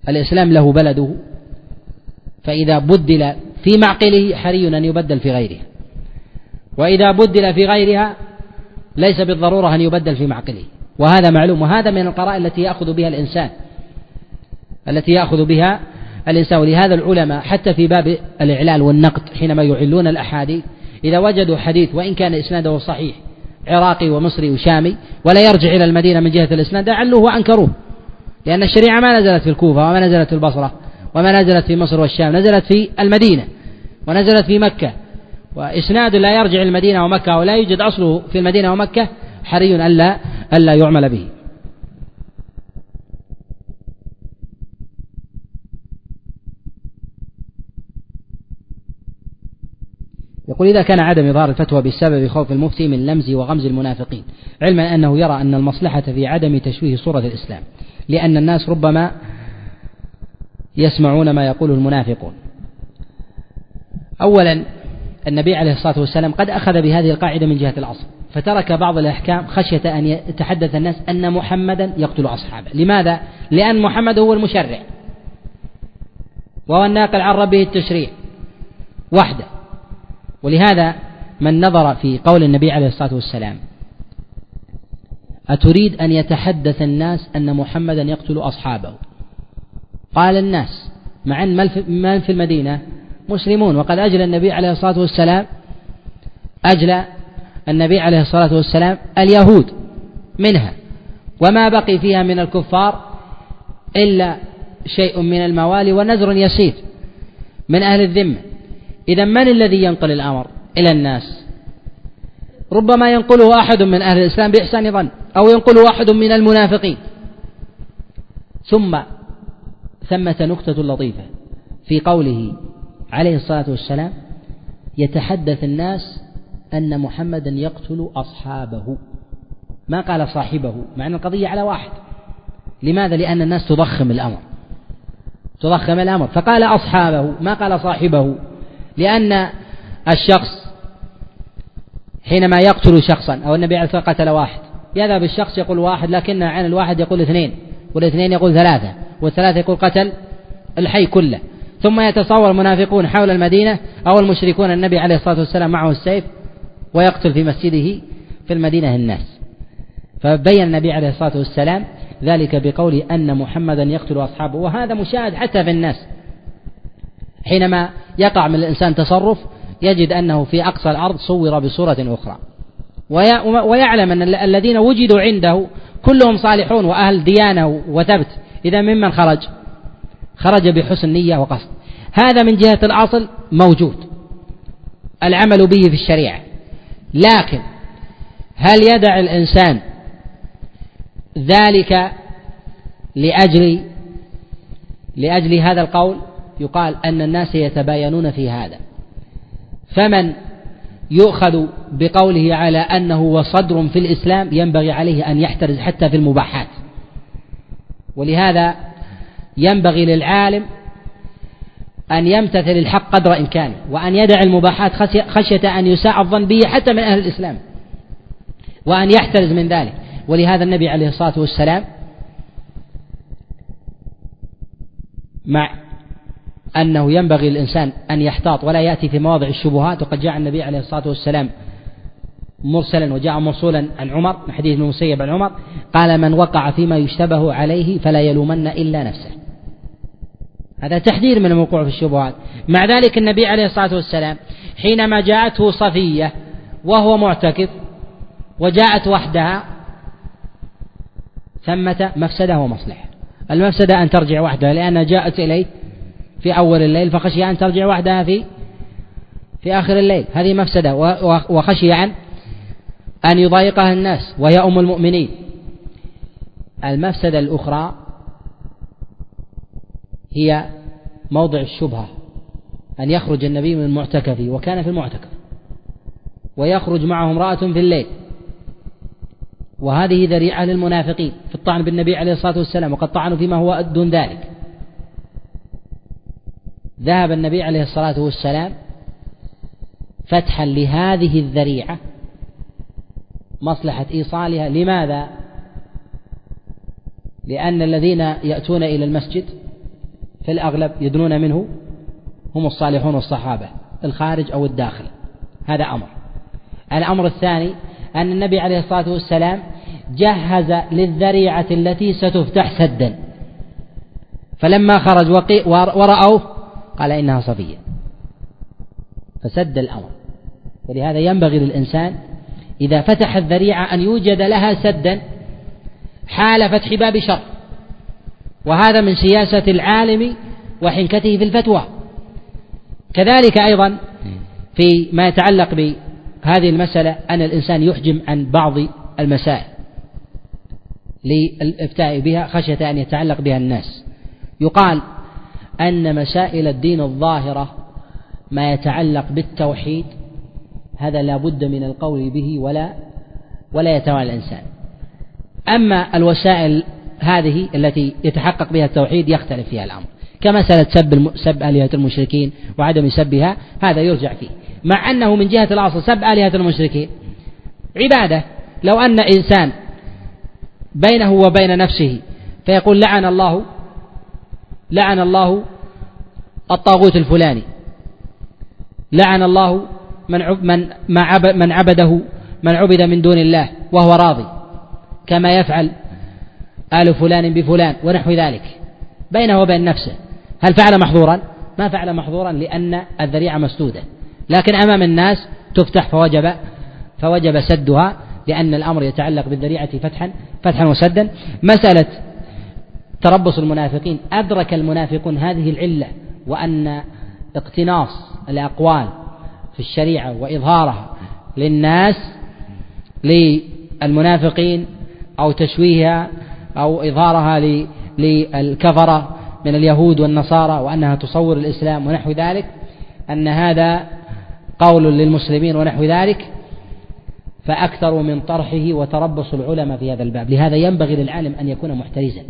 الإسلام له بلده، فإذا بدل في معقله حري أن يبدل في غيرها، وإذا بدل في غيرها ليس بالضرورة أن يبدل في معقله، وهذا معلوم. وهذا من القرائن التي يأخذ بها الإنسان التي يأخذ بها الإنسان ولهذا العلماء حتى في باب الإعلال والنقد حينما يعلون الأحاديث إذا وجدوا حديث وإن كان إسناده صحيح عراقي ومصري وشامي ولا يرجع إلى المدينة من جهة الإسناد أعلوه وأنكروه، لأن الشريعة ما نزلت في الكوفة وما نزلت في البصرة وما نزلت في مصر والشام، نزلت في المدينة ونزلت في مكة، وإسناد لا يرجع المدينة ومكة ولا يوجد أصله في المدينة ومكة حري ألا ألا يعمل به. يقول إذا كان عدم إظهار الفتوى بسبب خوف المفتي من لمز وغمز المنافقين، علما أنه يرى أن المصلحة في عدم تشويه صورة الإسلام، لأن الناس ربما يسمعون ما يقوله المنافقون. أولا النبي عليه الصلاة والسلام قد أخذ بهذه القاعدة من جهة الأصل، فترك بعض الأحكام خشية أن يتحدث الناس أن محمدا يقتل أصحابه. لماذا؟ لأن محمد هو المشرع وهو الناقل عن ربه التشريع وحده. ولهذا من نظر في قول النبي عليه الصلاة والسلام أتريد أن يتحدث الناس أن محمدا يقتل أصحابه، قال الناس مع أن من في المدينة مسلمون، وقد أجل النبي عليه الصلاة والسلام أجل النبي عليه الصلاة والسلام اليهود منها، وما بقي فيها من الكفار إلا شيء من الموالي ونذر يسير من أهل الذمة. إذا من الذي ينقل الأمر إلى الناس؟ ربما ينقله أحد من أهل الإسلام بإحسان ظن، أو ينقله أحد من المنافقين. ثم ثمة نكتة لطيفة في قوله عليه الصلاة والسلام يتحدث الناس أن محمدا يقتل أصحابه، ما قال صاحبه، مع أن القضية على واحد. لماذا؟ لأن الناس تضخم الأمر تضخم الأمر فقال أصحابه ما قال صاحبه، لأن الشخص حينما يقتل شخصا أو النبي عليه الصلاة والسلام قتل واحد يذهب الشخص يقول واحد، لكن عن الواحد يقول اثنين، والاثنين يقول ثلاثة، والثلاثة يقول قتل الحي كله. ثم يتصور المنافقون حول المدينة أو المشركون النبي عليه الصلاة والسلام معه السيف ويقتل في مسجده في المدينة الناس. فبين النبي عليه الصلاة والسلام ذلك بقول أن محمدا يقتل أصحابه، وهذا مشاهد حتى في الناس. حينما يقع من الإنسان تصرف يجد أنه في أقصى الأرض صور بصورة أخرى، ويعلم أن الذين وجدوا عنده كلهم صالحون وأهل ديانة وثبت، إذا ممن خرج خرج بحسن نية وقصد. هذا من جهة الأصل موجود العمل به في الشريعة، لكن هل يدع الإنسان ذلك لأجل لأجل هذا القول؟ يقال أن الناس يتباينون في هذا، فمن يؤخذ بقوله على أنه وصدر في الإسلام ينبغي عليه أن يحترز حتى في المباحات. ولهذا ينبغي للعالم أن يمتثل الحق قدر إمكانه، وأن يدع المباحات خشية أن يساء الظن به حتى من أهل الإسلام، وأن يحترز من ذلك. ولهذا النبي عليه الصلاة والسلام مع أنه ينبغي للإنسان أن يحتاط ولا يأتي في مواضع الشبهات، وقد جاء النبي عليه الصلاة والسلام مرسلا وجاء مرسولا عن عمر من حديث ابن المسيب عن عمر قال من وقع فيما يشتبه عليه فلا يلومن إلا نفسه. هذا تحذير من الوقوع في الشبهات. مع ذلك النبي عليه الصلاة والسلام حينما جاءته صفية وهو معتكف وجاءت وحدها ثمة مفسدة ومصلحة. المفسدة أن ترجع وحدها لأنها جاءت إليه في أول الليل فخشي أن ترجع وحدها في في آخر الليل، هذه مفسدة، وخشي عن أن يضايقها الناس وهي أم المؤمنين. المفسدة الأخرى هي موضع الشبهة، أن يخرج النبي من معتكفه وكان في المعتكف ويخرج معه امرأة في الليل، وهذه ذريعة للمنافقين في الطعن بالنبي عليه الصلاة والسلام، وقد طعنوا فيما هو دون ذلك. ذهب النبي عليه الصلاة والسلام فتحا لهذه الذريعة مصلحة إيصالها. لماذا؟ لأن الذين يأتون إلى المسجد في الأغلب يدنون منه هم الصالحون والصحابة الخارج أو الداخل. هذا أمر. الأمر الثاني أن النبي عليه الصلاة والسلام جهز للذريعة التي ستفتح سدا، فلما خرج ورأوه قال إنها صفية فسد الأمر. ولهذا ينبغي للإنسان إذا فتح الذريعة أن يوجد لها سدا حال فتح باب شر، وهذا من سياسة العالم وحنكته في الفتوى. كذلك أيضا في ما يتعلق بهذه المسألة أن الإنسان يحجم عن بعض المسائل للإفتاء بها خشية أن يتعلق بها الناس. يقال أن مسائل الدين الظاهرة ما يتعلق بالتوحيد هذا لا بد من القول به ولا ولا يتوالى الإنسان. أما الوسائل هذه التي يتحقق بها التوحيد يختلف فيها الأمر، كمسألة سب سب آلهة المشركين وعدم سبها، هذا يرجع فيه، مع أنه من جهة الأصل سب آلهة المشركين عبادة. لو أن إنسان بينه وبين نفسه فيقول لعن الله لعن الله الطاغوت الفلاني، لعن الله من من من عبده من عبد من دون الله وهو راضي، كما يفعل آل فلان بفلان ونحو ذلك، بينه وبين نفسه، هل فعل محظورا؟ ما فعل محظورا، لأن الذريعة مسدودة، لكن أمام الناس تفتح فوجب فوجب سدها، لأن الأمر يتعلق بالذريعة فتحا فتحا وسدا. مسألة تربص المنافقين، أدرك المنافقون هذه العلة، وأن اقتناص الأقوال في الشريعة وإظهارها للناس للمنافقين أو تشويهها أو إظهارها للكفرة من اليهود والنصارى وأنها تصور الإسلام ونحو ذلك، أن هذا قول للمسلمين ونحو ذلك، فأكثروا من طرحه وتربص العلماء في هذا الباب. لهذا ينبغي للعالم أن يكون محترزا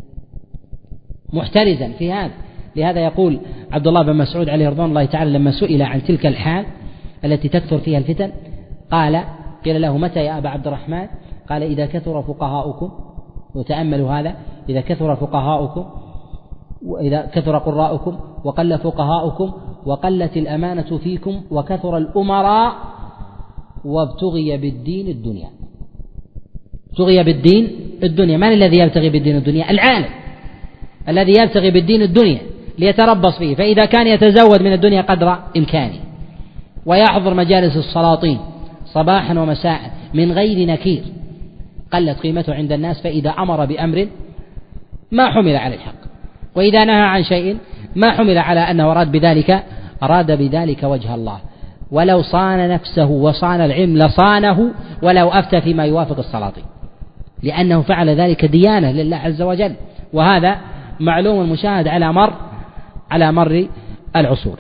محترزا في هذا. لهذا يقول عبد الله بن مسعود عليه رضوان الله تعالى لما سئل عن تلك الحال التي تكثر فيها الفتن، قال قيل له متى يا أبا عبد الرحمن؟ قال إذا كثر فقهاؤكم، وتأملوا هذا، إذا كثر فقهاؤكم وإذا كثر قراءكم وقل فقهاؤكم وقلت الأمانة فيكم وكثر الأمراء وابتغي بالدين الدنيا. ابتغي بالدين الدنيا، من الذي يبتغي بالدين الدنيا؟ العالم الذي يبتغي بالدين الدنيا ليتربص فيه، فإذا كان يتزود من الدنيا قدر إمكانه ويحضر مجالس السلاطين صباحا ومساء من غير نكير قلت قيمته عند الناس، فإذا أمر بأمر ما حمل على الحق، وإذا نهى عن شيء ما حمل على أنه أراد بذلك أراد بذلك وجه الله. ولو صان نفسه وصان العلم لصانه ولو أفتى فيما يوافق السلاطين، لأنه فعل ذلك ديانة لله عز وجل، وهذا معلوم مشاهد على مر على مر العصور.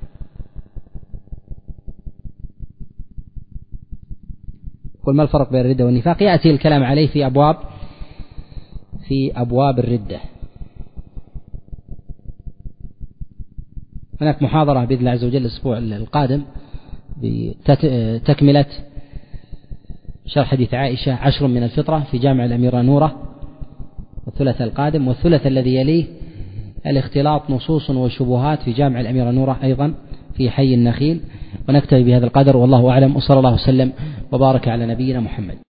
قل ما الفرق بين الردة والنفاق؟ يأتي الكلام عليه في أبواب في أبواب الردة. هناك محاضرة بإذن الله عز وجل الأسبوع القادم بتكملة شرح حديث عائشة عشر من الفطرة في جامع الأميرة نورة، والثلاث القادم، والثلاث الذي يليه الاختلاط نصوص وشبهات في جامع الأميرة نورة أيضا في حي النخيل. ونكتفي بهذا القدر، والله أعلم، وصلى الله وسلم وبارك على نبينا محمد.